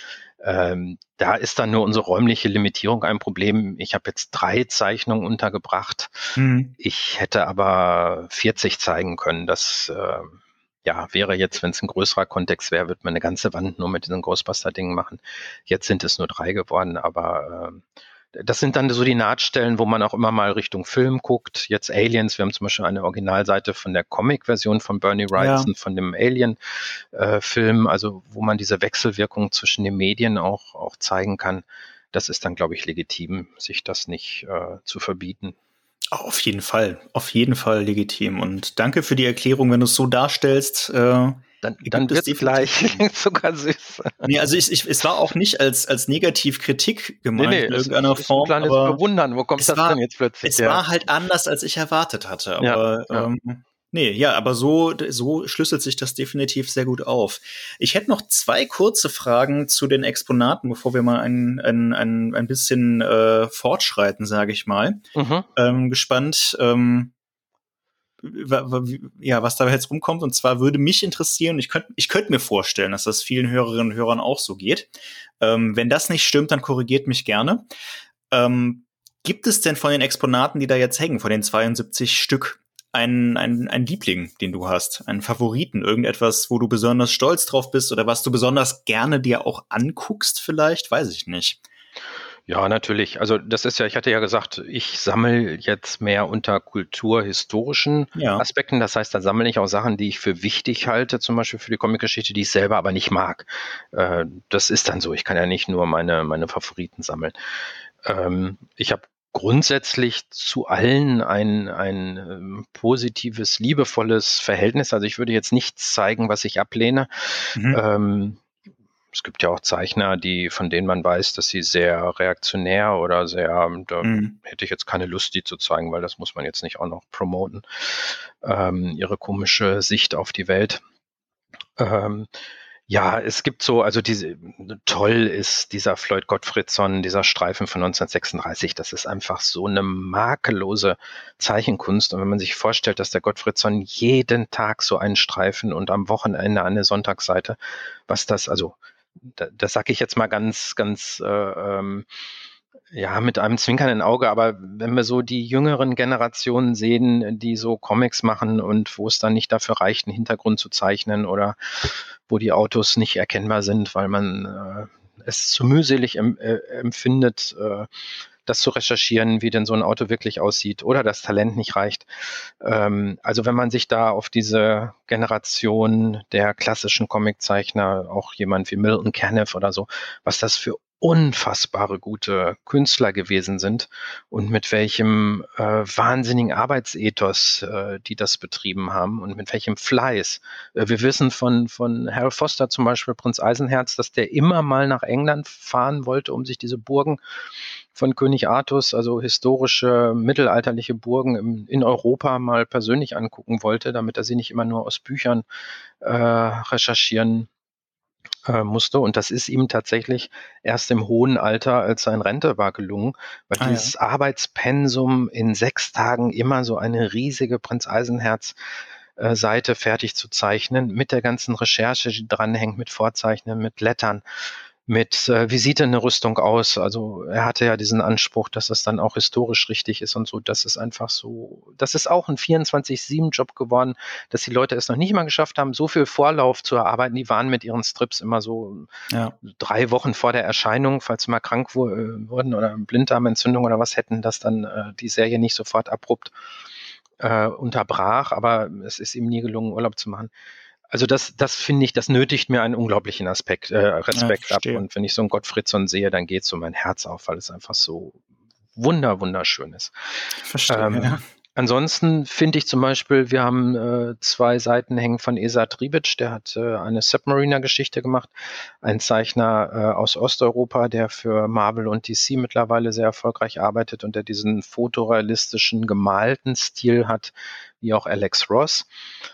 S2: Da ist dann nur unsere räumliche Limitierung ein Problem. Ich habe jetzt 3 Zeichnungen untergebracht.
S1: Mhm.
S2: Ich hätte aber 40 zeigen können. Das wäre jetzt, wenn es ein größerer Kontext wäre, würde man eine ganze Wand nur mit diesen Ghostbuster-Dingen machen. Jetzt sind es nur 3 geworden, aber das sind dann so die Nahtstellen, wo man auch immer mal Richtung Film guckt. Jetzt Aliens, wir haben zum Beispiel eine Originalseite von der Comic-Version von Bernie Wrightson, von dem Alien-Film, also wo man diese Wechselwirkung zwischen den Medien auch zeigen kann. Das ist dann, glaube ich, legitim, sich das nicht zu verbieten.
S1: Auf jeden Fall legitim. Und danke für die Erklärung, wenn du es so darstellst.
S2: Dann wird es gleich sogar süß.
S1: Nee, also es war auch nicht als Negativkritik gemeint in irgendeiner
S2: ist
S1: Form.
S2: Ein kleines Bewundern, wo kommt das denn jetzt plötzlich?
S1: Es war halt anders, als ich erwartet hatte. Aber aber so schlüsselt sich das definitiv sehr gut auf. Ich hätte noch 2 kurze Fragen zu den Exponaten, bevor wir mal ein bisschen fortschreiten, sage ich mal. Gespannt, was da jetzt rumkommt. Und zwar würde mich interessieren, ich könnte mir vorstellen, dass das vielen Hörerinnen und Hörern auch so geht. Wenn das nicht stimmt, dann korrigiert mich gerne. Gibt es denn von den Exponaten, die da jetzt hängen, von den 72 Stück, einen Liebling, den du hast, einen Favoriten, irgendetwas, wo du besonders stolz drauf bist oder was du besonders gerne dir auch anguckst vielleicht? Weiß ich nicht.
S2: Ja, natürlich. Also das ist ja, ich hatte ja gesagt, ich sammle jetzt mehr unter kulturhistorischen Aspekten. Das heißt, da sammle ich auch Sachen, die ich für wichtig halte, zum Beispiel für die Comicgeschichte, die ich selber aber nicht mag. Das ist dann so. Ich kann ja nicht nur meine Favoriten sammeln. Ich habe grundsätzlich zu allen ein positives, liebevolles Verhältnis. Also ich würde jetzt nichts zeigen, was ich ablehne. Es gibt ja auch Zeichner, von denen man weiß, dass sie sehr reaktionär oder hätte ich jetzt keine Lust, die zu zeigen, weil das muss man jetzt nicht auch noch promoten. Ihre komische Sicht auf die Welt. Es gibt so, also toll ist dieser Floyd Gottfriedson, dieser Streifen von 1936. Das ist einfach so eine makellose Zeichenkunst. Und wenn man sich vorstellt, dass der Gottfriedson jeden Tag so einen Streifen und am Wochenende eine Sonntagsseite, das sage ich jetzt mal ganz, ganz mit einem zwinkernden Auge, aber wenn wir so die jüngeren Generationen sehen, die so Comics machen und wo es dann nicht dafür reicht, einen Hintergrund zu zeichnen oder wo die Autos nicht erkennbar sind, weil man es zu mühselig empfindet, das zu recherchieren, wie denn so ein Auto wirklich aussieht oder das Talent nicht reicht. Also wenn man sich da auf diese Generation der klassischen Comiczeichner, auch jemand wie Milton Caniff oder so, was das für unfassbare gute Künstler gewesen sind und mit welchem wahnsinnigen Arbeitsethos die das betrieben haben und mit welchem Fleiß. Wir wissen von Harold Foster zum Beispiel, Prinz Eisenherz, dass der immer mal nach England fahren wollte, um sich diese Burgen von König Artus, also historische mittelalterliche Burgen in Europa mal persönlich angucken wollte, damit er sie nicht immer nur aus Büchern recherchieren musste. Und das ist ihm tatsächlich erst im hohen Alter, als er in Rente war, gelungen, weil dieses Arbeitspensum in 6 Tagen immer so eine riesige Prinz Eisenherz Seite fertig zu zeichnen, mit der ganzen Recherche, die dranhängt, mit Vorzeichnen, mit Lettern, mit wie sieht denn eine Rüstung aus? Also er hatte ja diesen Anspruch, dass das dann auch historisch richtig ist und so. Das ist einfach so, das ist auch ein 24/7-Job geworden, dass die Leute es noch nicht mal geschafft haben, so viel Vorlauf zu erarbeiten. Die waren mit ihren Strips immer so 3 Wochen vor der Erscheinung, falls sie mal krank wurden oder Blinddarmentzündung oder was hätten, dass dann die Serie nicht sofort abrupt unterbrach, aber es ist ihm nie gelungen, Urlaub zu machen. Also das finde ich, das nötigt mir einen unglaublichen Respekt ab. Und wenn ich so einen Gottfriedson sehe, dann geht so mein Herz auf, weil es einfach so wunderschön ist.
S1: Verstehe,
S2: Ansonsten finde ich zum Beispiel, wir haben 2 Seiten hängen von Esad Ribic, der hat eine Submariner-Geschichte gemacht, ein Zeichner aus Osteuropa, der für Marvel und DC mittlerweile sehr erfolgreich arbeitet und der diesen fotorealistischen, gemalten Stil hat, wie auch Alex Ross.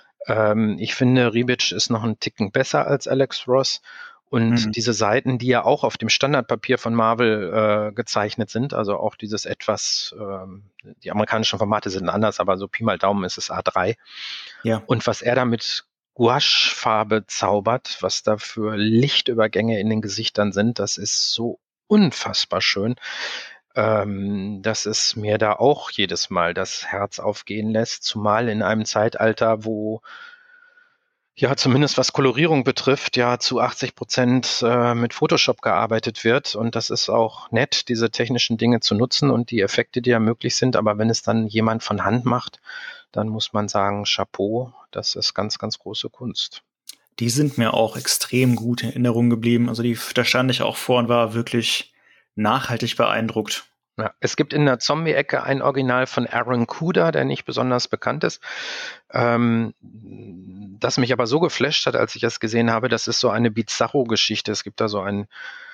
S2: Ich finde, Ribic ist noch einen Ticken besser als Alex Ross. Und diese Seiten, die ja auch auf dem Standardpapier von Marvel gezeichnet sind, also auch dieses die amerikanischen Formate sind anders, aber so Pi mal Daumen ist es A3.
S1: Ja.
S2: Und was er damit Gouache-Farbe zaubert, was da für Lichtübergänge in den Gesichtern sind. Das ist so unfassbar schön, dass es mir da auch jedes Mal das Herz aufgehen lässt, zumal in einem Zeitalter, wo ja zumindest was Kolorierung betrifft, ja zu 80% mit Photoshop gearbeitet wird. Und das ist auch nett, diese technischen Dinge zu nutzen und die Effekte, die ja möglich sind. Aber wenn es dann jemand von Hand macht, dann muss man sagen, Chapeau, das ist ganz, ganz große Kunst.
S1: Die sind mir auch extrem gut in Erinnerung geblieben. Also da stand ich auch vor und war wirklich nachhaltig beeindruckt.
S2: Ja, es gibt in der Zombie-Ecke ein Original von Aaron Kuder, der nicht besonders bekannt ist, das mich aber so geflasht hat, als ich es gesehen habe. Das ist so eine Bizarro-Geschichte. Es gibt da so einen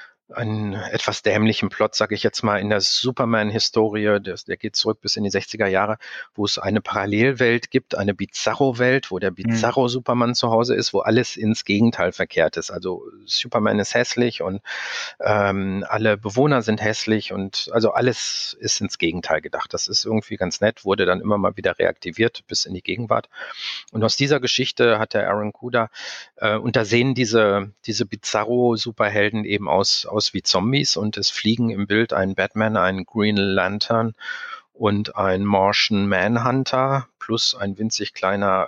S2: etwas dämlichen Plot, sage ich jetzt mal, in der Superman-Historie, der geht zurück bis in die 60er Jahre, wo es eine Parallelwelt gibt, eine Bizarro-Welt, wo der Bizarro-Superman zu Hause ist, wo alles ins Gegenteil verkehrt ist. Also Superman ist hässlich und alle Bewohner sind hässlich und also alles ist ins Gegenteil gedacht. Das ist irgendwie ganz nett, wurde dann immer mal wieder reaktiviert bis in die Gegenwart. Und aus dieser Geschichte hat der Aaron Kuder, und da sehen diese Bizarro-Superhelden eben aus wie Zombies und es fliegen im Bild ein Batman, ein Green Lantern und ein Martian Manhunter plus ein winzig kleiner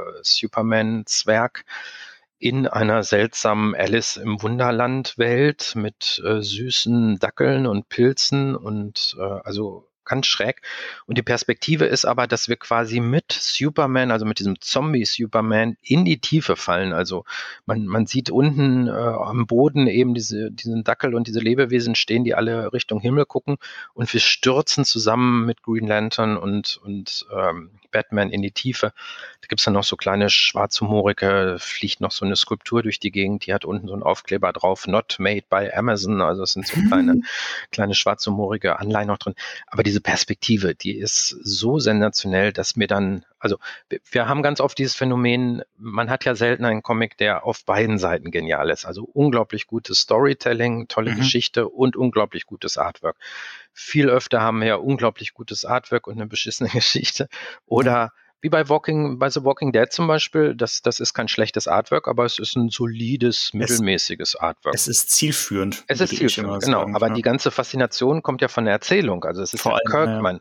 S2: Superman-Zwerg in einer seltsamen Alice im Wunderland-Welt mit süßen Dackeln und Pilzen und also ganz schräg. Und die Perspektive ist aber, dass wir quasi mit Superman, also mit diesem Zombie-Superman, in die Tiefe fallen. Also man sieht unten am Boden eben diesen Dackel und diese Lebewesen stehen, die alle Richtung Himmel gucken. Und wir stürzen zusammen mit Green Lantern und Batman in die Tiefe. Da gibt es dann noch so kleine schwarzhumorige, fliegt noch so eine Skulptur durch die Gegend, die hat unten so einen Aufkleber drauf, not made by Amazon. Also es sind so kleine schwarzhumorige Anleihen noch drin. Aber diese Perspektive, die ist so sensationell, dass mir dann, also wir haben ganz oft dieses Phänomen, man hat ja selten einen Comic, der auf beiden Seiten genial ist. Also unglaublich gutes Storytelling, tolle Geschichte und unglaublich gutes Artwork. Viel öfter haben wir ja unglaublich gutes Artwork und eine beschissene Geschichte. Oder wie bei The Walking Dead zum Beispiel, das ist kein schlechtes Artwork, aber es ist ein solides, mittelmäßiges Artwork.
S1: Es ist zielführend.
S2: Es ist zielführend, genau. Sagen, aber die ganze Faszination kommt ja von der Erzählung. Also es ist ja Kirkman,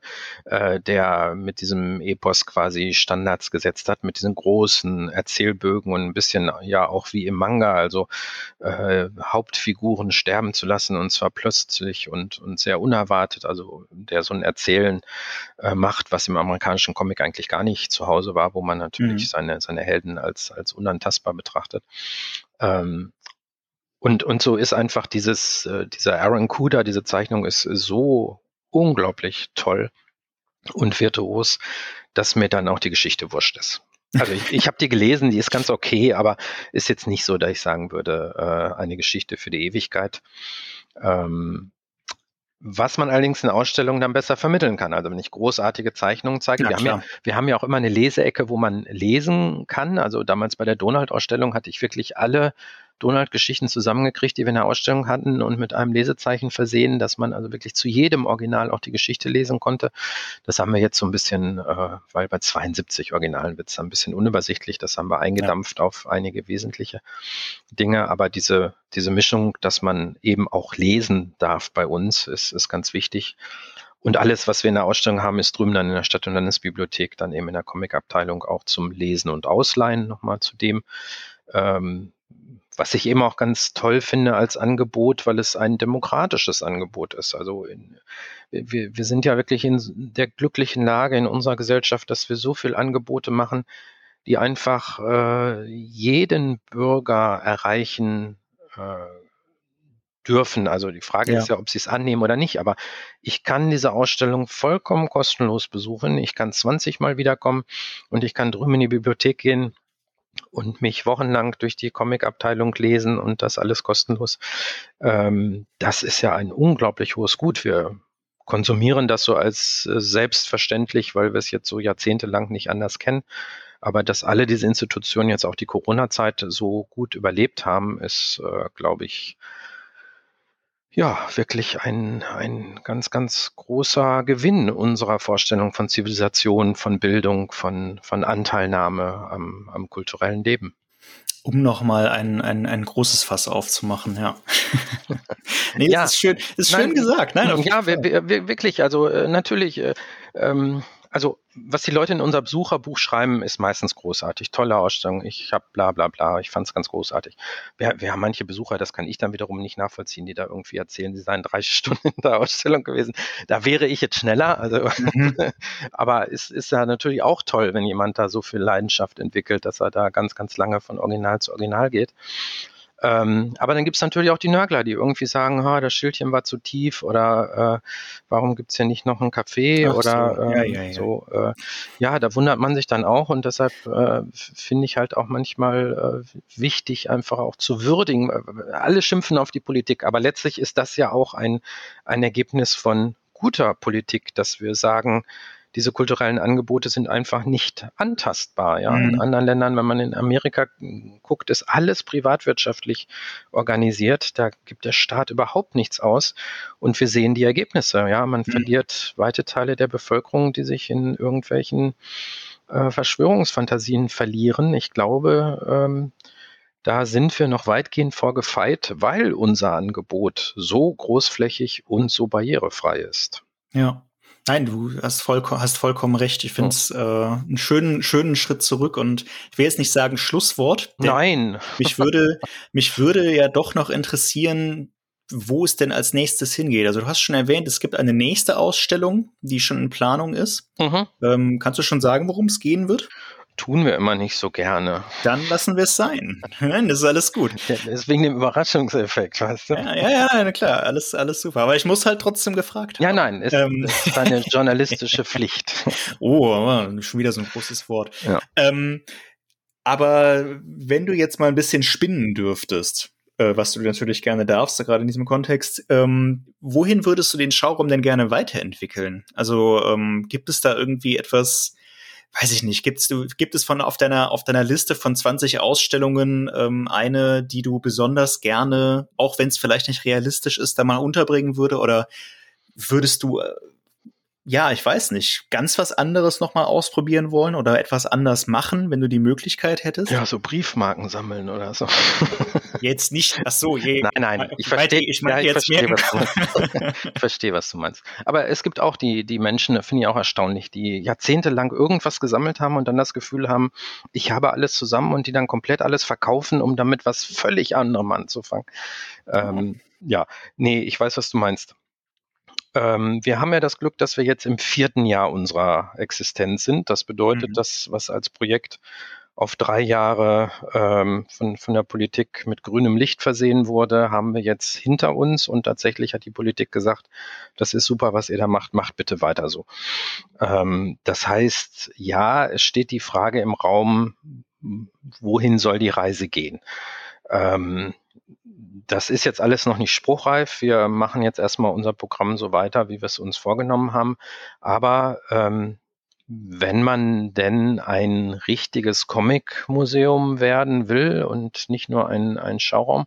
S2: der mit diesem Epos quasi Standards gesetzt hat, mit diesen großen Erzählbögen und ein bisschen ja auch wie im Manga, also Hauptfiguren sterben zu lassen und zwar plötzlich und sehr unerwartet. Also der so ein Erzählen macht, was im amerikanischen Comic eigentlich gar nicht zu Hause war, wo man natürlich seine Helden als unantastbar betrachtet. Und so ist einfach dieser Aaron Kuder, diese Zeichnung ist so unglaublich toll und virtuos, dass mir dann auch die Geschichte wurscht ist. Also ich habe die gelesen, die ist ganz okay, aber ist jetzt nicht so, dass ich sagen würde, eine Geschichte für die Ewigkeit. Was man allerdings in Ausstellungen dann besser vermitteln kann. Also wenn ich großartige Zeichnungen zeige, wir haben ja auch immer eine Leseecke, wo man lesen kann. Also damals bei der Donald-Ausstellung hatte ich wirklich alle Donald-Geschichten zusammengekriegt, die wir in der Ausstellung hatten und mit einem Lesezeichen versehen, dass man also wirklich zu jedem Original auch die Geschichte lesen konnte. Das haben wir jetzt so ein bisschen, weil bei 72 Originalen wird es ein bisschen unübersichtlich, das haben wir eingedampft auf einige wesentliche Dinge, aber diese Mischung, dass man eben auch lesen darf bei uns, ist ganz wichtig. Und alles, was wir in der Ausstellung haben, ist drüben dann in der Stadt- und Landesbibliothek, dann eben in der Comic-Abteilung auch zum Lesen und Ausleihen nochmal zu dem. Was ich eben auch ganz toll finde als Angebot, weil es ein demokratisches Angebot ist. Also wir sind ja wirklich in der glücklichen Lage in unserer Gesellschaft, dass wir so viel Angebote machen, die einfach jeden Bürger erreichen dürfen. Also die Frage ist ja, ob sie es annehmen oder nicht. Aber ich kann diese Ausstellung vollkommen kostenlos besuchen. Ich kann 20 Mal wiederkommen und ich kann drüben in die Bibliothek gehen und mich wochenlang durch die Comic-Abteilung lesen und das alles kostenlos. Das ist ja ein unglaublich hohes Gut. Wir konsumieren das so als selbstverständlich, weil wir es jetzt so jahrzehntelang nicht anders kennen. Aber dass alle diese Institutionen jetzt auch die Corona-Zeit so gut überlebt haben, ist, glaube ich, ja, wirklich ein ganz, ganz großer Gewinn unserer Vorstellung von Zivilisation, von Bildung, von Anteilnahme am kulturellen Leben.
S1: Um nochmal ein großes Fass aufzumachen, ja. Nee,
S2: Ja,
S1: das ist schön gesagt. Nein, auf jeden
S2: ja,
S1: Fall.
S2: wirklich, also natürlich, also was die Leute in unser Besucherbuch schreiben, ist meistens großartig. Tolle Ausstellung, ich habe bla bla bla, ich fand es ganz großartig. Wir haben manche Besucher, das kann ich dann wiederum nicht nachvollziehen, die da irgendwie erzählen, sie seien 30 Stunden in der Ausstellung gewesen. Da wäre ich jetzt schneller, also
S1: Mhm.
S2: aber es ist ja natürlich auch toll, wenn jemand da so viel Leidenschaft entwickelt, dass er da ganz, ganz lange von Original zu Original geht. Aber dann gibt es natürlich auch die Nörgler, die irgendwie sagen, das Schildchen war zu tief oder warum gibt es hier nicht noch einen Café
S1: Ach so,
S2: oder
S1: ja, ja, ja.
S2: so. Ja, da wundert man sich dann auch und deshalb finde ich halt auch manchmal wichtig, einfach auch zu würdigen. Alle schimpfen auf die Politik, aber letztlich ist das ja auch ein Ergebnis von guter Politik, dass wir sagen, diese kulturellen Angebote sind einfach nicht antastbar. Ja? In
S1: Mhm.
S2: anderen Ländern, wenn man in Amerika guckt, ist alles privatwirtschaftlich organisiert. Da gibt der Staat überhaupt nichts aus. Und wir sehen die Ergebnisse. Ja? Man
S1: Mhm.
S2: verliert weite Teile der Bevölkerung, die sich in irgendwelchen Verschwörungsfantasien verlieren. Ich glaube, da sind wir noch weitgehend vorgefeit, weil unser Angebot so großflächig und so barrierefrei ist.
S1: Ja. Nein, du hast vollkommen recht. Ich finde
S2: Hm.
S1: es einen schönen Schritt zurück und ich will jetzt nicht sagen Schlusswort, denn
S2: Nein.
S1: mich würde, mich würde ja doch noch interessieren, wo es denn als nächstes hingeht. Also du hast schon erwähnt, es gibt eine nächste Ausstellung, die schon in Planung ist.
S2: Mhm.
S1: Kannst du schon sagen, worum es gehen wird?
S2: Tun wir immer nicht so gerne.
S1: Dann lassen wir es sein. Nein, das ist alles gut.
S2: Ja, das ist wegen dem Überraschungseffekt, weißt du?
S1: Ja, na klar, alles super. Aber ich muss halt trotzdem gefragt
S2: Ja,
S1: haben.
S2: nein, ist eine journalistische Pflicht.
S1: Schon wieder so ein großes Wort.
S2: Ja.
S1: Aber wenn du jetzt mal ein bisschen spinnen dürftest, was du natürlich gerne darfst, gerade in diesem Kontext, wohin würdest du den Schauraum denn gerne weiterentwickeln? Also gibt es da irgendwie etwas, weiß ich nicht, gibt es auf deiner Liste von 20 Ausstellungen eine, die du besonders gerne, auch wenn es vielleicht nicht realistisch ist, da mal unterbringen würde? Oder würdest du ja, ich weiß nicht, ganz was anderes noch mal ausprobieren wollen oder etwas anders machen, wenn du die Möglichkeit hättest?
S2: Ja, so Briefmarken sammeln oder so.
S1: Jetzt nicht, ach so,
S2: Nein, ich
S1: ich meinte jetzt mehr
S2: verstehe, was du meinst. Ich verstehe, was du meinst. Aber es gibt auch die Menschen, das finde ich auch erstaunlich, die jahrzehntelang irgendwas gesammelt haben und dann das Gefühl haben, ich habe alles zusammen und die dann komplett alles verkaufen, um damit was völlig anderem anzufangen. Ja, nee, ich weiß, was du meinst. Wir haben ja das Glück, dass wir jetzt im 4. Jahr unserer Existenz sind. Das bedeutet,
S1: Mhm.
S2: dass was als Projekt auf 3 Jahre von der Politik mit grünem Licht versehen wurde, haben wir jetzt hinter uns und tatsächlich hat die Politik gesagt, das ist super, was ihr da macht, macht bitte weiter so. Das heißt, ja, es steht die Frage im Raum, wohin soll die Reise gehen? Das ist jetzt alles noch nicht spruchreif. Wir machen jetzt erstmal unser Programm so weiter, wie wir es uns vorgenommen haben. Aber wenn man denn ein richtiges Comic-Museum werden will und nicht nur ein Schauraum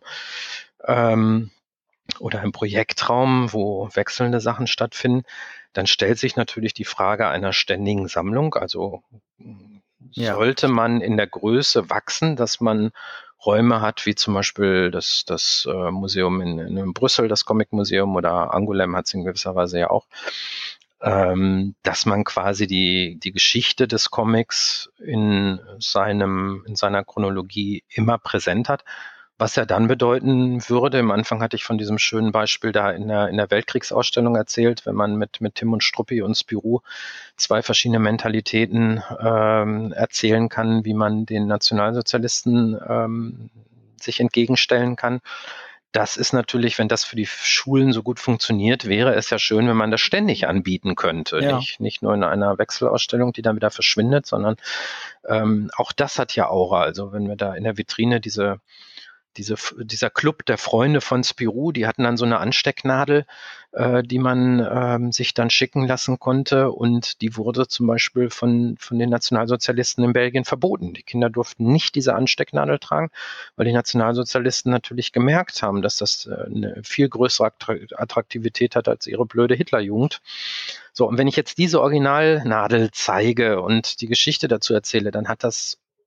S2: oder ein Projektraum, wo wechselnde Sachen stattfinden, dann stellt sich natürlich die Frage einer ständigen Sammlung. Also
S1: Ja,
S2: sollte man in der Größe wachsen, dass man Räume hat, wie zum Beispiel das Museum in Brüssel, das Comic-Museum oder Angoulême hat es in gewisser Weise ja auch, dass man quasi die Geschichte des Comics in seiner Chronologie immer präsent hat. Was ja dann bedeuten würde, am Anfang hatte ich von diesem schönen Beispiel da in der Weltkriegsausstellung erzählt, wenn man mit Tim und Struppi und Spirou 2 verschiedene Mentalitäten erzählen kann, wie man den Nationalsozialisten sich entgegenstellen kann. Das ist natürlich, wenn das für die Schulen so gut funktioniert, wäre es ja schön, wenn man das ständig anbieten könnte.
S1: ja.
S2: Nicht nur in einer Wechselausstellung, die dann wieder verschwindet, sondern auch das hat ja Aura. Also wenn wir da in der Vitrine dieser Club der Freunde von Spirou, die hatten dann so eine Anstecknadel, die man sich dann schicken lassen konnte und die wurde zum Beispiel von den Nationalsozialisten in Belgien verboten. Die Kinder durften nicht diese Anstecknadel tragen, weil die Nationalsozialisten natürlich gemerkt haben, dass das eine viel größere Attraktivität hat als ihre blöde Hitlerjugend. So, und wenn ich jetzt diese Originalnadel zeige und die Geschichte dazu erzähle, dann hat das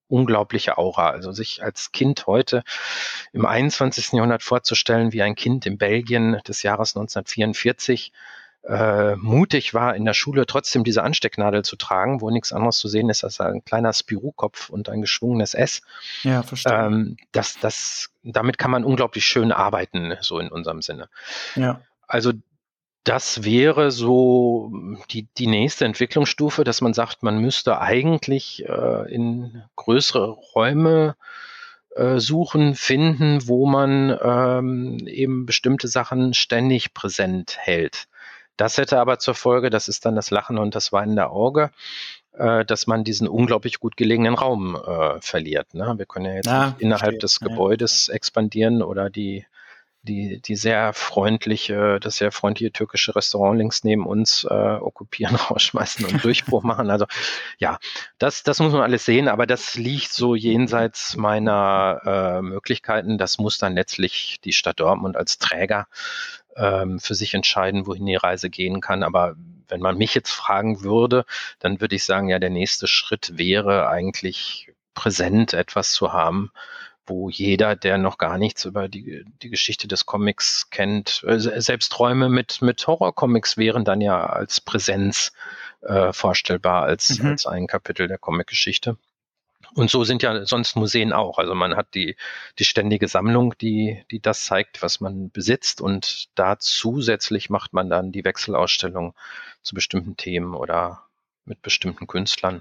S2: unglaubliche Aura. Also sich als Kind heute im 21. Jahrhundert vorzustellen, wie ein Kind in Belgien des Jahres 1944 mutig war, in der Schule trotzdem diese Anstecknadel zu tragen, wo nichts anderes zu sehen ist als ein kleiner Spirou-Kopf und ein geschwungenes S.
S1: Ja, verstehe.
S2: Damit kann man unglaublich schön arbeiten, so in unserem Sinne.
S1: Ja.
S2: Also das wäre so die nächste Entwicklungsstufe, dass man sagt, man müsste eigentlich in größere Räume suchen, finden, wo man eben bestimmte Sachen ständig präsent hält. Das hätte aber zur Folge, das ist dann das Lachen und das weinende Auge, dass man diesen unglaublich gut gelegenen Raum verliert. Ne? Wir können ja jetzt nicht innerhalb
S1: Verstehe.
S2: des
S1: Ja.
S2: Gebäudes expandieren oder das sehr freundliche türkische Restaurant links neben uns okkupieren, rausschmeißen und Durchbruch machen. Also ja, das muss man alles sehen, aber das liegt so jenseits meiner Möglichkeiten. Das muss dann letztlich die Stadt Dortmund als Träger für sich entscheiden, wohin die Reise gehen kann. Aber wenn man mich jetzt fragen würde, dann würde ich sagen, ja, der nächste Schritt wäre eigentlich präsent etwas zu haben, wo jeder, der noch gar nichts über die Geschichte des Comics kennt, selbst Träume mit Horrorcomics wären dann ja als Präsenz vorstellbar als ein Kapitel der Comicgeschichte. Und so sind ja sonst Museen auch. Also man hat die ständige Sammlung, die das zeigt, was man besitzt. Und da zusätzlich macht man dann die Wechselausstellung zu bestimmten Themen oder mit bestimmten Künstlern.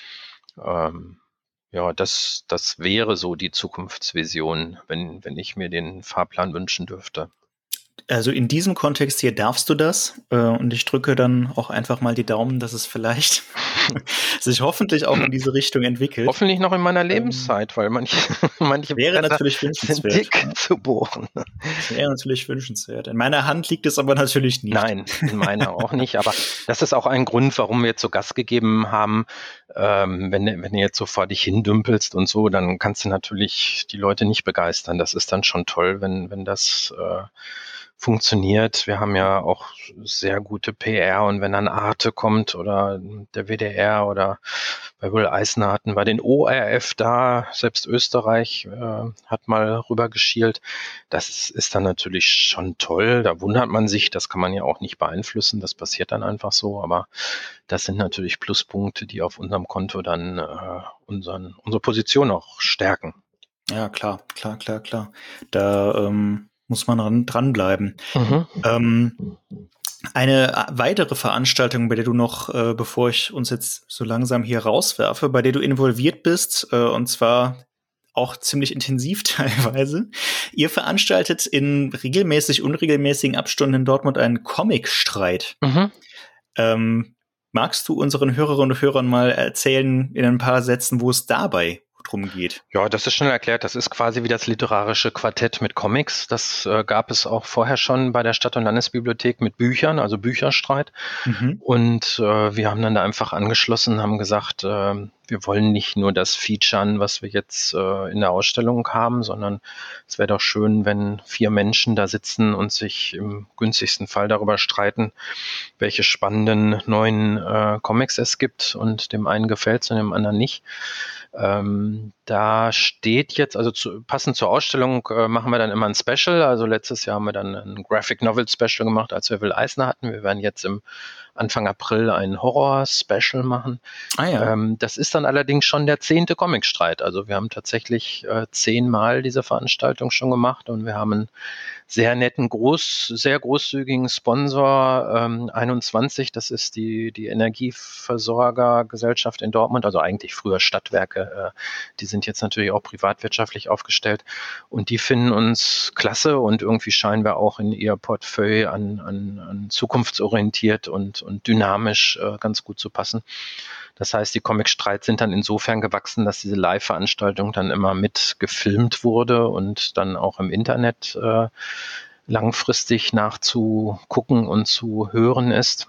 S2: Ja, das wäre so die Zukunftsvision, wenn ich mir den Fahrplan wünschen dürfte.
S1: Also in diesem Kontext hier darfst du das. Und ich drücke dann auch einfach mal die Daumen, dass es vielleicht sich hoffentlich auch in diese Richtung entwickelt.
S2: Hoffentlich noch in meiner Lebenszeit, weil manche
S1: wäre natürlich
S2: sind
S1: wünschenswert,
S2: dick zu bohren.
S1: Wäre natürlich wünschenswert. In meiner Hand liegt es aber natürlich nicht.
S2: Nein, in meiner auch nicht. Aber das ist auch ein Grund, warum wir jetzt so Gas gegeben haben. Wenn du jetzt so vor dich hindümpelst und so, dann kannst du natürlich die Leute nicht begeistern. Das ist dann schon toll, wenn das funktioniert. Wir haben ja auch sehr gute PR und wenn dann Arte kommt oder der WDR oder bei Will Eisner hatten wir den ORF da, selbst Österreich hat mal rübergeschielt. Das ist dann natürlich schon toll. Da wundert man sich, das kann man ja auch nicht beeinflussen, das passiert dann einfach so, aber das sind natürlich Pluspunkte, die auf unserem Konto dann unsere Position auch stärken.
S1: Ja, klar. Da muss man dranbleiben. Eine weitere Veranstaltung, bei der du noch, bevor ich uns jetzt so langsam hier rauswerfe, bei der du involviert bist, und zwar auch ziemlich intensiv teilweise. Ihr veranstaltet in unregelmäßigen Abständen in Dortmund einen Comic-Streit. Magst du unseren Hörerinnen und Hörern mal erzählen in ein paar Sätzen, wo es dabei drum geht?
S2: Ja, das ist schnell erklärt. Das ist quasi wie das literarische Quartett mit Comics. Das gab es auch vorher schon bei der Stadt- und Landesbibliothek mit Büchern, also Bücherstreit. Und wir haben dann da einfach angeschlossen, haben gesagt, wir wollen nicht nur das featuren, was wir jetzt in der Ausstellung haben, sondern es wäre doch schön, wenn 4 Menschen da sitzen und sich im günstigsten Fall darüber streiten, welche spannenden neuen Comics es gibt und dem einen gefällt es und dem anderen nicht. Da steht jetzt, also passend zur Ausstellung machen wir dann immer ein Special. Also letztes Jahr haben wir dann ein Graphic Novel Special gemacht, als wir Will Eisner hatten. Wir werden jetzt im Anfang April ein Horror-Special machen. Das ist dann allerdings schon der 10. Comicstreit. Also wir haben tatsächlich 10-mal diese Veranstaltung schon gemacht und wir haben einen sehr netten, sehr großzügigen Sponsor, 21, das ist die Energieversorgergesellschaft in Dortmund, also eigentlich früher Stadtwerke, die sind jetzt natürlich auch privatwirtschaftlich aufgestellt und die finden uns klasse und irgendwie scheinen wir auch in ihr Portfolio an zukunftsorientiert und dynamisch ganz gut zu passen. Das heißt, die Comic-Streits sind dann insofern gewachsen, dass diese Live-Veranstaltung dann immer mit gefilmt wurde und dann auch im Internet langfristig nachzugucken und zu hören ist.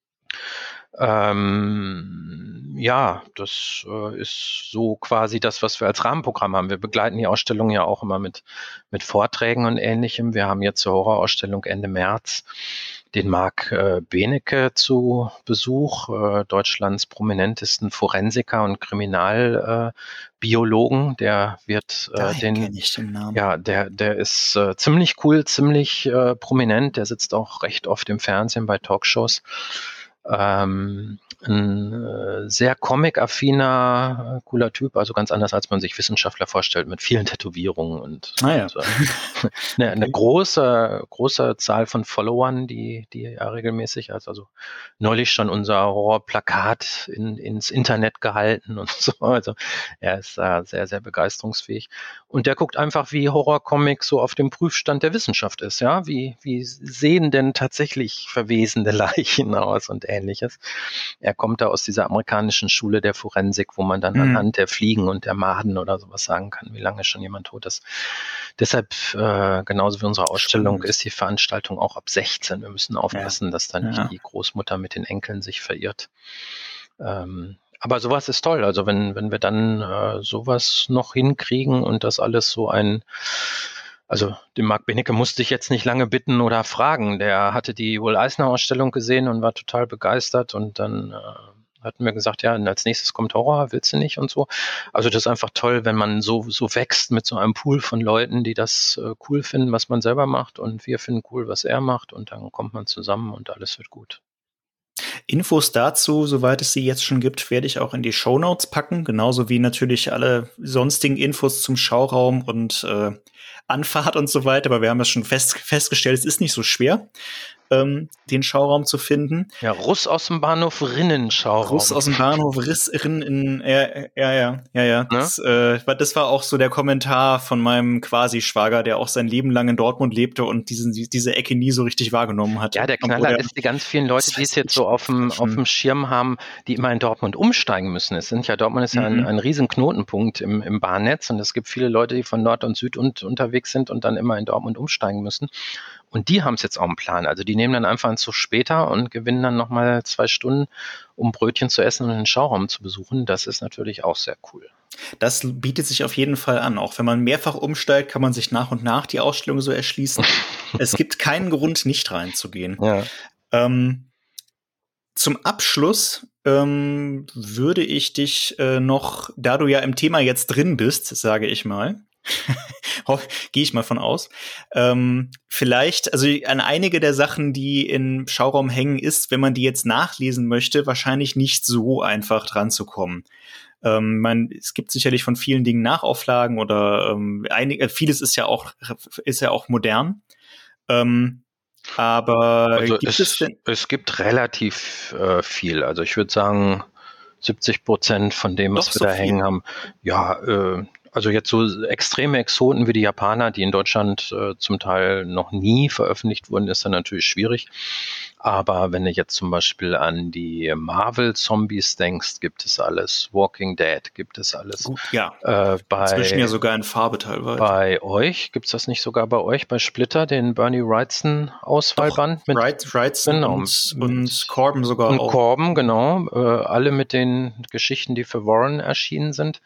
S2: Ja, das ist so quasi das, was wir als Rahmenprogramm haben. Wir begleiten die Ausstellung ja auch immer mit Vorträgen und Ähnlichem. Wir haben jetzt zur Horrorausstellung Ende März den Marc Benecke zu Besuch, Deutschlands prominentesten Forensiker und Kriminalbiologen. Der wird
S1: kenne ich den Namen.
S2: ja, der ist ziemlich cool, ziemlich prominent. Der sitzt auch recht oft im Fernsehen bei Talkshows. Ein sehr comic-affiner, cooler Typ, also ganz anders, als man sich Wissenschaftler vorstellt, mit vielen Tätowierungen und eine große Zahl von Followern, die er regelmäßig hat. Also neulich schon unser Horrorplakat ins Internet gehalten und so. Also er ist sehr, sehr begeisterungsfähig. Und der guckt einfach, wie Horrorcomic so auf dem Prüfstand der Wissenschaft ist. Ja, wie sehen denn tatsächlich verwesende Leichen aus und Ähnliches. Er kommt da aus dieser amerikanischen Schule der Forensik, wo man dann anhand der Fliegen und der Maden oder sowas sagen kann, wie lange schon jemand tot ist. Deshalb, genauso wie unsere Ausstellung, ist die Veranstaltung auch ab 16. Wir müssen aufpassen, dass dann nicht die Großmutter mit den Enkeln sich verirrt. Aber sowas ist toll. Also wenn wir dann sowas noch hinkriegen und das alles so also den Marc Benecke musste ich jetzt nicht lange bitten oder fragen. Der hatte die Will-Eisner-Ausstellung gesehen und war total begeistert und dann hat mir gesagt, ja, als nächstes kommt Horror, willst du nicht und so. Also das ist einfach toll, wenn man so wächst mit so einem Pool von Leuten, die das cool finden, was man selber macht und wir finden cool, was er macht und dann kommt man zusammen und alles wird gut.
S1: Infos dazu, soweit es sie jetzt schon gibt, werde ich auch in die Shownotes packen, genauso wie natürlich alle sonstigen Infos zum Schauraum und Anfahrt und so weiter. Aber wir haben das schon festgestellt, es ist nicht so schwer, den Schauraum zu finden.
S2: Ja, Russ aus dem Bahnhof Rinnen-Schauraum.
S1: Russ aus dem Bahnhof Rinnen in ja. Ne? Das war auch so der Kommentar von meinem Quasi-Schwager, der auch sein Leben lang in Dortmund lebte und diese Ecke nie so richtig wahrgenommen hat.
S2: Ja, der Knaller ist die ganz vielen Leute, die es jetzt so auf dem Schirm haben, die immer in Dortmund umsteigen müssen. Dortmund ist ja ein riesen Knotenpunkt im Bahnnetz und es gibt viele Leute, die von Nord und Süd unterwegs sind und dann immer in Dortmund umsteigen müssen. Und die haben es jetzt auch im Plan. Also die nehmen dann einfach einen Zug später und gewinnen dann nochmal 2 Stunden, um Brötchen zu essen und den Schauraum zu besuchen. Das ist natürlich auch sehr cool.
S1: Das bietet sich auf jeden Fall an. Auch wenn man mehrfach umsteigt, kann man sich nach und nach die Ausstellung so erschließen. Es gibt keinen Grund, nicht reinzugehen.
S2: Ja.
S1: Zum Abschluss würde ich dich noch, da du ja im Thema jetzt drin bist, sage ich mal, gehe ich mal von aus. Vielleicht, also an einige der Sachen, die im Schauraum hängen, ist, wenn man die jetzt nachlesen möchte, wahrscheinlich nicht so einfach dran zu kommen. Es gibt sicherlich von vielen Dingen Nachauflagen oder vieles ist ja auch modern. Aber
S2: also
S1: gibt es denn?
S2: Es gibt relativ viel. Also ich würde sagen, 70% von dem, was wir da hängen haben, ja, also jetzt so extreme Exoten wie die Japaner, die in Deutschland zum Teil noch nie veröffentlicht wurden, ist dann natürlich schwierig. Aber wenn du jetzt zum Beispiel an die Marvel-Zombies denkst, gibt es alles. Walking Dead gibt es alles.
S1: Gut, ja. Inzwischen ja sogar in Farbe teilweise.
S2: Bei euch, gibt es das nicht sogar bei euch, bei Splitter, den Bernie Wrightson-Auswahlband? Mit
S1: Wrightson und Corbin sogar
S2: und
S1: auch.
S2: Corbin, genau. Alle mit den Geschichten, die für Warren erschienen sind.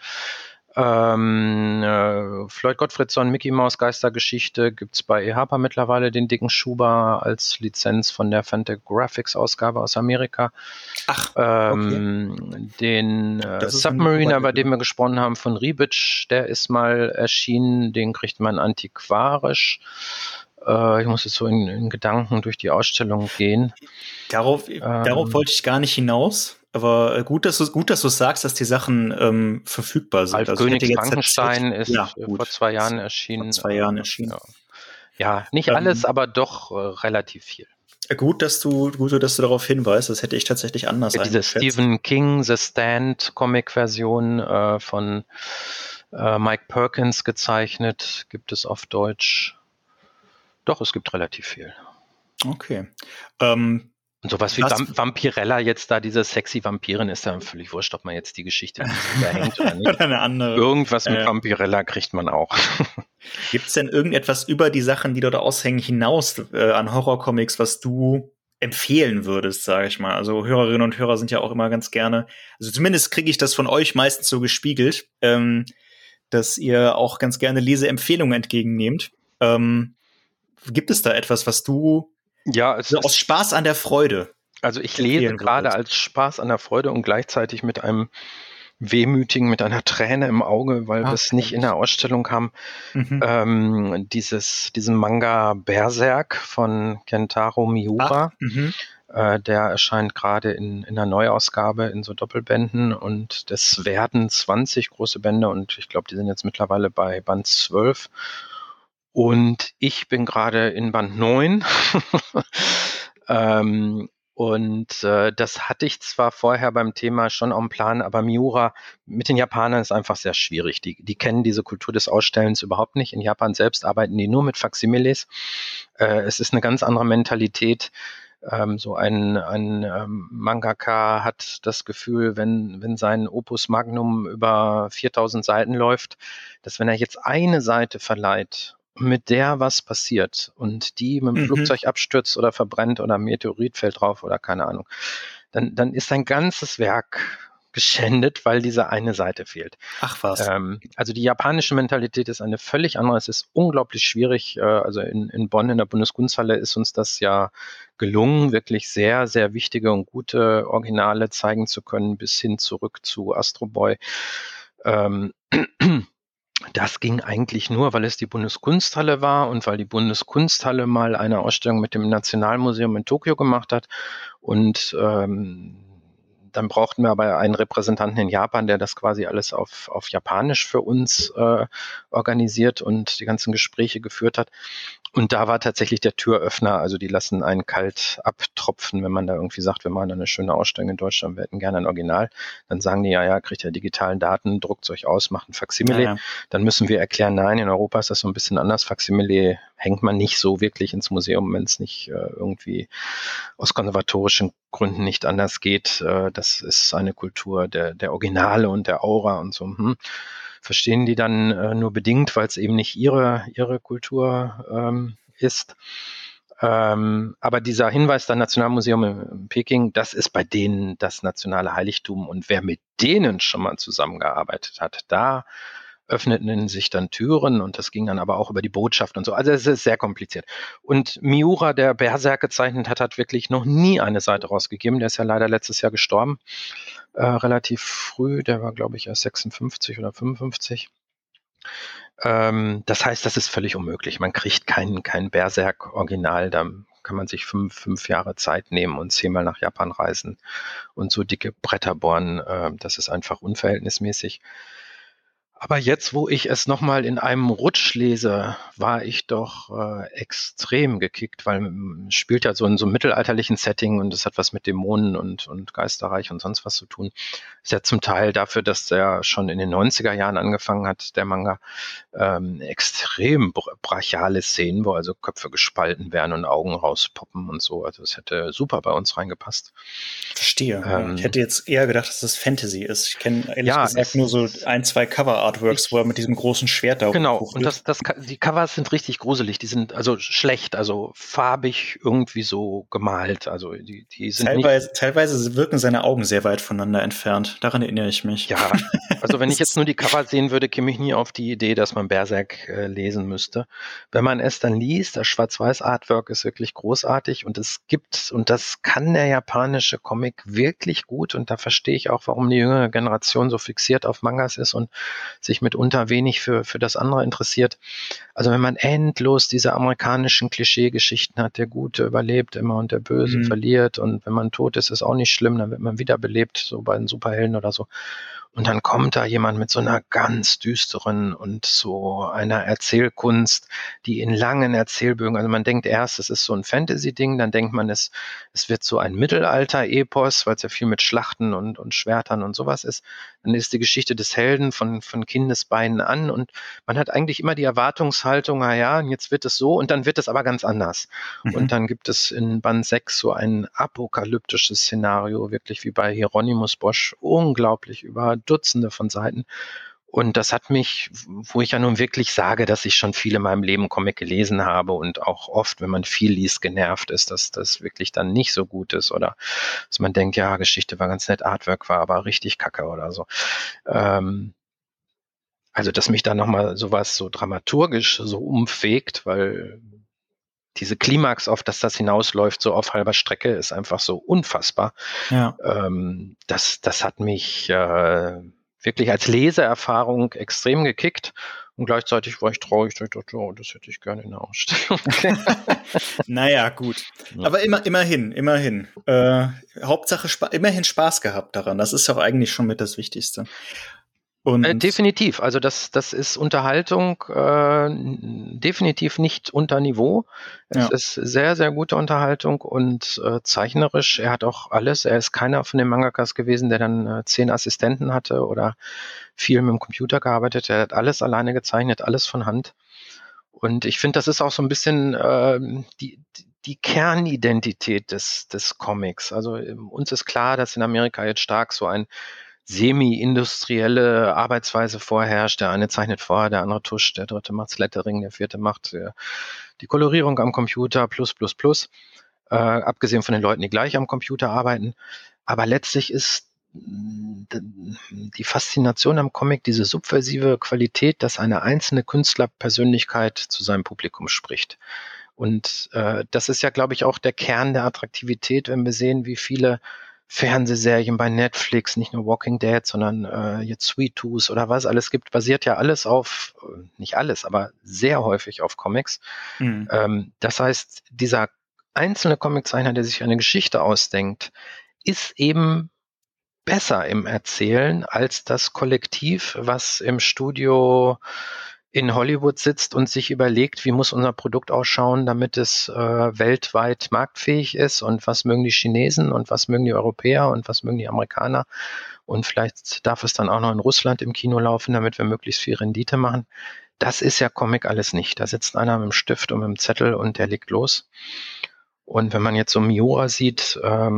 S2: Floyd Gottfriedson, Mickey Mouse Geistergeschichte gibt's bei EHPA mittlerweile, den dicken Schuber als Lizenz von der Fantagraphics Ausgabe aus Amerika.
S1: Ach, okay.
S2: Den Submariner, bei dem wir gesprochen haben, von Ribic, der ist mal erschienen, den kriegt man antiquarisch. Ich muss jetzt so in Gedanken durch die Ausstellung gehen.
S1: Darauf wollte ich gar nicht hinaus. Aber gut, dass du sagst, dass die Sachen verfügbar sind.
S2: Also Königs Frankenstein ist vor 2 Jahren erschienen. Ja, nicht alles, aber doch relativ viel.
S1: Gut, dass du darauf hinweist. Das hätte ich tatsächlich anders eingeschätzt.
S2: Diese Stephen King The Stand Comic-Version von Mike Perkins gezeichnet, gibt es auf Deutsch. Doch, es gibt relativ viel.
S1: Okay.
S2: Und sowas wie Vampirella jetzt da, diese sexy Vampirin, ist dann völlig wurscht, ob man jetzt die Geschichte da hängt oder nicht.
S1: Oder eine andere.
S2: Irgendwas mit Vampirella kriegt man auch.
S1: Gibt es denn irgendetwas über die Sachen, die dort aushängen, hinaus an Horrorcomics, was du empfehlen würdest, sage ich mal? Also Hörerinnen und Hörer sind ja auch immer ganz gerne, also zumindest kriege ich das von euch meistens so gespiegelt, dass ihr auch ganz gerne Leseempfehlungen entgegennehmt. Gibt es da etwas, was du
S2: Ja, es
S1: So aus
S2: ist,
S1: Spaß an der Freude
S2: also ich lese
S1: empfehlen
S2: gerade
S1: würdet.
S2: als Spaß an der Freude und gleichzeitig mit einem wehmütigen, mit einer Träne im Auge, weil wir
S1: Ah,
S2: es nicht in der
S1: herrlich.
S2: Ausstellung haben.
S1: Mhm.
S2: Diesen Manga Berserk von Kentaro
S1: Ach,
S2: Miura.
S1: mhm.
S2: Der erscheint gerade in der Neuausgabe in so Doppelbänden und das werden 20 große Bände und ich glaube, die sind jetzt mittlerweile bei Band 12. Und ich bin gerade in Band 9. Das hatte ich zwar vorher beim Thema schon am Plan, aber Miura mit den Japanern ist einfach sehr schwierig. Die kennen diese Kultur des Ausstellens überhaupt nicht. In Japan selbst arbeiten die nur mit Faksimiles. Es ist eine ganz andere Mentalität. So ein Mangaka hat das Gefühl, wenn sein Opus Magnum über 4000 Seiten läuft, dass wenn er jetzt eine Seite verleiht, mit der was passiert und die mit dem
S1: Mhm.
S2: Flugzeug abstürzt oder verbrennt oder ein Meteorit fällt drauf oder keine Ahnung, dann ist sein ganzes Werk geschändet, weil diese eine Seite fehlt.
S1: Ach was.
S2: Also die japanische Mentalität ist eine völlig andere. Es ist unglaublich schwierig. Also in Bonn in der Bundeskunsthalle ist uns das ja gelungen, wirklich sehr, sehr wichtige und gute Originale zeigen zu können, bis hin zurück zu Astro Boy. Ähm, Das ging eigentlich nur, weil es die Bundeskunsthalle war und weil die Bundeskunsthalle mal eine Ausstellung mit dem Nationalmuseum in Tokio gemacht hat. Und dann brauchten wir aber einen Repräsentanten in Japan, der das quasi alles auf Japanisch für uns organisiert und die ganzen Gespräche geführt hat. Und da war tatsächlich der Türöffner, also die lassen einen kalt abtropfen, wenn man da irgendwie sagt, wir machen eine schöne Ausstellung in Deutschland, wir hätten gerne ein Original. Dann sagen die, ja, kriegt ihr digitalen Daten, druckt es euch aus, macht ein Faksimile.
S1: Naja.
S2: Dann müssen wir erklären, nein, in Europa ist das so ein bisschen anders. Faksimile hängt man nicht so wirklich ins Museum, wenn es nicht irgendwie aus konservatorischen Gründen nicht anders geht. Das ist eine Kultur der Originale und der Aura und so. Verstehen die dann nur bedingt, weil es eben nicht ihre Kultur ist. Aber dieser Hinweis, das Nationalmuseum in Peking, das ist bei denen das nationale Heiligtum. Und wer mit denen schon mal zusammengearbeitet hat, da öffneten sich dann Türen und das ging dann aber auch über die Botschaft und so. Also es ist sehr kompliziert. Und Miura, der Berserk gezeichnet hat, hat wirklich noch nie eine Seite rausgegeben. Der ist ja leider letztes Jahr gestorben, relativ früh. Der war, glaube ich, erst 56 oder 55. Das heißt, das ist völlig unmöglich. Man kriegt kein Berserk-Original. Da kann man sich fünf Jahre Zeit nehmen und 10-mal nach Japan reisen und so dicke Bretter bohren. Das ist einfach unverhältnismäßig. Aber jetzt, wo ich es nochmal in einem Rutsch lese, war ich doch extrem gekickt, weil spielt ja so in so einem mittelalterlichen Setting und es hat was mit Dämonen und Geisterreich und sonst was zu tun. Ist ja zum Teil dafür, dass er schon in den 90er Jahren angefangen hat, der Manga, extrem brachiale Szenen, wo also Köpfe gespalten werden und Augen rauspoppen und so. Also es hätte super bei uns reingepasst.
S1: Verstehe. Ja, ich hätte jetzt eher gedacht, dass das Fantasy ist. Ich kenne ehrlich
S2: Ja,
S1: gesagt nur so ein, zwei Cover-Artworks, wo er
S2: ich
S1: mit diesem großen Schwert da
S2: Genau, und
S1: rumfuchtelt.
S2: die Covers sind richtig gruselig. Die sind also schlecht, also farbig irgendwie so gemalt. Also die sind nicht,
S1: Teilweise wirken seine Augen sehr weit voneinander entfernt. Daran erinnere ich mich.
S2: ja, also wenn ich jetzt
S1: Das,
S2: nur die Cover sehen würde, käme ich nie auf die Idee, dass man Berserk lesen müsste. Wenn man es dann liest, das Schwarz-Weiß-Artwork ist wirklich großartig und und das kann der japanische Comic wirklich gut und da verstehe ich auch, warum die jüngere Generation so fixiert auf Mangas ist und sich mitunter wenig für das andere interessiert. Also wenn man endlos diese amerikanischen Klischeegeschichten hat, der Gute überlebt immer und der Böse
S1: hm,
S2: verliert und wenn man tot ist, ist auch nicht schlimm, dann wird man wiederbelebt, so bei den Superhelden oder so. Und dann kommt da jemand mit so einer ganz düsteren und so einer Erzählkunst, die in langen Erzählbögen, also man denkt erst, es ist so ein Fantasy-Ding, dann denkt man, es wird so ein Mittelalter-Epos, weil es ja viel mit Schlachten und Schwertern und sowas ist. Dann ist die Geschichte des Helden von Kindesbeinen an und man hat eigentlich immer die Erwartungshaltung, na ja, jetzt wird es so und dann wird es aber ganz anders. Und
S1: mhm.
S2: dann gibt es in Band 6 so ein apokalyptisches Szenario, wirklich wie bei Hieronymus Bosch, unglaublich über Dutzende von Seiten. Und das hat mich, wo ich ja nun wirklich sage, dass ich schon viel in meinem Leben Comic gelesen habe und auch oft, wenn man viel liest, genervt ist, dass das wirklich dann nicht so gut ist oder dass man denkt, ja, Geschichte war ganz nett, Artwork war aber richtig kacke oder so. Ähm, also, dass mich da nochmal sowas so dramaturgisch so umfegt, weil diese Klimax, auf das hinausläuft, so auf halber Strecke, ist einfach so unfassbar.
S1: Ja.
S2: Das hat mich wirklich als Leseerfahrung extrem gekickt. Und gleichzeitig war ich traurig. Ich dachte, oh, das hätte ich gerne in der Ausstellung.
S1: Naja, gut.
S2: Ja.
S1: Aber immerhin. Hauptsache immerhin Spaß gehabt daran. Das ist auch eigentlich schon mit das Wichtigste. Und
S2: Definitiv. Also das ist Unterhaltung, definitiv nicht unter Niveau. Es ist sehr, sehr gute Unterhaltung und zeichnerisch. Er hat auch alles. Er ist keiner von den Mangakas gewesen, der dann 10 Assistenten hatte oder viel mit dem Computer gearbeitet. Er hat alles alleine gezeichnet, alles von Hand. Und ich finde, das ist auch so ein bisschen die Kernidentität des Comics. Also uns ist klar, dass in Amerika jetzt stark so ein semi-industrielle Arbeitsweise vorherrscht. Der eine zeichnet vor, der andere tuscht, der dritte macht Lettering, der vierte macht die Kolorierung am Computer, plus. Abgesehen von den Leuten, die gleich am Computer arbeiten. Aber letztlich ist die Faszination am Comic diese subversive Qualität, dass eine einzelne Künstlerpersönlichkeit zu seinem Publikum spricht. Und das ist ja, glaube ich, auch der Kern der Attraktivität, wenn wir sehen, wie viele Fernsehserien bei Netflix, nicht nur Walking Dead, sondern jetzt Sweet Tooth oder was alles gibt, basiert ja alles auf, nicht alles, aber sehr häufig auf Comics. Das heißt, dieser einzelne Comiczeichner, der sich eine Geschichte ausdenkt, ist eben besser im Erzählen als das Kollektiv, was im Studio in Hollywood sitzt und sich überlegt, wie muss unser Produkt ausschauen, damit es weltweit marktfähig ist und was mögen die Chinesen und was mögen die Europäer und was mögen die Amerikaner und vielleicht darf es dann auch noch in Russland im Kino laufen, damit wir möglichst viel Rendite machen. Das ist ja Comic alles nicht. Da sitzt einer mit dem Stift und mit dem Zettel und der legt los. Und wenn man jetzt so Miura sieht,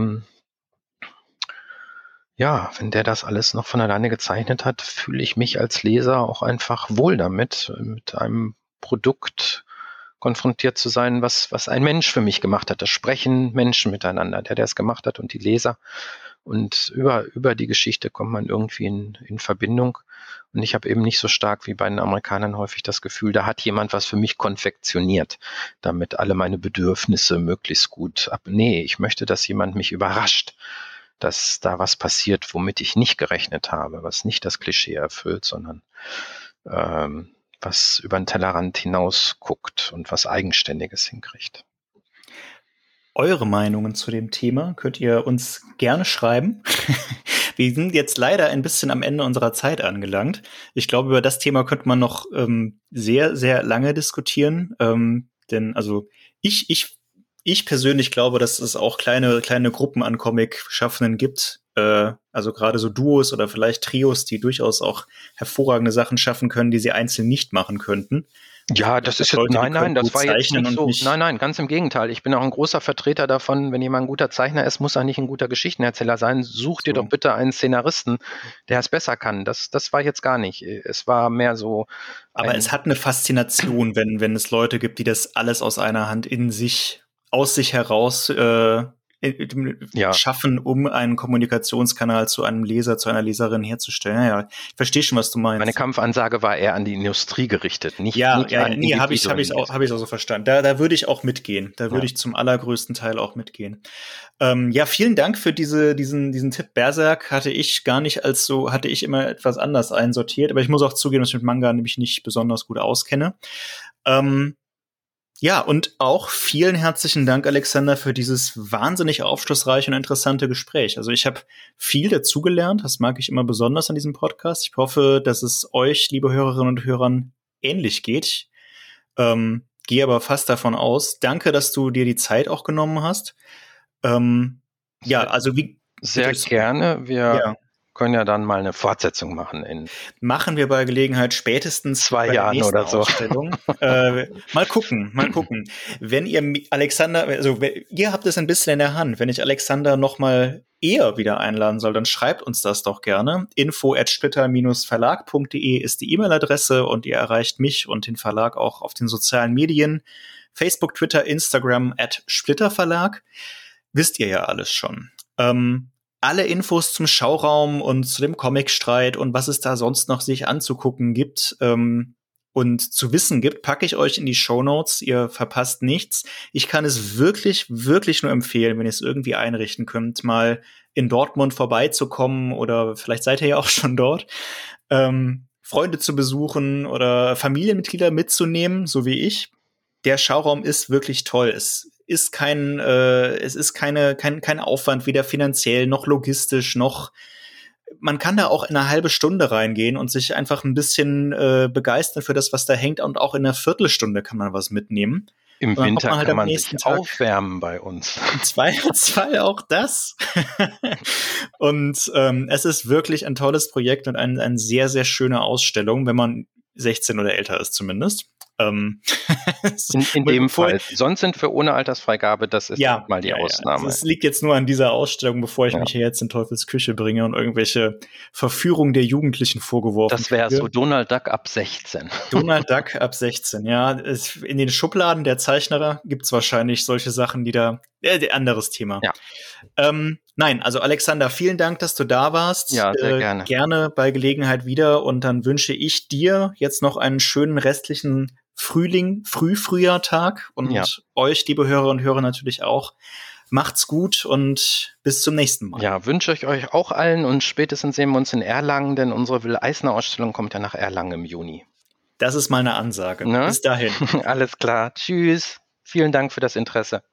S2: ja, wenn der das alles noch von alleine gezeichnet hat, fühle ich mich als Leser auch einfach wohl damit, mit einem Produkt konfrontiert zu sein, was ein Mensch für mich gemacht hat. Das sprechen Menschen miteinander, der es gemacht hat und die Leser. Und über die Geschichte kommt man irgendwie in Verbindung. Und ich habe eben nicht so stark wie bei den Amerikanern häufig das Gefühl, da hat jemand was für mich konfektioniert, damit alle meine Bedürfnisse möglichst gut ab. Nee, ich möchte, dass jemand mich überrascht, dass da was passiert, womit ich nicht gerechnet habe, was nicht das Klischee erfüllt, sondern was über den Tellerrand hinaus guckt und was Eigenständiges hinkriegt.
S1: Eure Meinungen zu dem Thema könnt ihr uns gerne schreiben. Wir sind jetzt leider ein bisschen am Ende unserer Zeit angelangt. Ich glaube, über das Thema könnte man noch sehr, sehr lange diskutieren. Denn also ich persönlich glaube, dass es auch kleine Gruppen an Comic-Schaffenden gibt. Also gerade so Duos oder vielleicht Trios, die durchaus auch hervorragende Sachen schaffen können, die sie einzeln nicht machen könnten.
S2: Ja, das ist jetzt, nein, das war jetzt nicht so, nein, ganz im Gegenteil. Ich bin auch ein großer Vertreter davon, wenn jemand ein guter Zeichner ist, muss er nicht ein guter Geschichtenerzähler sein. Such dir doch bitte einen Szenaristen, der es besser kann. Das war jetzt gar nicht. Es war mehr so.
S1: Aber es hat eine Faszination, wenn es Leute gibt, die das alles aus einer Hand aus sich heraus schaffen, um einen Kommunikationskanal zu einem Leser, zu einer Leserin herzustellen. Ja, ich verstehe schon, was du meinst.
S2: Meine Kampfansage war eher an die Industrie gerichtet, nicht
S1: an habe ich auch so verstanden. Da würde ich auch mitgehen. Da würde ich zum allergrößten Teil auch mitgehen. Vielen Dank für diesen Tipp. Berserk hatte ich immer etwas anders einsortiert, aber ich muss auch zugeben, dass ich mit Manga nämlich nicht besonders gut auskenne. Ja, und auch vielen herzlichen Dank, Alexander, für dieses wahnsinnig aufschlussreiche und interessante Gespräch. Also ich habe viel dazugelernt, das mag ich immer besonders an diesem Podcast. Ich hoffe, dass es euch, liebe Hörerinnen und Hörern, ähnlich geht. Gehe aber fast davon aus. Danke, dass du dir die Zeit auch genommen hast.
S2: Sehr gerne. Wir können ja dann mal eine Fortsetzung machen.
S1: Machen wir bei Gelegenheit spätestens
S2: 2 Jahren oder so.
S1: Ausstellung. Mal gucken. Wenn ihr Alexander, also ihr habt es ein bisschen in der Hand. Wenn ich Alexander noch mal eher wieder einladen soll, dann schreibt uns das doch gerne. info@splitter-verlag.de ist die E-Mail-Adresse und ihr erreicht mich und den Verlag auch auf den sozialen Medien. Facebook, Twitter, Instagram @splitterverlag. Wisst ihr ja alles schon. Alle Infos zum Schauraum und zu dem Comicstreit und was es da sonst noch sich anzugucken gibt, und zu wissen gibt, packe ich euch in die Shownotes. Ihr verpasst nichts. Ich kann es wirklich, wirklich nur empfehlen, wenn ihr es irgendwie einrichten könnt, mal in Dortmund vorbeizukommen oder vielleicht seid ihr ja auch schon dort, Freunde zu besuchen oder Familienmitglieder mitzunehmen, so wie ich. Der Schauraum ist wirklich toll. Es ist kein Aufwand, weder finanziell noch logistisch noch. Man kann da auch in eine halbe Stunde reingehen und sich einfach ein bisschen begeistern für das, was da hängt. Und auch in einer Viertelstunde kann man was mitnehmen.
S2: Im Winter
S1: man halt
S2: kann man sich aufwärmen bei uns.
S1: Im Zweifelsfall auch das. Und es ist wirklich ein tolles Projekt und eine sehr, sehr schöne Ausstellung, wenn man 16 oder älter ist zumindest.
S2: In dem Fall. Sonst sind wir ohne Altersfreigabe, das ist mal die Ausnahme.
S1: Es liegt jetzt nur an dieser Ausstellung, bevor ich mich hier jetzt in Teufels Küche bringe und irgendwelche Verführungen der Jugendlichen vorgeworfen
S2: Das wäre so Donald Duck ab 16.
S1: Donald Duck ab 16, ja. In den Schubladen der Zeichner gibt's wahrscheinlich solche Sachen, die da anderes Thema.
S2: Ja.
S1: Nein, also Alexander, vielen Dank, dass du da warst.
S2: Ja, sehr gerne.
S1: Gerne bei Gelegenheit wieder und dann wünsche ich dir jetzt noch einen schönen restlichen Frühjahrtag und euch, liebe Hörerinnen und Hörer, natürlich auch. Macht's gut und bis zum nächsten Mal.
S2: Ja, wünsche ich euch auch allen und spätestens sehen wir uns in Erlangen, denn unsere Will-Eisner-Ausstellung kommt ja nach Erlangen im Juni.
S1: Das ist meine Ansage. Ne? Bis dahin.
S2: Alles klar. Tschüss. Vielen Dank für das Interesse.